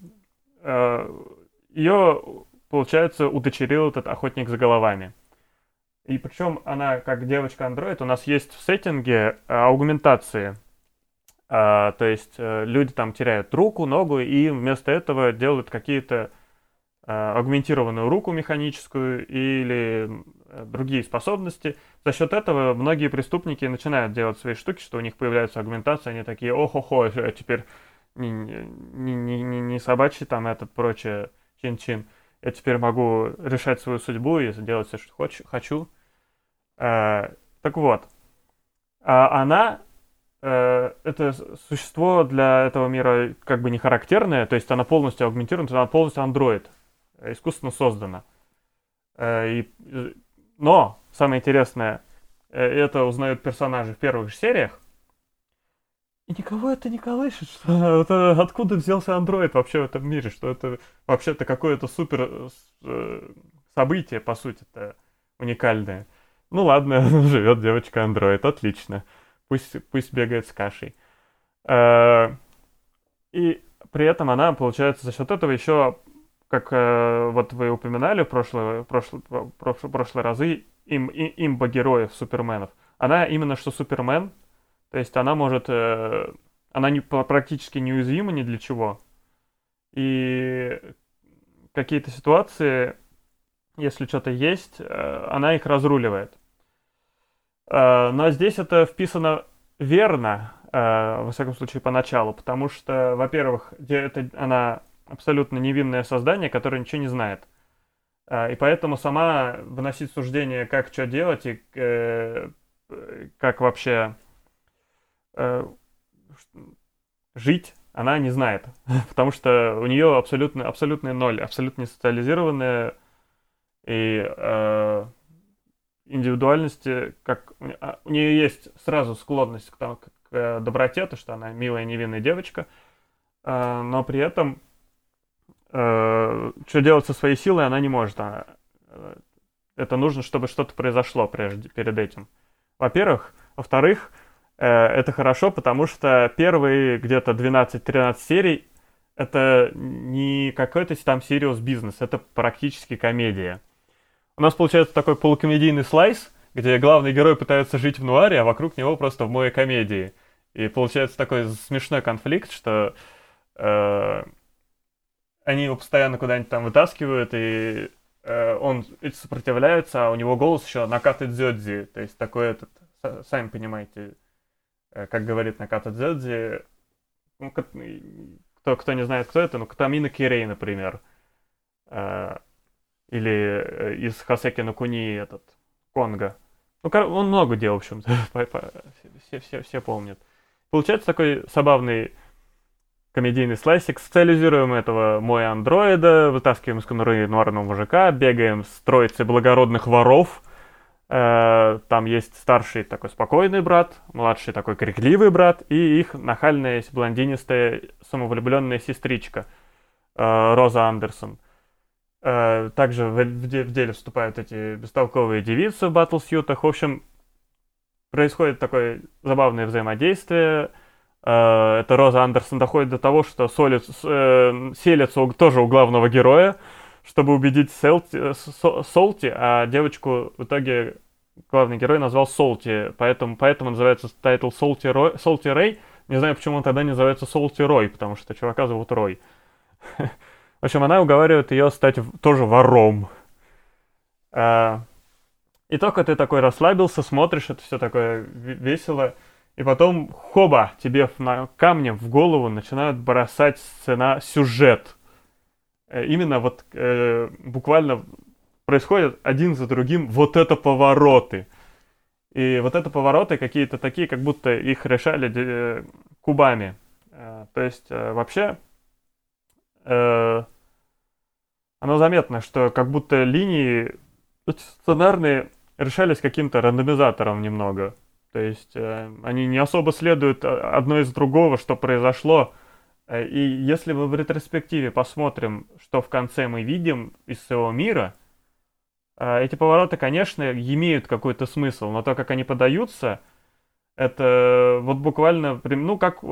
ее, получается, удочерил этот охотник за головами. И причем она, как девочка-андроид, у нас есть в сеттинге аугментации. То есть люди там теряют руку, ногу, и вместо этого делают какие-то аугментированную руку механическую или другие способности. За счет этого многие преступники начинают делать свои штуки, что у них появляется аугментация, они такие: о-хо-хо, теперь не собачий там этот прочее чин-чин. Я теперь могу решать свою судьбу и делать все, что хочу. Так вот, она это существо для этого мира как бы не характерное, то есть она полностью аугментирована, она полностью андроид, искусственно создана. Но самое интересное, это узнают персонажи в первых же сериях, и никого это не колышет, что откуда взялся андроид вообще в этом мире, что это вообще-то какое-то супер событие, по сути-то, уникальное. Ну ладно, живет девочка-андроид, отлично. Пусть бегает с кашей. И при этом она, получается, за счет этого еще, как вот вы упоминали в прошлые разы, имба-героев, суперменов. Она именно что супермен, то есть она может... Она практически неуязвима ни для чего. И какие-то ситуации, если что-то есть, она их разруливает. Но здесь это вписано верно, во всяком случае, поначалу, потому что, во-первых, она абсолютно невинное создание, которое ничего не знает. И поэтому сама выносить суждение, как что делать и как вообще жить, она не знает. Потому что у нее абсолютный ноль, абсолютно не социализированная и индивидуальности, как у нее есть сразу склонность к доброте, то что она милая невинная девочка, но при этом что делать со своей силой она не может. Это нужно, чтобы что-то произошло перед этим. во-первых. Во-вторых, это хорошо, потому что первые где-то 12-13 серий это не какой-то там serious бизнес, это практически комедия. У нас получается такой полукомедийный слайс, где главный герой пытается жить в нуаре, а вокруг него просто в море комедии. И получается такой смешной конфликт, что они его постоянно куда-нибудь там вытаскивают, и он сопротивляется, а у него голос еще Наката Дзёдзи. То есть такой сами понимаете, как говорит Наката Дзёдзи, ну, кто не знает, кто это, ну, Катамина Кирей, например. Или из Хосеки но Куни этот, Конга. Ну, он много дел, в общем-то, все помнят. Получается такой забавный комедийный слайсик. Социализируем этого мой андроида, вытаскиваем из конуры нуарного мужика, бегаем с троицей благородных воров. Там есть старший такой спокойный брат, младший такой крикливый брат и их нахальная блондинистая самовлюбленная сестричка Роза Андерсон. Также в деле вступают эти бестолковые девицы в батлсьютах. В общем, происходит такое забавное взаимодействие. Это Роза Андерсон доходит до того, что селится тоже у главного героя, чтобы убедить Солти, а девочку в итоге главный герой назвал Солти, поэтому называется тайтл Солти Рэй. Не знаю, почему он тогда не называется Солти Рой, потому что чувака зовут Рой. В общем, она уговаривает ее стать тоже вором. И только ты такой расслабился, смотришь, это все такое весело. И потом, хоба, тебе камнем в голову начинают бросать сюжет. Именно вот буквально происходят один за другим вот это повороты. И вот это повороты какие-то такие, как будто их решали кубами. То есть вообще оно заметно, что как будто линии сценарные решались каким-то рандомизатором немного. То есть они не особо следуют одно из другого, что произошло. И если мы в ретроспективе посмотрим, что в конце мы видим из своего мира, эти повороты, конечно, имеют какой-то смысл, но то, как они подаются, это вот буквально, ну, как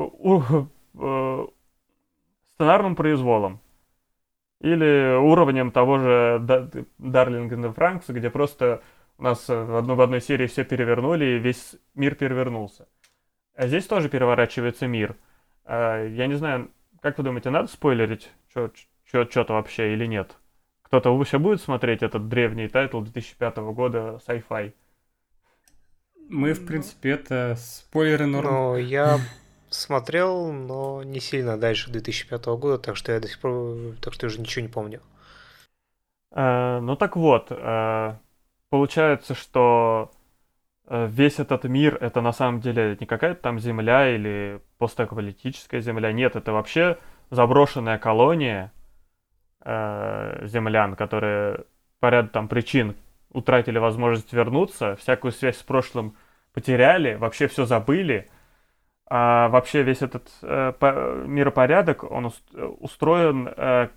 сценарным произволом. Или уровнем того же Darling in the Franxx, где просто у нас в одной серии все перевернули, и весь мир перевернулся. А здесь тоже переворачивается мир. Я не знаю, как вы думаете, надо спойлерить что-то вообще или нет? Кто-то вообще будет смотреть этот древний тайтл 2005 года sci-fi? Мы, в принципе, это спойлеры норм. Ну, я смотрел, но не сильно дальше 2005 года, так что я до сих пор, так что я уже ничего не помню. Ну так вот, получается, что весь этот мир это на самом деле не какая-то там земля или постапокалиптическая земля. Нет, это вообще заброшенная колония землян, которые по ряду там причин утратили возможность вернуться, всякую связь с прошлым потеряли, вообще все забыли. А вообще весь этот миропорядок, он устроен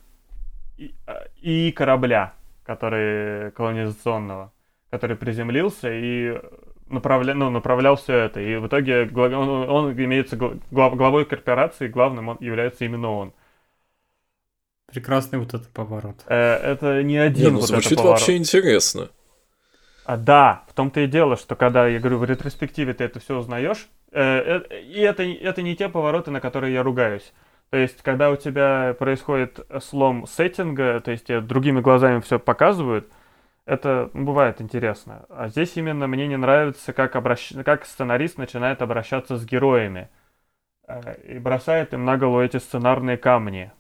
и корабля, колонизационного, который приземлился и направлял все это. И в итоге он имеется главой корпорации, главным является именно он. Прекрасный вот этот поворот. Это не один вот звучит это поворот. Вообще интересно. Да, в том-то и дело, что когда, я говорю, в ретроспективе ты это все узнаешь, и это не те повороты, на которые я ругаюсь. То есть, когда у тебя происходит слом сеттинга, то есть другими глазами все показывают, это бывает интересно. А здесь именно мне не нравится, как сценарист начинает обращаться с героями и бросает им на голову эти сценарные камни.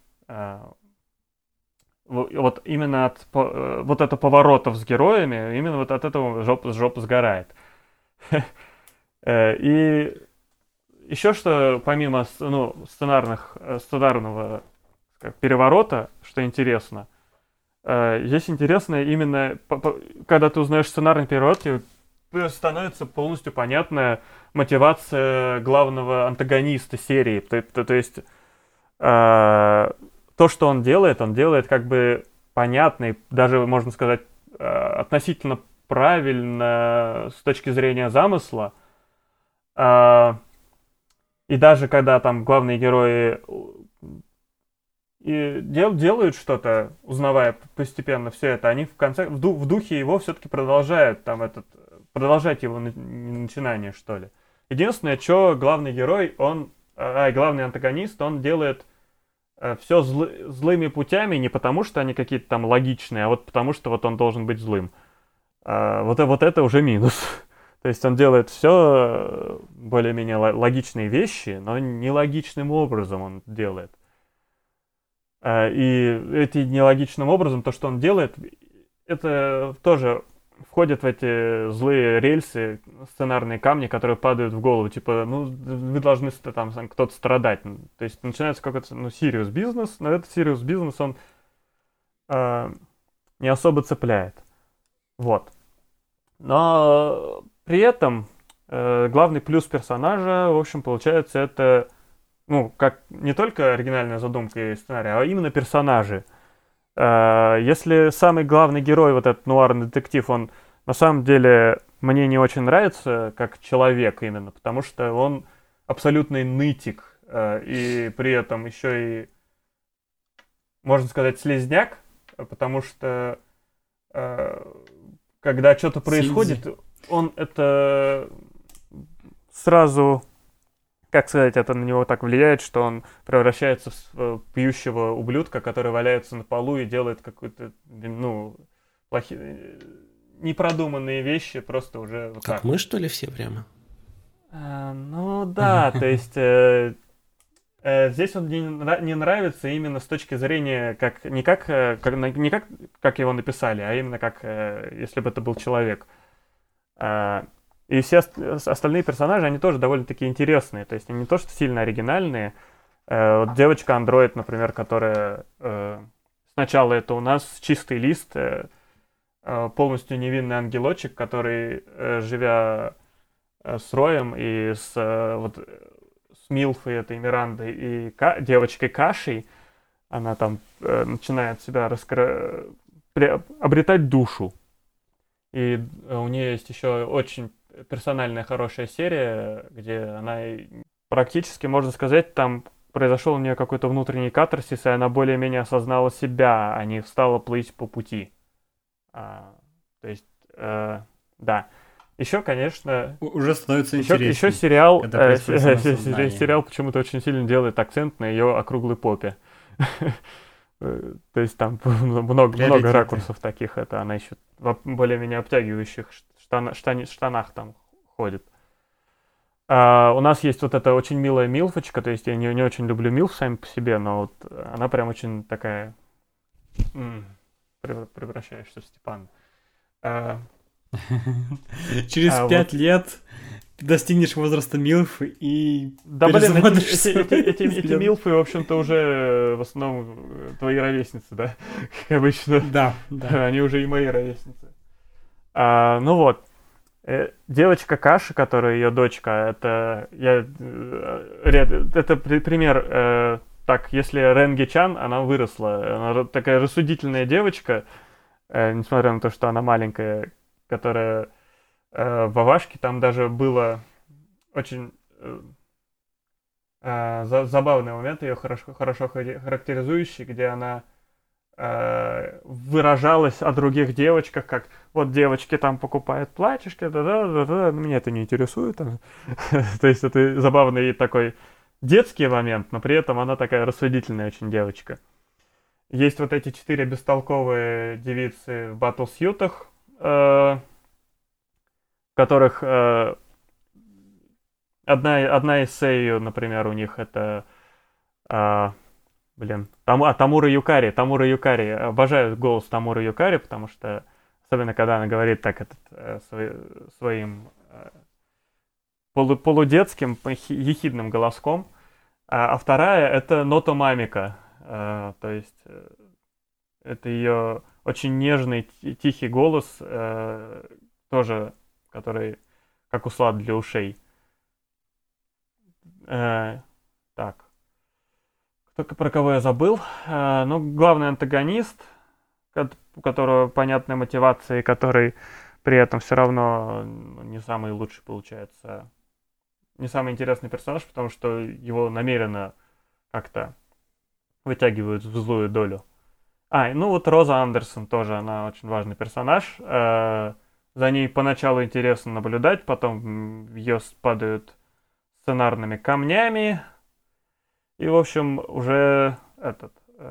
Вот именно от вот это поворотов с героями, именно вот от этого жопа сгорает. И еще что, помимо сценарного переворота, что интересно, здесь интересно именно, когда ты узнаешь сценарный переворот, тебе становится полностью понятная мотивация главного антагониста серии. То есть то, что он делает как бы понятный, даже, можно сказать, относительно правильно с точки зрения замысла. И даже когда там главные герои и делают что-то, узнавая постепенно все это, они в конце, в духе его все-таки продолжают продолжать его начинание, что ли. Единственное, что главный герой, главный антагонист, он делает все злыми путями, не потому что они какие-то там логичные, а вот потому что вот он должен быть злым. Вот это уже минус. То есть он делает все более-менее логичные вещи, но нелогичным образом он делает. И этим нелогичным образом, то, что он делает, это тоже входит в эти злые рельсы, сценарные камни, которые падают в голову. Типа, вы должны там кто-то страдать. То есть начинается какой-то, serious business, но этот serious business, он не особо цепляет. Вот. Но при этом главный плюс персонажа, в общем, получается, это как не только оригинальная задумка и сценарий, а именно персонажи. Если самый главный герой, вот этот нуарный детектив, он на самом деле мне не очень нравится как человек именно, потому что он абсолютный нытик, и при этом еще и, можно сказать, слизняк, потому что когда что-то происходит, он это сразу... Как сказать, это на него так влияет, что он превращается в пьющего ублюдка, который валяется на полу и делает какие-то, непродуманные вещи, просто уже вот как так. Мы, что ли, все прямо? Да, то есть здесь он не нравится именно с точки зрения, не как его написали, а именно как, если бы это был человек. И все остальные персонажи, они тоже довольно-таки интересные. То есть они не то, что сильно оригинальные. Вот девочка-андроид, например, которая... Сначала это у нас чистый лист, полностью невинный ангелочек, который, живя с Роем и с Милфой, этой Мирандой, и девочкой Кашей, она там начинает себя обретать душу. И у нее есть еще очень персональная хорошая серия, где она практически, можно сказать, там произошел у нее какой-то внутренний катарсис, и она более-менее осознала себя, а не стала плыть по пути. То есть, да. Еще, конечно... Уже становится интереснее. Еще сериал... Сериал почему-то очень сильно делает акцент на ее округлой попе. То есть там много ракурсов таких. Это она еще в более-менее обтягивающих штанах там ходит. У нас есть вот эта очень милая милфочка, то есть я не очень люблю милф сами по себе, но вот она прям очень такая превращаешься в Степана. Через 5 лет ты достигнешь возраста милф и да, блин, эти милфы, в общем-то, уже в основном твои ровесницы, да? Как обычно. Да. Они уже и мои ровесницы. Ну вот. Девочка Каша, которая ее дочка, это пример. Так, если Ренги-чан, она выросла. Она такая рассудительная девочка, несмотря на то, что она маленькая, которая в Авашке, там даже было очень забавный момент, ее хорошо характеризующий, где она выражалась о других девочках, как вот девочки там покупают платьишки, меня это не интересует. То есть это забавный такой детский момент, но при этом она такая рассудительная очень девочка. Есть вот эти 4 бестолковые девицы в батлсьютах, которых одна из сею, например, у них это Тамура Юкари. Обожаю голос Тамуры Юкари, потому что, особенно когда она говорит так своим полудетским, ехидным голоском. А вторая это Ното Мамика. То есть это ее очень нежный, тихий голос, тоже, который как услад для ушей. Так. Про кого я забыл? Главный антагонист, у которого понятная мотивация, который при этом все равно не самый лучший получается, не самый интересный персонаж, потому что его намеренно как-то вытягивают в злую долю. Ну вот Роза Андерсон тоже, она очень важный персонаж. За ней поначалу интересно наблюдать, потом ее падают сценарными камнями. И, в общем, уже к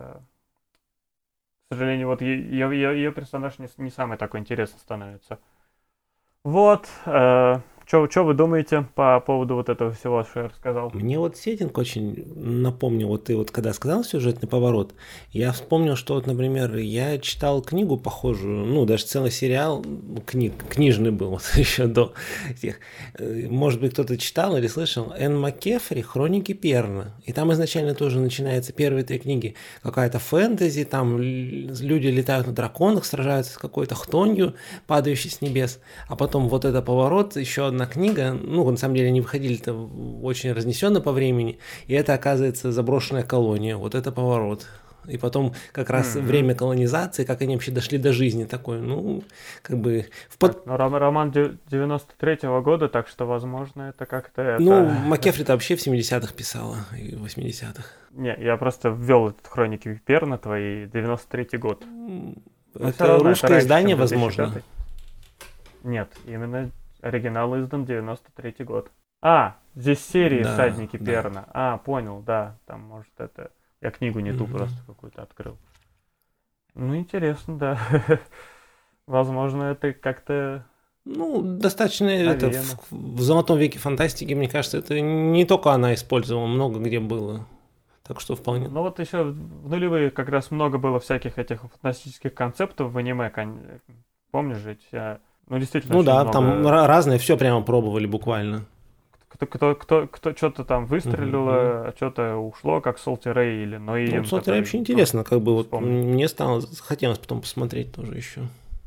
сожалению, вот ее персонаж не самый такой интересный становится. Вот. Что вы думаете по поводу вот этого всего, что я рассказал? Мне вот сеттинг очень напомнил, вот ты вот когда сказал сюжетный поворот, я вспомнил, что вот, например, я читал книгу похожую, ну, даже целый сериал книжный был вот еще до тех. Может быть, кто-то читал или слышал, Энн Маккефри «Хроники Перна». И там изначально тоже начинается первые 3 книги, какая-то фэнтези, там люди летают на драконах, сражаются с какой-то хтонью, падающей с небес, а потом вот это поворот, еще одна книга, ну, на самом деле они выходили-то очень разнесенно по времени, и это, оказывается, заброшенная колония, вот это поворот. И потом как раз время колонизации, как они вообще дошли до жизни такой, ну, как бы... Роман 93-го года, так что, возможно, это как-то... Ну, Маккефри-то вообще в 70-х писала, и в 80-х. Не, я просто ввел этот «Хроники Перна» твои, 93-й год. Это русское издание, возможно? Нет, именно... Оригинал издан 93-й год. Здесь серии «Всадники Перна». Понял, да. Там, может, это... Я книгу не ту просто какую-то открыл. Ну, интересно, да. Возможно, это как-то... Ну, достаточно это в золотом веке фантастики, мне кажется, это не только она использовала, много где было. Так что вполне... Ну, вот еще в нулевые как раз много было всяких этих фантастических концептов в аниме. Помнишь же, ну, действительно. Ну да, много... там разное, все прямо пробовали буквально. Кто что-то там выстрелило, а что-то ушло, как Salty Ray или Ноин. Ну, Salty Ray вообще интересно, как бы вот мне хотелось потом посмотреть тоже еще.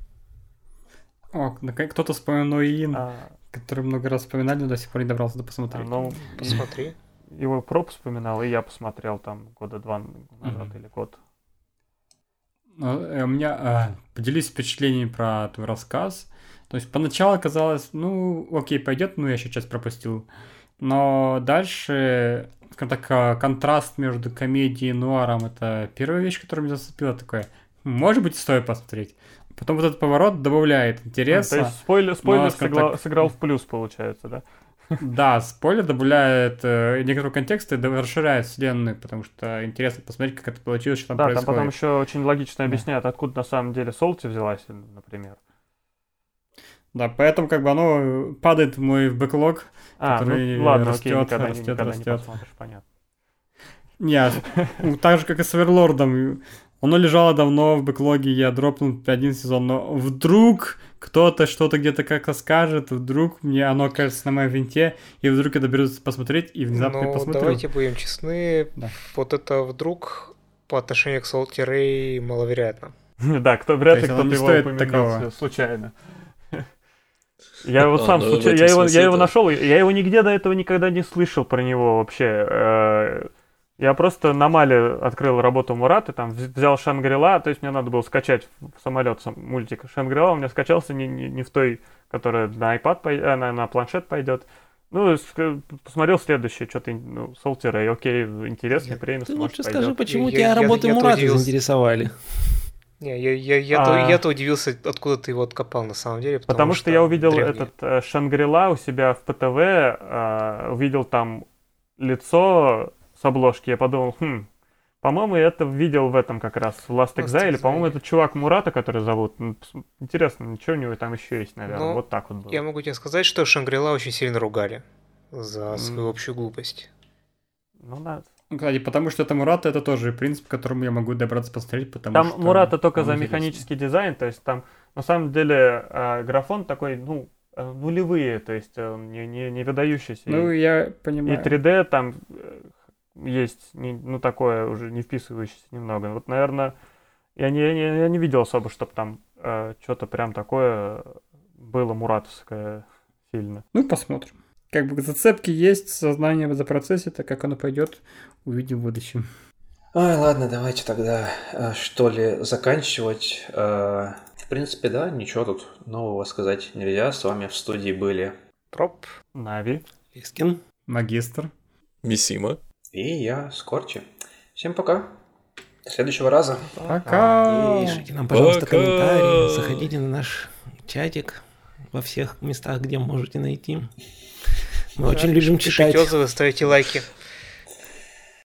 Кто-то вспомнил Ноин, который много раз вспоминали, но до сих пор не добрался до посмотреть. Посмотри. Его Проб вспоминал, и я посмотрел там года 2 назад или год. У меня поделюсь впечатлениями про твой рассказ. То есть поначалу казалось, ну, окей, пойдет, ну, я еще часть пропустил. Но дальше, скажем так, контраст между комедией и нуаром — это первая вещь, которая меня зацепила, такая, может быть, стоит посмотреть. Потом вот этот поворот добавляет интереса. То есть спойлер сыграл в плюс, получается, да? Да, спойлер добавляет некоторого контекста и расширяет вселенную, потому что интересно посмотреть, как это получилось, что там происходит. Да, там потом еще очень логично объясняют, откуда на самом деле Солти взялась, например. Да, поэтому как бы оно падает в мой бэклог, который растет. Не посмотришь, понятно. Нет, так же, как и с Оверлордом. Оно лежало давно в бэклоге, я дропнул 1 сезон, но вдруг кто-то что-то где-то как-то скажет, вдруг мне оно окажется на моем винте, и вдруг я доберусь посмотреть, и внезапно я посмотрю. Давайте будем честны, вот это вдруг по отношению к Salty Ray маловероятно. Да, вряд ли кто-то его упомянул случайно. Я его сам случайно, я его нашел, я его нигде до этого никогда не слышал про него вообще. Я просто на Мале открыл работу Мураты, там взял Шангри-Ла, то есть мне надо было скачать в самолет мультик Шангри-Ла, у меня скачался не в той, которая на iPad, на планшет пойдет. Ну, посмотрел следующее, что-то, Salty Ray, окей, интересный премис, ты лучше скажи, почему тебя работы Мураты заинтересовали? Не, я-то удивился, откуда ты его откопал на самом деле. Потому что я увидел этот Шангри-Ла у себя в ПТВ, увидел там лицо с обложки, я подумал, по-моему, я это видел в этом как раз, в Last Exile, по-моему, это чувак Мурата, который зовут. Интересно, ничего у него там еще есть, наверное, вот так вот было. Я могу тебе сказать, что Шангри-Ла очень сильно ругали за свою общую глупость. Ну да. Кстати, потому что это Мурата, это тоже принцип, к которому я могу добраться посмотреть, потому там что... Там Мурата только за механический дизайн, то есть там, на самом деле, графон такой, нулевые, то есть он не выдающийся. Ну, я понимаю. И 3D там есть, такое уже не вписывающееся немного. Вот, наверное, я не видел особо, чтобы там что-то прям такое было муратовское сильно. Ну, посмотрим. Как бы зацепки есть, сознание за процессе, так как оно пойдет, увидим в будущем. Ладно, давайте тогда, что ли, заканчивать. В принципе, да, ничего тут нового сказать нельзя. С вами в студии были Троп. Нави. Искин. Магистр. Мисима. и я, Скорчи. Всем пока. До следующего раза. Пока! Пишите нам, пожалуйста, Пока. комментарии. Заходите на наш чатик во всех местах, где можете найти. Мы очень любим Пишите читать. отзывы, ставите лайки.